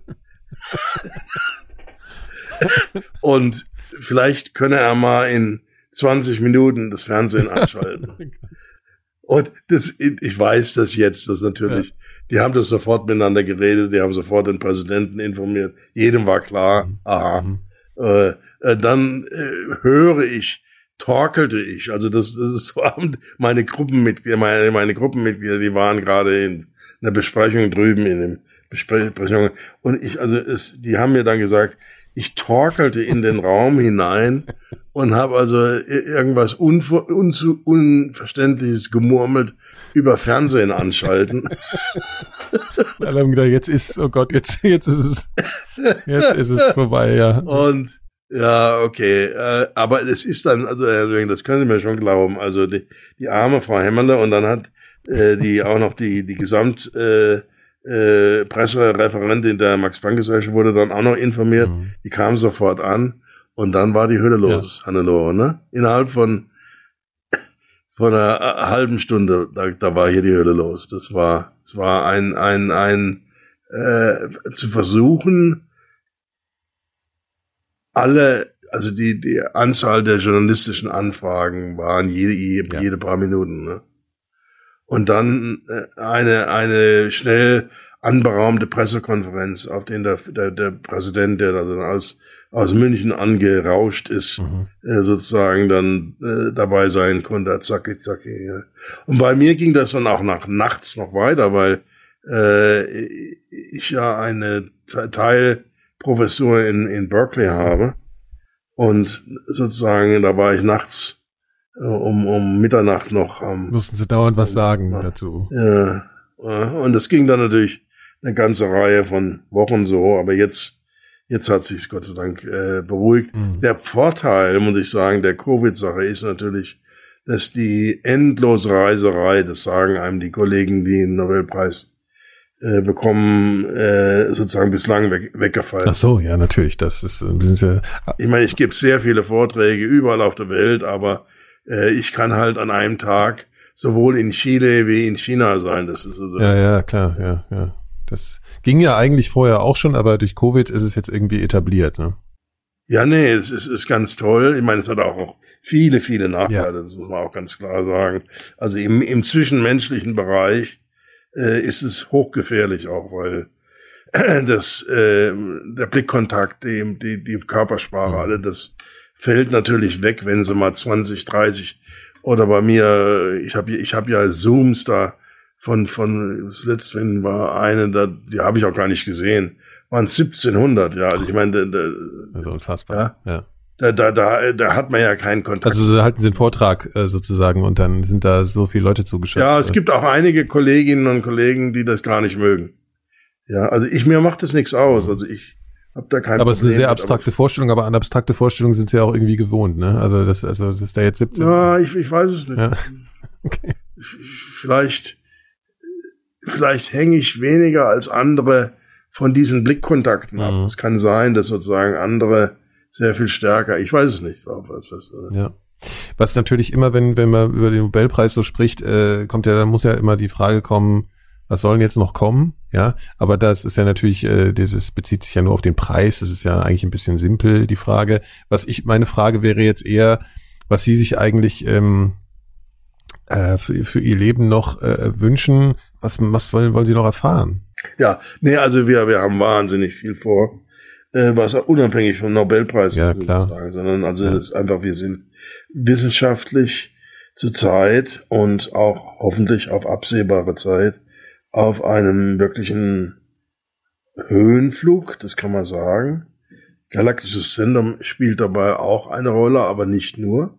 Und vielleicht könne er mal in zwanzig Minuten das Fernsehen anschalten. Und das, ich weiß das jetzt, das natürlich, ja. die haben das sofort miteinander geredet, die haben sofort den Präsidenten informiert, jedem war klar, mhm. aha. Mhm. Äh, äh, dann äh, höre ich, torkelte ich, also das, das ist so, meine Gruppenmitglieder, meine, meine Gruppenmitglieder, die waren gerade in einer Besprechung drüben, in dem Besprechung, und ich, also es, die haben mir dann gesagt, ich torkelte in den Raum hinein und habe also irgendwas Unver- Unzu- Unverständliches gemurmelt über Fernsehen anschalten.
Alle haben gedacht, jetzt ist, oh Gott, jetzt, jetzt ist es, jetzt ist es vorbei, ja.
Und, ja, okay, äh, aber es ist dann, also, das können Sie mir schon glauben, also die, die arme Frau Hämmerle, und dann hat äh, die auch noch die, die Gesamt, äh, Äh, Pressereferentin der Max-Planck-Gesellschaft wurde dann auch noch informiert. Mhm. Die kam sofort an und dann war die Hölle los, ja. Hannelore, ne? Innerhalb von von einer halben Stunde, da, da war hier die Hölle los. Das war, es war ein ein ein äh, zu versuchen, alle, also die die Anzahl der journalistischen Anfragen waren jede jede, ja. jede paar Minuten, ne? Und dann eine eine schnell anberaumte Pressekonferenz, auf den der der, der Präsident, der also aus aus München angerauscht ist, mhm. äh, sozusagen dann äh, dabei sein konnte. Zacki, zacki. Ja. Und bei mir ging das dann auch nach nachts noch weiter, weil äh, ich ja eine Teilprofessur in in Berkeley habe und sozusagen da war ich nachts um um Mitternacht noch. Um,
Mussten Sie dauernd was sagen um, dazu.
Ja, und es ging dann natürlich eine ganze Reihe von Wochen so, aber jetzt jetzt hat sich's Gott sei Dank äh, beruhigt. Mhm. Der Vorteil, muss ich sagen, der Covid-Sache ist natürlich, dass die endlose Reiserei, das sagen einem die Kollegen, die den Nobelpreis äh, bekommen, äh, sozusagen bislang weg, weggefallen.
Ach so, ja, natürlich. Das ist ein bisschen.
Ich meine, ich gebe sehr viele Vorträge überall auf der Welt, aber ich kann halt an einem Tag sowohl in Chile wie in China sein. Das ist also
ja, ja, klar, ja, ja. Das ging ja eigentlich vorher auch schon, aber durch Covid ist es jetzt irgendwie etabliert, ne?
Ja, nee, es ist, ist ganz toll. Ich meine, es hat auch viele, viele Nachteile, ja. Das muss man auch ganz klar sagen. Also im, im zwischenmenschlichen Bereich äh, ist es hochgefährlich auch, weil äh, das äh, der Blickkontakt, die, die, die Körpersprache, mhm. alle das fällt natürlich weg, wenn sie mal zwanzig, dreißig oder bei mir, ich habe ich hab ja Zooms da von, von, das letzte war eine, da, die habe ich auch gar nicht gesehen, waren siebzehnhundert, ja, also ich meine, da, da,
also unfassbar, ja. ja.
Da, da, da, da hat man ja keinen Kontakt.
Also so halten Sie einen Vortrag äh, sozusagen und dann sind da so viele Leute zugeschaltet.
Ja, es gibt auch einige Kolleginnen und Kollegen, die das gar nicht mögen. Ja, also ich, mir macht das nichts aus, also ich Hab da kein
aber es ist eine sehr
mit,
abstrakte Vorstellung, aber an abstrakte Vorstellungen sind sie ja auch irgendwie gewohnt, ne? Also das, also das ist da jetzt siebzehn.
Ja, ich, ich weiß es nicht.
Ja. Okay.
Vielleicht, vielleicht hänge ich weniger als andere von diesen Blickkontakten ab. Mhm. Es kann sein, dass sozusagen andere sehr viel stärker. Ich weiß es nicht. Was, was,
ja. Was natürlich immer, wenn wenn man über den Nobelpreis so spricht, äh, kommt ja, dann muss ja immer die Frage kommen, was soll denn jetzt noch kommen? Ja, aber das ist ja natürlich, äh, das bezieht sich ja nur auf den Preis. Das ist ja eigentlich ein bisschen simpel, die Frage. Was ich, meine Frage wäre jetzt eher, was Sie sich eigentlich ähm, äh, für, für Ihr Leben noch äh, wünschen. Was, was wollen, wollen Sie noch erfahren?
Ja, nee, also wir, wir haben wahnsinnig viel vor, äh, was unabhängig vom Nobelpreis
ja,
ist,
klar.
Sagen, sondern also ja. das ist einfach, wir sind wissenschaftlich zurzeit und auch hoffentlich auf absehbare Zeit auf einem wirklichen Höhenflug, das kann man sagen. Galaktisches Zentrum spielt dabei auch eine Rolle, aber nicht nur.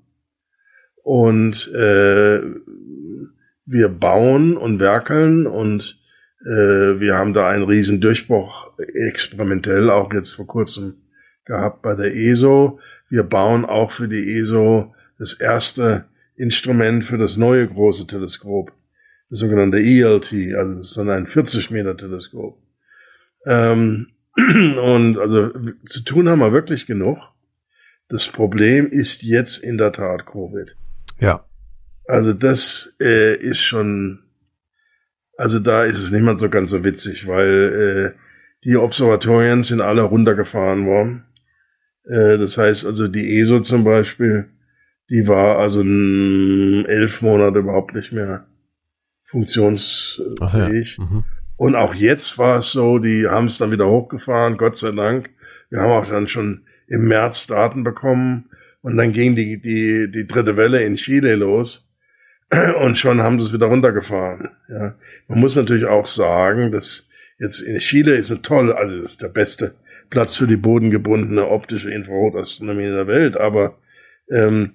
Und äh, wir bauen und werkeln und äh, wir haben da einen riesen Durchbruch experimentell auch jetzt vor kurzem gehabt bei der E S O. Wir bauen auch für die E S O das erste Instrument für das neue große Teleskop, das sogenannte E L T, also das ist dann ein vierzig Meter Teleskop. Ähm, und also zu tun haben wir wirklich genug. Das Problem ist jetzt in der Tat Covid.
Ja.
Also das äh, ist schon, also da ist es nicht mal so ganz so witzig, weil äh, die Observatorien sind alle runtergefahren worden. Äh, das heißt also die E S O zum Beispiel, die war also n- elf Monate überhaupt nicht mehr funktionsfähig.
Ach ja. Mhm.
Und auch jetzt war es so, die haben es dann wieder hochgefahren, Gott sei Dank. Wir haben auch dann schon im März Daten bekommen und dann ging die die die dritte Welle in Chile los und schon haben sie es wieder runtergefahren. Ja, man muss natürlich auch sagen, dass jetzt in Chile ist eine tolle, also das ist der beste Platz für die bodengebundene optische Infrarotastronomie in der Welt, aber ähm,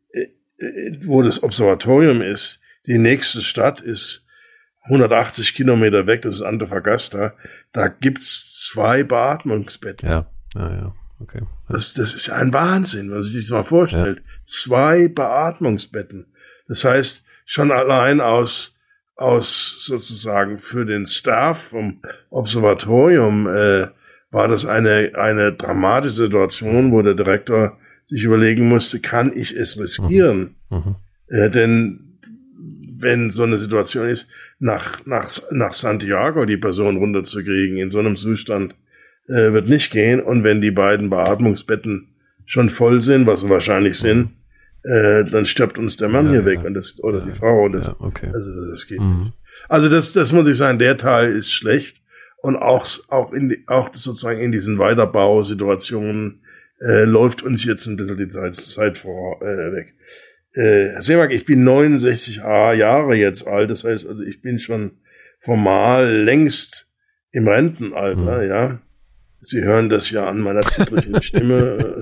wo das Observatorium ist, die nächste Stadt ist hundertachtzig Kilometer weg, das ist Antofagasta, da gibt's zwei Beatmungsbetten.
Ja, ja, ja, okay. Ja.
Das, das ist ja ein Wahnsinn, wenn man sich das mal vorstellt. Ja. Zwei Beatmungsbetten. Das heißt, schon allein aus, aus sozusagen für den Staff vom Observatorium äh, war das eine, eine dramatische Situation, wo der Direktor sich überlegen musste, kann ich es riskieren? Mhm. Mhm. Äh, denn wenn so eine Situation ist, nach, nach, nach Santiago die Person runterzukriegen, in so einem Zustand, äh, wird nicht gehen. Und wenn die beiden Beatmungsbetten schon voll sind, was sie wahrscheinlich sind, äh, dann stirbt uns der Mann ja, hier ja. weg und das, oder ja, die Frau. Und das, ja, okay. Also das geht mhm. nicht. Also das, das muss ich sagen, der Teil ist schlecht. Und auch, auch in die, auch sozusagen in diesen Weiterbausituationen, äh, läuft uns jetzt ein bisschen die Zeit, Zeit vor, äh, weg. Herr Seemark, ich bin neunundsechzig Jahre jetzt alt, das heißt, also ich bin schon formal längst im Rentenalter, mhm. ja. Sie hören das ja an meiner zittrigen Stimme.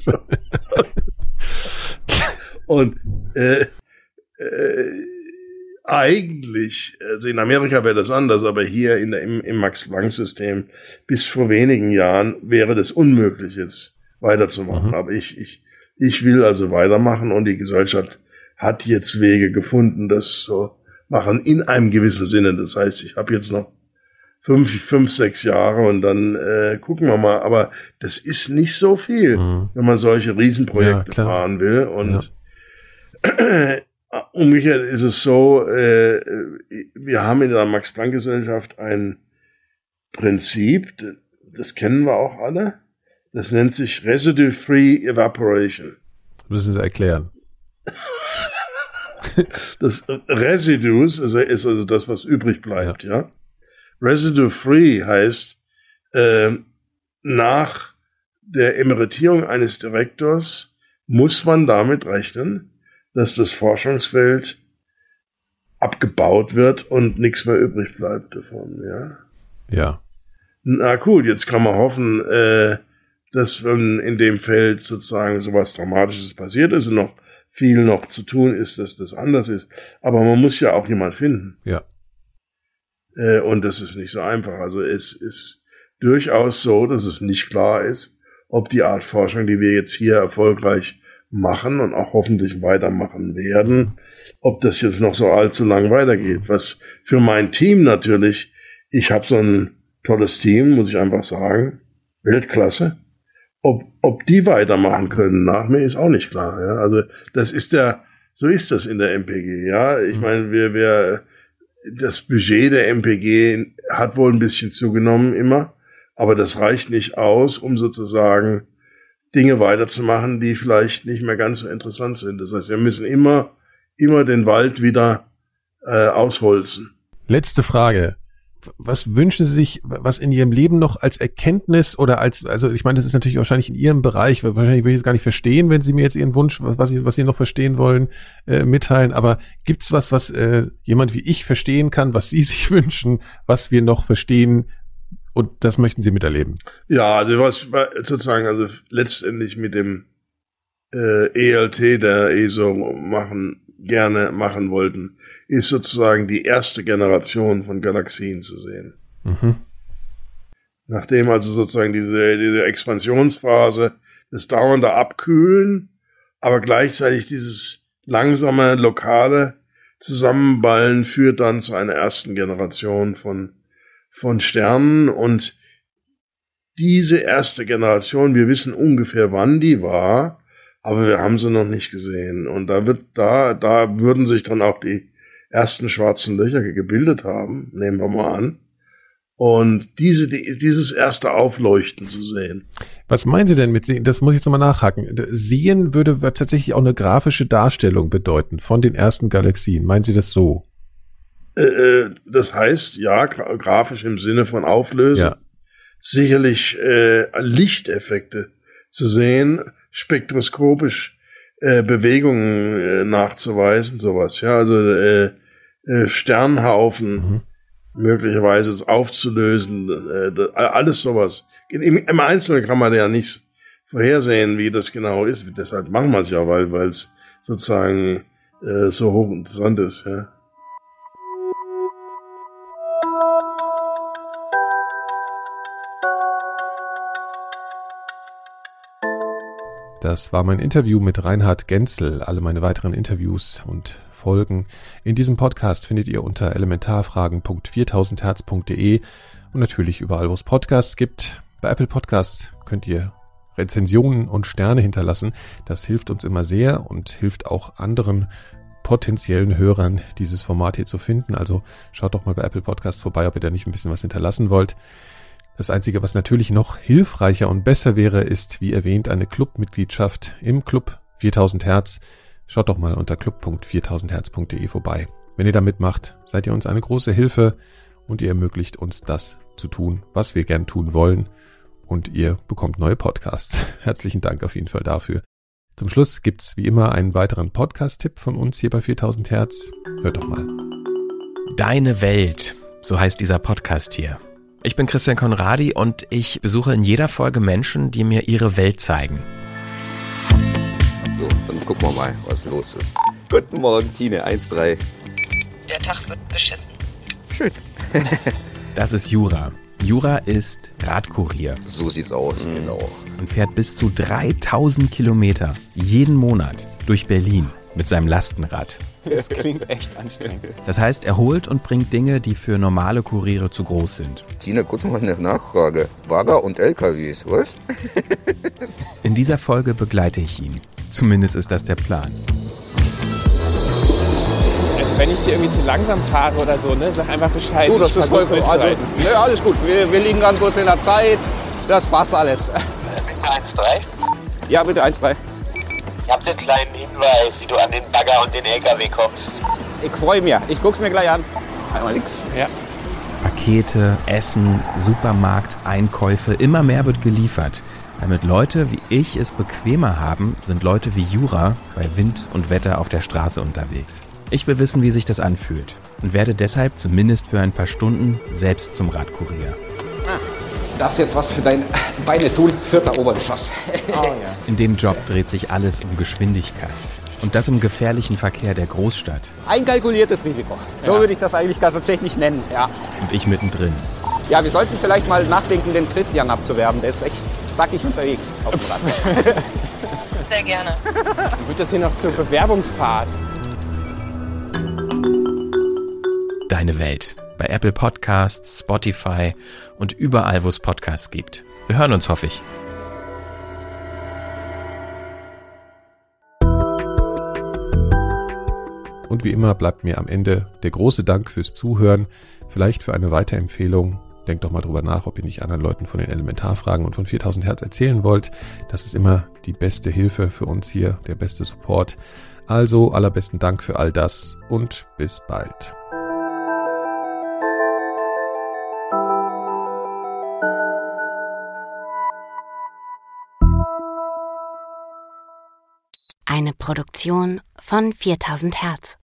Und äh, äh, eigentlich, also in Amerika wäre das anders, aber hier in der, im, im Max-Planck-System bis vor wenigen Jahren wäre das unmöglich, jetzt weiterzumachen. Mhm. Aber ich, ich, ich will also weitermachen und die Gesellschaft hat jetzt Wege gefunden, das zu machen in einem gewissen Sinne. Das heißt, ich habe jetzt noch fünf, fünf, sechs Jahre und dann äh, gucken wir mal. Aber das ist nicht so viel, mhm. wenn man solche Riesenprojekte ja, fahren will. Und ja. umgekehrt ist es so, äh, wir haben in der Max-Planck-Gesellschaft ein Prinzip, das kennen wir auch alle. Das nennt sich Residue-Free Evaporation.
Müssen Sie erklären.
Das Residues also ist also das, was übrig bleibt, ja. ja? Residue-free heißt, äh, nach der Emeritierung eines Direktors muss man damit rechnen, dass das Forschungsfeld abgebaut wird und nichts mehr übrig bleibt davon, ja.
Ja.
Na gut, jetzt kann man hoffen, äh, dass wenn in dem Feld sozusagen sowas Dramatisches passiert ist und noch viel noch zu tun ist, dass das anders ist. Aber man muss ja auch jemand finden.
Ja.
Äh, und das ist nicht so einfach. Also es ist durchaus so, dass es nicht klar ist, ob die Art Forschung, die wir jetzt hier erfolgreich machen und auch hoffentlich weitermachen werden, ob das jetzt noch so allzu lang weitergeht. Was für mein Team natürlich, ich habe so ein tolles Team, muss ich einfach sagen, Weltklasse. Ob, ob die weitermachen können nach mir, ist auch nicht klar. Ja? Also das ist der, so ist das in der M P G. Ja, ich mhm. meine, wir, wir, das Budget der M P G hat wohl ein bisschen zugenommen immer, aber das reicht nicht aus, um sozusagen Dinge weiterzumachen, die vielleicht nicht mehr ganz so interessant sind. Das heißt, wir müssen immer, immer den Wald wieder äh, ausholzen.
Letzte Frage. was wünschen Sie sich, was in Ihrem Leben noch als Erkenntnis oder als, also ich meine, das ist natürlich wahrscheinlich in Ihrem Bereich, wahrscheinlich würde ich es gar nicht verstehen, wenn Sie mir jetzt Ihren Wunsch, was Sie, was Sie noch verstehen wollen, äh, mitteilen, aber gibt's was, was äh, jemand wie ich verstehen kann, was Sie sich wünschen, was wir noch verstehen und das möchten Sie miterleben?
Ja, also was sozusagen, also letztendlich mit dem äh, E L T der E S O machen, gerne machen wollten, ist sozusagen die erste Generation von Galaxien zu sehen. Mhm. Nachdem also sozusagen diese, diese Expansionsphase, das dauernde Abkühlen, aber gleichzeitig dieses langsame, lokale Zusammenballen führt dann zu einer ersten Generation von, von Sternen. Und diese erste Generation, wir wissen ungefähr, wann die war, aber wir haben sie noch nicht gesehen. Und da wird, da, da würden sich dann auch die ersten schwarzen Löcher gebildet haben, nehmen wir mal an. Und diese, die, dieses erste Aufleuchten zu sehen.
Was meinen Sie denn mit sehen? Das muss ich jetzt nochmal nachhaken. Sehen würde tatsächlich auch eine grafische Darstellung bedeuten von den ersten Galaxien. Meinen Sie das so?
Äh, das heißt, ja, gra- grafisch im Sinne von Auflösen. Ja. Sicherlich äh, Lichteffekte zu sehen, spektroskopisch äh, Bewegungen äh, nachzuweisen, sowas, ja, also äh, äh, Sternhaufen mhm. möglicherweise aufzulösen, äh, alles sowas. Im, Im Einzelnen kann man ja nicht vorhersehen, wie das genau ist, deshalb machen wir es ja, weil weil es sozusagen äh, so hochinteressant ist, ja.
Das war mein Interview mit Reinhard Genzel. Alle meine weiteren Interviews und Folgen in diesem Podcast findet ihr unter elementarfragen punkt viertausend hertz punkt de und natürlich überall, wo es Podcasts gibt. Bei Apple Podcasts könnt ihr Rezensionen und Sterne hinterlassen. Das hilft uns immer sehr und hilft auch anderen potenziellen Hörern, dieses Format hier zu finden. Also schaut doch mal bei Apple Podcasts vorbei, ob ihr da nicht ein bisschen was hinterlassen wollt. Das Einzige, was natürlich noch hilfreicher und besser wäre, ist, wie erwähnt, eine Clubmitgliedschaft im Club viertausend Hertz. Schaut doch mal unter club punkt viertausend hertz punkt de vorbei. Wenn ihr da mitmacht, seid ihr uns eine große Hilfe und ihr ermöglicht uns das zu tun, was wir gern tun wollen. Und ihr bekommt neue Podcasts. Herzlichen Dank auf jeden Fall dafür. Zum Schluss gibt's wie immer einen weiteren Podcast-Tipp von uns hier bei viertausend Hertz. Hört doch mal.
Deine Welt, so heißt dieser Podcast hier. Ich bin Christian Conradi und ich besuche in jeder Folge Menschen, die mir ihre Welt zeigen.
So, dann gucken wir mal, was los ist. Guten Morgen, Tine, eins drei.
Der Tag wird beschissen.
Schön.
Das ist Jura. Jura ist Radkurier.
So sieht's aus, mhm. Genau.
Und fährt bis zu dreitausend Kilometer jeden Monat durch Berlin mit seinem Lastenrad.
Das klingt echt anstrengend.
Das heißt, er holt und bringt Dinge, die für normale Kuriere zu groß sind.
Tine, kurz mal eine Nachfrage. Bagger und L K Ws, was?
In dieser Folge begleite ich ihn. Zumindest ist das der Plan.
Also wenn ich dir irgendwie zu langsam fahre oder so, ne, sag einfach Bescheid.
Du, das ist vollkommen, also, ne, alles gut. Wir, wir liegen ganz kurz in der Zeit. Das war's alles.
Bitte eins drei.
Ja, bitte eins drei.
Ich habe den kleinen Hinweis, wie du an den Bagger und den L K W kommst.
Ich freue mich. Ich guck's mir gleich an. Einmal nix.
Ja.
Pakete, Essen, Supermarkt, Einkäufe, immer mehr wird geliefert. Damit Leute wie ich es bequemer haben, sind Leute wie Jura bei Wind und Wetter auf der Straße unterwegs. Ich will wissen, wie sich das anfühlt und werde deshalb zumindest für ein paar Stunden selbst zum Radkurier.
Ah, darfst jetzt was für deine Beine tun? Vierter Obergeschoss.
Oh, ja. In dem Job dreht sich alles um Geschwindigkeit. Und das im gefährlichen Verkehr der Großstadt.
Einkalkuliertes Risiko. So ja. Würde ich das eigentlich tatsächlich nennen, ja.
Und ich mittendrin.
Ja, wir sollten vielleicht mal nachdenken, den Christian abzuwerben. Der ist echt zackig unterwegs auf dem Rad.
Sehr gerne.
Dann wird das hier noch zur Bewerbungsfahrt.
Deine Welt. Bei Apple Podcasts, Spotify und überall, wo es Podcasts gibt. Wir hören uns, hoffe ich.
Und wie immer bleibt mir am Ende der große Dank fürs Zuhören, vielleicht für eine Weiterempfehlung. Denkt doch mal drüber nach, ob ihr nicht anderen Leuten von den Elementarfragen und von viertausend Hertz erzählen wollt. Das ist immer die beste Hilfe für uns hier, der beste Support. Also allerbesten Dank für all das und bis bald.
Eine Produktion von viertausend Hertz.